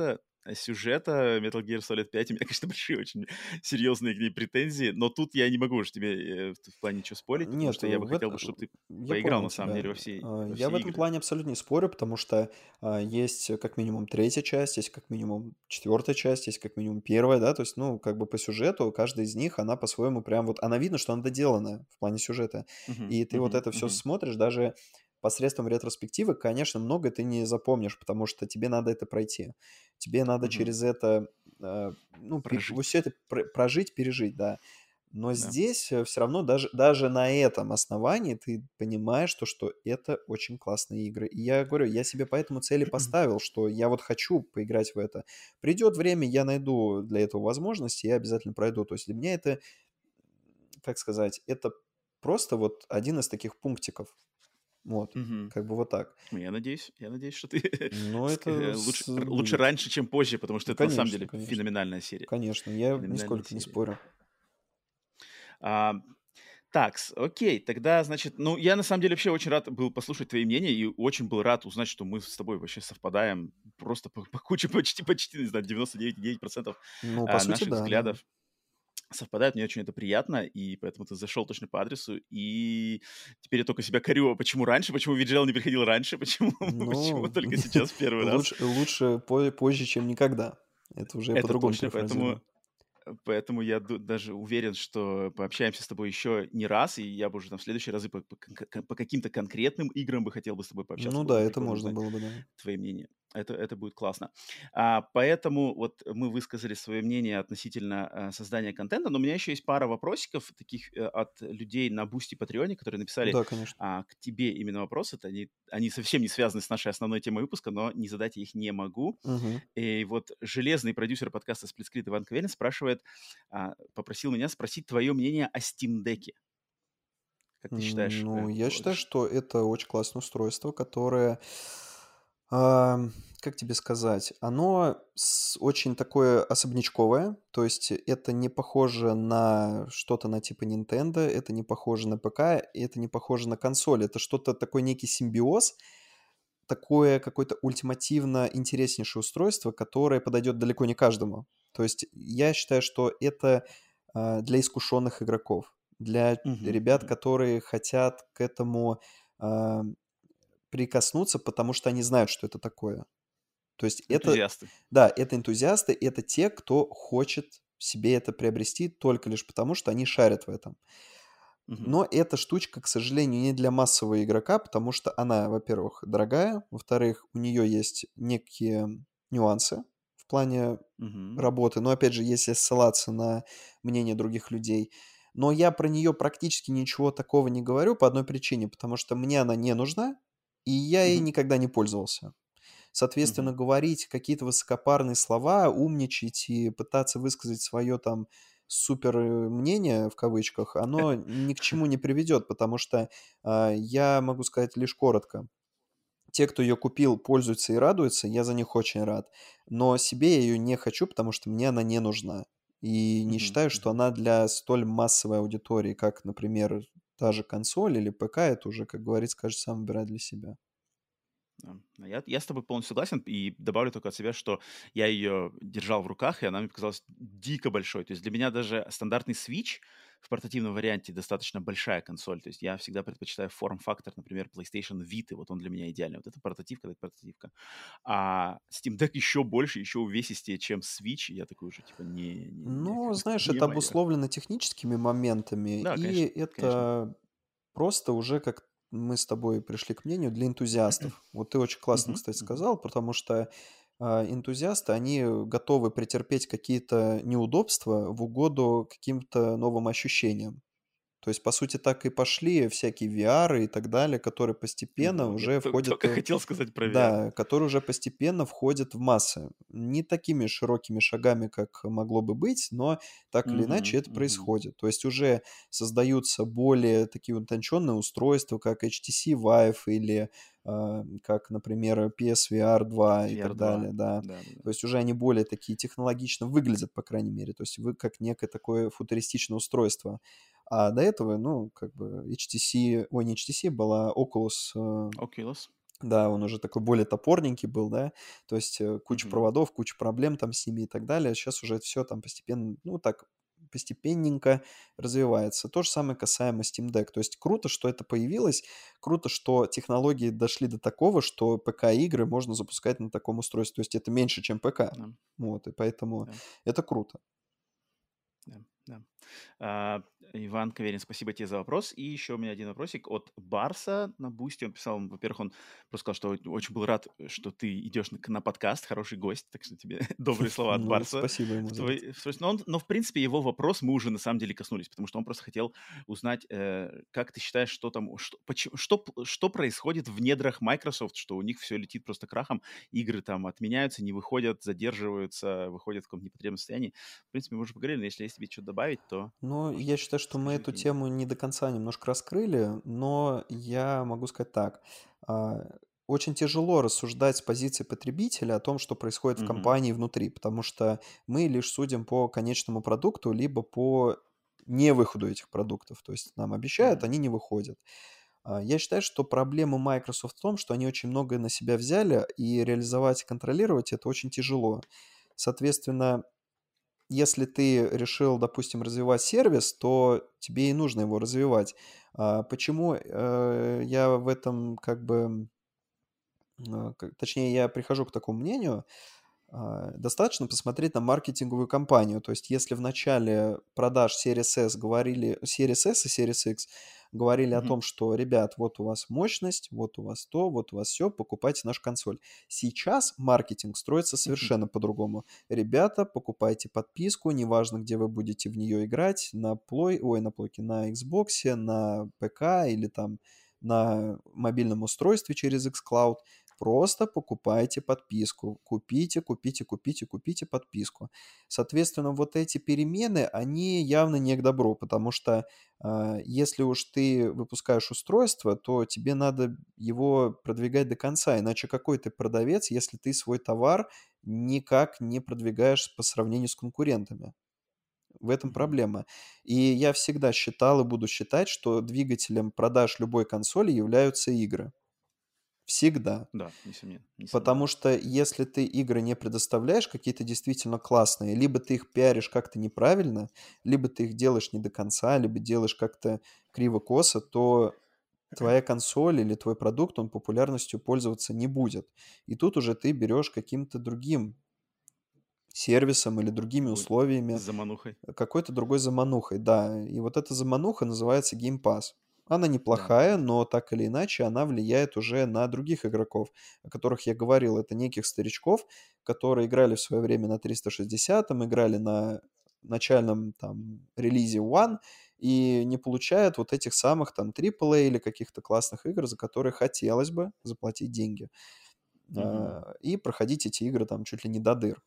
сюжета Metal Gear Solid 5 у меня, конечно, большие очень серьезные к ней претензии, но тут я не могу уж тебе в плане ничего спорить, потому Нет, что я бы хотел бы, чтобы ты я поиграл понял на самом тебя. деле во Я все в этом игры. плане абсолютно не спорю, потому что есть как минимум третья часть, есть как минимум четвертая часть, есть как минимум первая, да, то есть, ну, как бы по сюжету каждая из них, она по-своему прям вот, она видно, что она доделана в плане сюжета. Мгм, И ты вот мгм, это все мгм. смотришь, даже посредством ретроспективы, конечно, многое ты не запомнишь, потому что тебе надо это пройти. Тебе надо Мгм. через это, ну, вот Прожить, все это прожить, пережить, да. Но да. здесь все равно даже на этом основании ты понимаешь то, что это очень классные игры. И я говорю, я себе поэтому цели поставил, что я вот хочу поиграть в это. Придет время, я найду для этого возможности, я обязательно пройду. То есть для меня это, как сказать, это просто вот один из таких пунктиков. Вот, Мгм. как бы вот так. Ну, я надеюсь, что ты Но это лучше будет. раньше, чем позже, потому что Ну, это на самом конечно, деле конечно. феноменальная серия. Конечно, я Феноменальная нисколько не серия. спорю. А, Такс, окей, тогда, значит, ну, я на самом деле вообще очень рад был послушать твои мнения и очень был рад узнать, что мы с тобой вообще совпадаем просто по куче, почти, не знаю, 99,9% Ну, по сути, наших да, да. взглядов совпадают. Мне очень это приятно, и поэтому ты зашел точно по адресу. И теперь я только себя корю, а почему раньше, почему VGL не приходил раньше, почему, почему Ну, только сейчас в первый раз. лучше позже, чем никогда. Это уже я Это по-другому точно, поэтому перефразирую. Поэтому я даже уверен, что пообщаемся с тобой еще не раз, и я бы уже там в следующие разы по каким-то конкретным играм бы хотел бы с тобой пообщаться. Ну Было да, бы это прикольно можно узнать было бы, да. твои мнения. Это будет классно. Поэтому вот мы высказали свое мнение относительно создания контента, но у меня еще есть пара вопросиков таких от людей на Бусти Патреоне, которые написали Да, конечно. к тебе именно вопросы. Они совсем не связаны с нашей основной темой выпуска, но не задать я их не могу. Мгм. И вот железный продюсер подкаста «Сплитскрит» Иван Каверин спрашивает, попросил меня спросить твое мнение о Steam Deck. Как ты считаешь, Ну, я считаю, ш что это очень классное устройство, которое, как тебе сказать, оно очень такое особнячковое, то есть это не похоже на что-то на типа Nintendo, это не похоже на ПК, и это не похоже на консоль, это что-то такой некий симбиоз, такое какое-то ультимативно интереснейшее устройство, которое подойдет далеко не каждому. То есть я считаю, что это для искушенных игроков, для Мгм, ребят, мгм. которые хотят к этому а, прикоснуться, потому что они знают, что это такое. То есть это, Энтузиасты. да, это энтузиасты, это те, кто хочет себе это приобрести только лишь потому, что они шарят в этом. Мгм, Но эта штучка, к сожалению, не для массового игрока, потому что она, во-первых, дорогая, во-вторых, у нее есть некие нюансы в плане мгм, работы. Но, опять же, если ссылаться на мнение других людей. Но я про нее практически ничего такого не говорю по одной причине, потому что мне она не нужна, и я ей мгм, никогда не пользовался. Соответственно, мгм. говорить какие-то высокопарные слова, умничать и пытаться высказать свое там супер мнение, в кавычках, оно ни к чему не приведет, потому что я могу сказать лишь коротко. Те, кто ее купил, пользуются и радуются, я за них очень рад. Но себе я ее не хочу, потому что мне она не нужна. И не Мгм, считаю, что мгм. она для столь массовой аудитории, как, например, та же консоль или ПК, это уже, как говорится, каждый сам выбирает для себя. Да. Я с тобой полностью согласен и добавлю только от себя, что я ее держал в руках, и она мне показалась дико большой. То есть для меня даже стандартный Switch в портативном варианте достаточно большая консоль. То есть я всегда предпочитаю форм-фактор, например, PlayStation Vita, вот он для меня идеальный. Вот это портативка, так портативка. А Steam Deck еще больше, еще увесистее, чем Switch. И я такой уже типа не-не-не, Ну, знаешь, не это мое. обусловлено техническими моментами, Да, и конечно, конечно. это просто уже, как мы с тобой пришли к мнению, для энтузиастов. Вот ты очень классно, Мгм, кстати, мгм. сказал, потому что энтузиасты, они готовы претерпеть какие-то неудобства в угоду каким-то новым ощущениям. То есть, по сути, так и пошли всякие VR и так далее, которые постепенно Вот, я уже входят, только хотел сказать про VR. да, которые уже постепенно входят в массы. Не такими широкими шагами, как могло бы быть, но так или иначе Мгм, это мгм. происходит. То есть уже создаются более такие утонченные устройства, как HTC Vive или как, например, PSVR 2 и VR так 2. далее, да. Да-да-да. То есть уже они более такие технологично выглядят, по крайней мере. То есть вы как некое такое футуристичное устройство. А до этого, ну, как бы HTC, ой, не HTC, была Oculus, Oculus. да, он уже такой более топорненький был, да, то есть куча Мгм. проводов, куча проблем там с ними и так далее. Сейчас уже все там постепенно, ну, так, постепенненько развивается. То же самое касаемо Steam Deck. То есть круто, что это появилось, круто, что технологии дошли до такого, что ПК-игры можно запускать на таком устройстве. То есть это меньше, чем ПК. Да, Вот, и поэтому да, это круто. да, да. А, Иван Каверин, спасибо тебе за вопрос. И еще у меня один вопросик от Барса на Бусти. Он писал, во-первых, он просто сказал, что очень был рад, что ты идешь на подкаст, хороший гость, так что тебе добрые слова от Ну, Барса. спасибо ему за это. Но, в принципе, его вопрос мы уже на самом деле коснулись, потому что он просто хотел узнать, как ты считаешь, что там, что происходит в недрах Microsoft, что у них все летит просто крахом, игры там отменяются, не выходят, задерживаются, выходят в каком-то непотребном состоянии. В принципе, мы уже поговорили, но если есть тебе что добавить, то, Ну, может, я считаю, что мы скажи эту какие-нибудь. тему не до конца немножко раскрыли, но я могу сказать так. А, Очень тяжело рассуждать с позиции потребителя о том, что происходит в Мгм. компании внутри, потому что мы лишь судим по конечному продукту, либо по невыходу этих продуктов. То есть нам обещают, Мгм. они не выходят. Я считаю, что проблема Microsoft в том, что они очень многое на себя взяли, и реализовать и контролировать это очень тяжело. Соответственно, если ты решил, допустим, развивать сервис, то тебе и нужно его развивать. Почему я в этом как бы, точнее, я прихожу к такому мнению, достаточно посмотреть на маркетинговую кампанию. То есть, если в начале продаж Series S и Series X говорили о Мгм. том, что, ребят, вот у вас мощность, вот у вас то, вот у вас все, покупайте нашу консоль. Сейчас маркетинг строится Мгм. совершенно по-другому. Ребята, покупайте подписку, неважно, где вы будете в нее играть, на плойке, на Xbox, на ПК или там на мобильном устройстве через xCloud. Просто покупайте подписку. Купите, купите, купите, купите подписку. Соответственно, вот эти перемены, они явно не к добру, потому что если уж ты выпускаешь устройство, то тебе надо его продвигать до конца, иначе какой ты продавец, если ты свой товар никак не продвигаешь по сравнению с конкурентами? В этом Мгм. проблема. И я всегда считал и буду считать, что двигателем продаж любой консоли являются игры. Всегда. Да, несомненно, несомненно. Потому что если ты игры не предоставляешь какие-то действительно классные, либо ты их пиаришь как-то неправильно, либо ты их делаешь не до конца, либо делаешь как-то криво-косо, то твоя консоль или твой продукт, он популярностью пользоваться не будет. И тут уже ты берешь каким-то другим сервисом или другими Другой условиями заманухой. какой-то другой заманухой, да. И вот эта замануха называется Game Pass. Она Да, неплохая, да. но так или иначе она влияет уже на других игроков, о которых я говорил. Это неких старичков, которые играли в свое время на 360-м, играли на начальном там релизе One и не получают вот этих самых там AAA или каких-то классных игр, за которые хотелось бы заплатить деньги Мгм. и проходить эти игры там чуть ли не до дыр.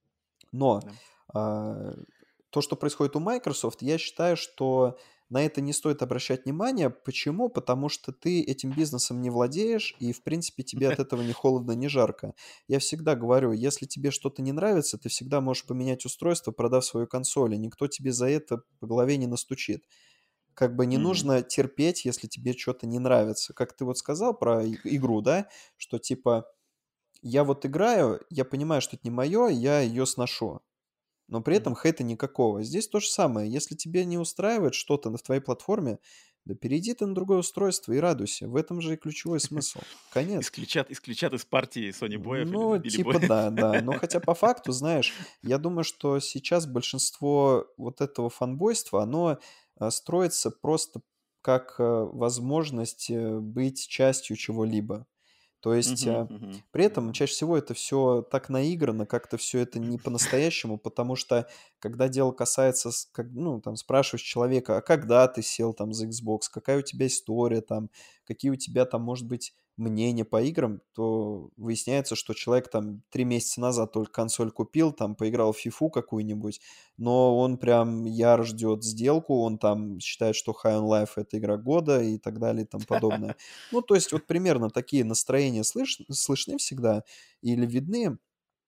Но Да. а, то, что происходит у Microsoft, я считаю, что на это не стоит обращать внимание. Почему? Потому что ты этим бизнесом не владеешь, и, в принципе, тебе от этого ни холодно, ни жарко. Я всегда говорю, если тебе что-то не нравится, ты всегда можешь поменять устройство, продав свою консоль, и никто тебе за это по голове не настучит. как бы не Мгм. нужно терпеть, если тебе что-то не нравится. Как ты вот сказал про игру, да, что типа я вот играю, я понимаю, что это не мое, я ее сношу. Но при этом Мгм. хейта никакого. Здесь то же самое. Если тебе не устраивает что-то в твоей платформе, да перейди ты на другое устройство и радуйся. В этом же и ключевой смысл. Конец. Исключат из партии Sony боев или Ну, Билли типа боев. да, да. Но хотя по факту, знаешь, я думаю, что сейчас большинство вот этого фанбойства, оно строится просто как возможность быть частью чего-либо. То есть, Мгм, мгм, при этом мгм. чаще всего это все так наиграно, как-то все это не по-настоящему, потому что когда дело касается, ну, там, спрашиваешь человека, а когда ты сел там за Xbox, какая у тебя история там, какие у тебя там, может быть, мнения по играм, то выясняется, что человек там 3 месяца назад только консоль купил, там, поиграл в фифу какую-нибудь, но он прям яро ждет сделку, он там считает, что High on Life — это игра года и так далее и тому подобное. Ну, то есть вот примерно такие настроения слышны всегда или видны,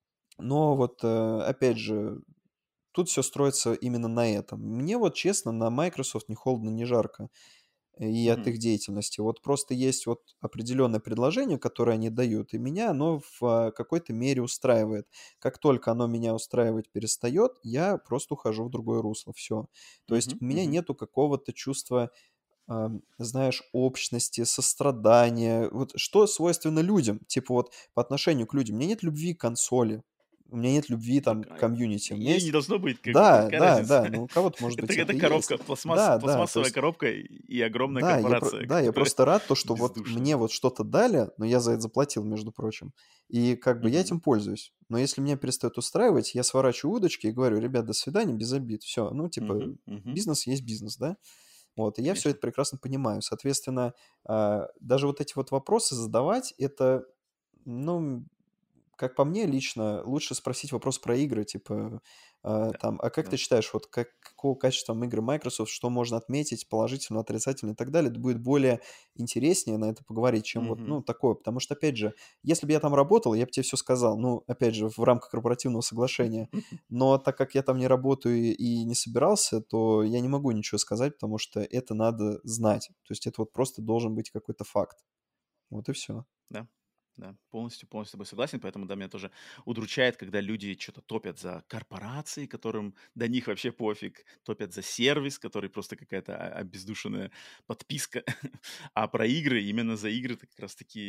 но вот, опять же, тут все строится именно на этом. Мне вот, честно, на Microsoft ни холодно, ни жарко и от Мгм. их деятельности. Вот просто есть вот определенное предложение, которое они дают, и меня оно в какой-то мере устраивает. Как только оно меня устраивать перестает, я просто ухожу в другое русло. Все. То есть Мгм, у меня мгм. нету какого-то чувства знаешь, общности, сострадания. Вот что свойственно людям? Типа вот по отношению к людям. У меня нет любви к консоли, у меня нет любви там Так, к комьюнити. У меня ей не есть... должно быть, Да, какая да, да, разница? ну у кого-то, может быть, Это это есть. коробка, Да, да, то пластмассовая есть, коробка и огромная да, корпорация, да, я которая просто рад, то, что вот мне бездушная. вот что-то дали, но я за это заплатил, между прочим, и как бы я Мгм. этим пользуюсь. Но если меня перестает устраивать, я сворачиваю удочки и говорю, ребят, до свидания, без обид, все, ну, типа, Мгм, мгм. бизнес есть бизнес, да? Вот, и я все Конечно. это прекрасно понимаю. Соответственно, даже вот эти вот вопросы задавать — это, ну, как по мне лично, лучше спросить вопрос про игры, типа, Да, там: "А как ты да. считаешь, вот какого качества игры Microsoft, что можно отметить положительно, отрицательно и так далее?" Это будет более интереснее на это поговорить, чем вот, Мгм. ну, такое. Потому что, опять же, если бы я там работал, я бы тебе все сказал, ну, опять же, в рамках корпоративного соглашения. Но так как я там не работаю и не собирался, то я не могу ничего сказать, потому что это надо знать. То есть это вот просто должен быть какой-то факт. Вот и все. Да, да, полностью с тобой согласен, поэтому, да, меня тоже удручает, когда люди что-то топят за корпорации, которым до них вообще пофиг, топят за сервис, который просто какая-то обездушенная подписка, а про игры, именно за игры-то как раз-таки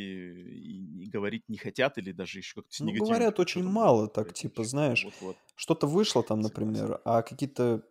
и говорить не хотят или даже еще как-то с Ну, негативом, говорят типа, очень что там мало так, говорить типа, нечего, знаешь, вот-вот, что-то вышло там, согласен. например, а какие-то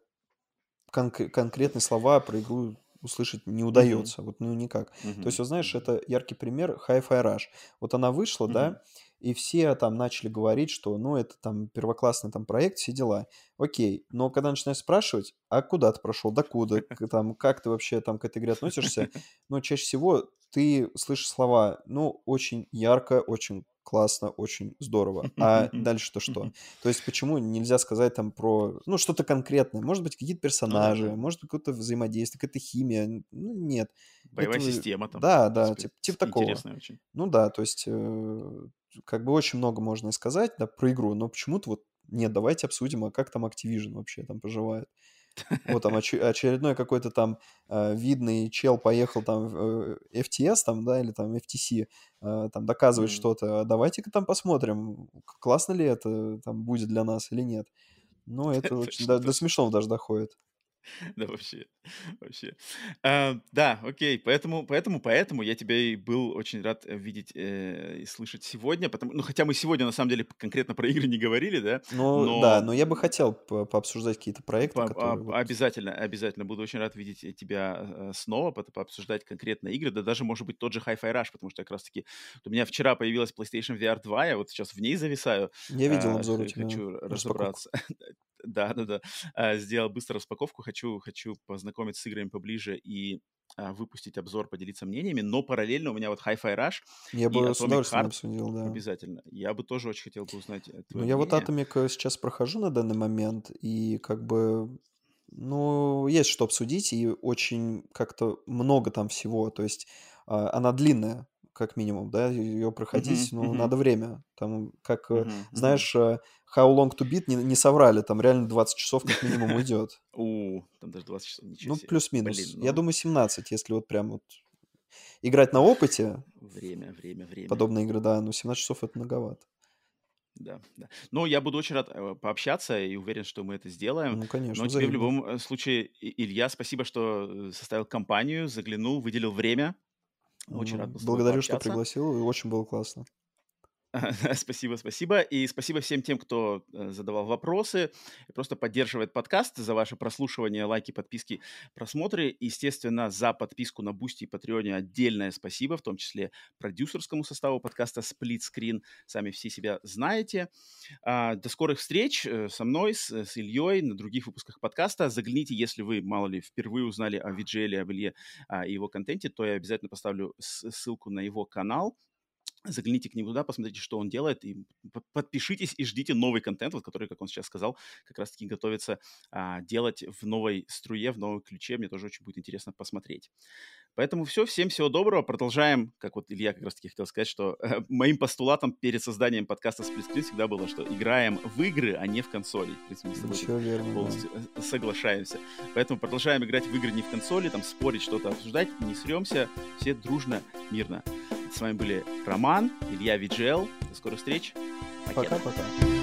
конкретные слова про игру услышать не Мгм, удается, вот, ну, никак. То есть, мгм, вот знаешь, мгм, это яркий пример Hi-Fi Rush. Вот она вышла, мгм, да, и все там начали говорить, что, ну, это там первоклассный там проект, все дела. Окей, но когда начинаешь спрашивать, а куда ты прошел, докуда, там, как ты вообще там к этой игре относишься, ну, чаще всего ты слышишь слова, ну, очень ярко, очень классно, очень здорово. А дальше-то что? То есть почему нельзя сказать там про, ну, что-то конкретное? Может быть, какие-то Ну да, персонажи, да. может быть, какое-то взаимодействие, какая-то химия. Ну, нет. Боевая Это, система там, да, в да, принципе, типа такого. интересная очень. Ну да, то есть, как бы очень много можно и сказать, да, про игру, но почему-то вот нет, давайте обсудим, а как там Activision вообще там поживает. Вот там очередной какой-то там видный чел поехал там в FTS там, да, или там FTC, там доказывать М. что-то. А давайте-ка там посмотрим, классно ли это там будет для нас или нет. Ну, это очень Точно, до точно. смешного даже доходит. Да, вообще, вообще. Да, окей, поэтому я тебя и был очень рад видеть и слышать сегодня, ну, хотя мы сегодня на самом деле конкретно про игры не говорили, да, Ну да, но но я бы хотел пообсуждать какие-то проекты, которые вот... Обязательно, обязательно. Буду очень рад видеть тебя снова, пообсуждать конкретно игры, да даже, может быть, тот же Hi-Fi Rush, потому что как раз-таки вот у меня вчера появилась PlayStation VR 2, я вот сейчас в ней зависаю, Я видел обзор у тебя, хочу распаковку. разобраться. Да-да-да. Сделал быстро распаковку, хочу познакомиться с играми поближе и выпустить обзор, поделиться мнениями, но параллельно у меня вот Hi-Fi Rush Я и бы с Atomic удовольствием Heart обсудил, да. обязательно. Я бы тоже очень хотел бы узнать Ну, твое я вот мнение. Atomic сейчас прохожу на данный момент, и как бы, ну, есть что обсудить, и очень как-то много там всего. То есть она длинная. как минимум, да, ее проходить, Мгм, ну, мгм, надо время. Там, как, мгм, мгм. знаешь, How Long to Beat не соврали, там реально 20 часов как минимум уйдет. Там даже 20 часов, ничего Ну, себе. плюс-минус. Блин, Я ну, думаю, 17, если вот прям вот играть на опыте, время, время, время. подобные игры, да, но 17 часов это многовато. Да, да. Но я буду очень рад пообщаться и уверен, что мы это сделаем. Ну, Но конечно, тебе в взаимно. любом случае, Илья, спасибо, что составил компанию, заглянул, выделил время. Очень рад Ну, был с тобой благодарю, что пообщаться. пригласил, и очень было классно. Спасибо, спасибо. И спасибо всем тем, кто задавал вопросы и просто поддерживает подкаст, за ваше прослушивание, лайки, подписки, просмотры. Естественно, за подписку на Boosty и Patreon отдельное спасибо, в том числе продюсерскому составу подкаста Split Screen. Сами все себя знаете. До скорых встреч со мной, с Ильей на других выпусках подкаста. Загляните, если вы, мало ли, впервые узнали о VGL, об Илье и его контенте, то я обязательно поставлю ссылку на его канал. Загляните к нему туда, посмотрите, что он делает, и подпишитесь и ждите новый контент, вот который, как он сейчас сказал, как раз-таки готовится делать в новой струе, в новом ключе. Мне тоже очень будет интересно посмотреть. Поэтому все, всем всего доброго. Продолжаем, как вот Илья как раз-таки хотел сказать, что моим постулатом перед созданием подкаста Split Screen всегда было, что играем в игры, а не в консоли. В принципе, мы с тобой тут Все верно, да. полностью соглашаемся. Поэтому продолжаем играть в игры не в консоли, там спорить, что-то обсуждать, не сремся, все дружно, мирно. С вами были Роман, Илья VGL. До скорых встреч. Покеда. Пока-пока.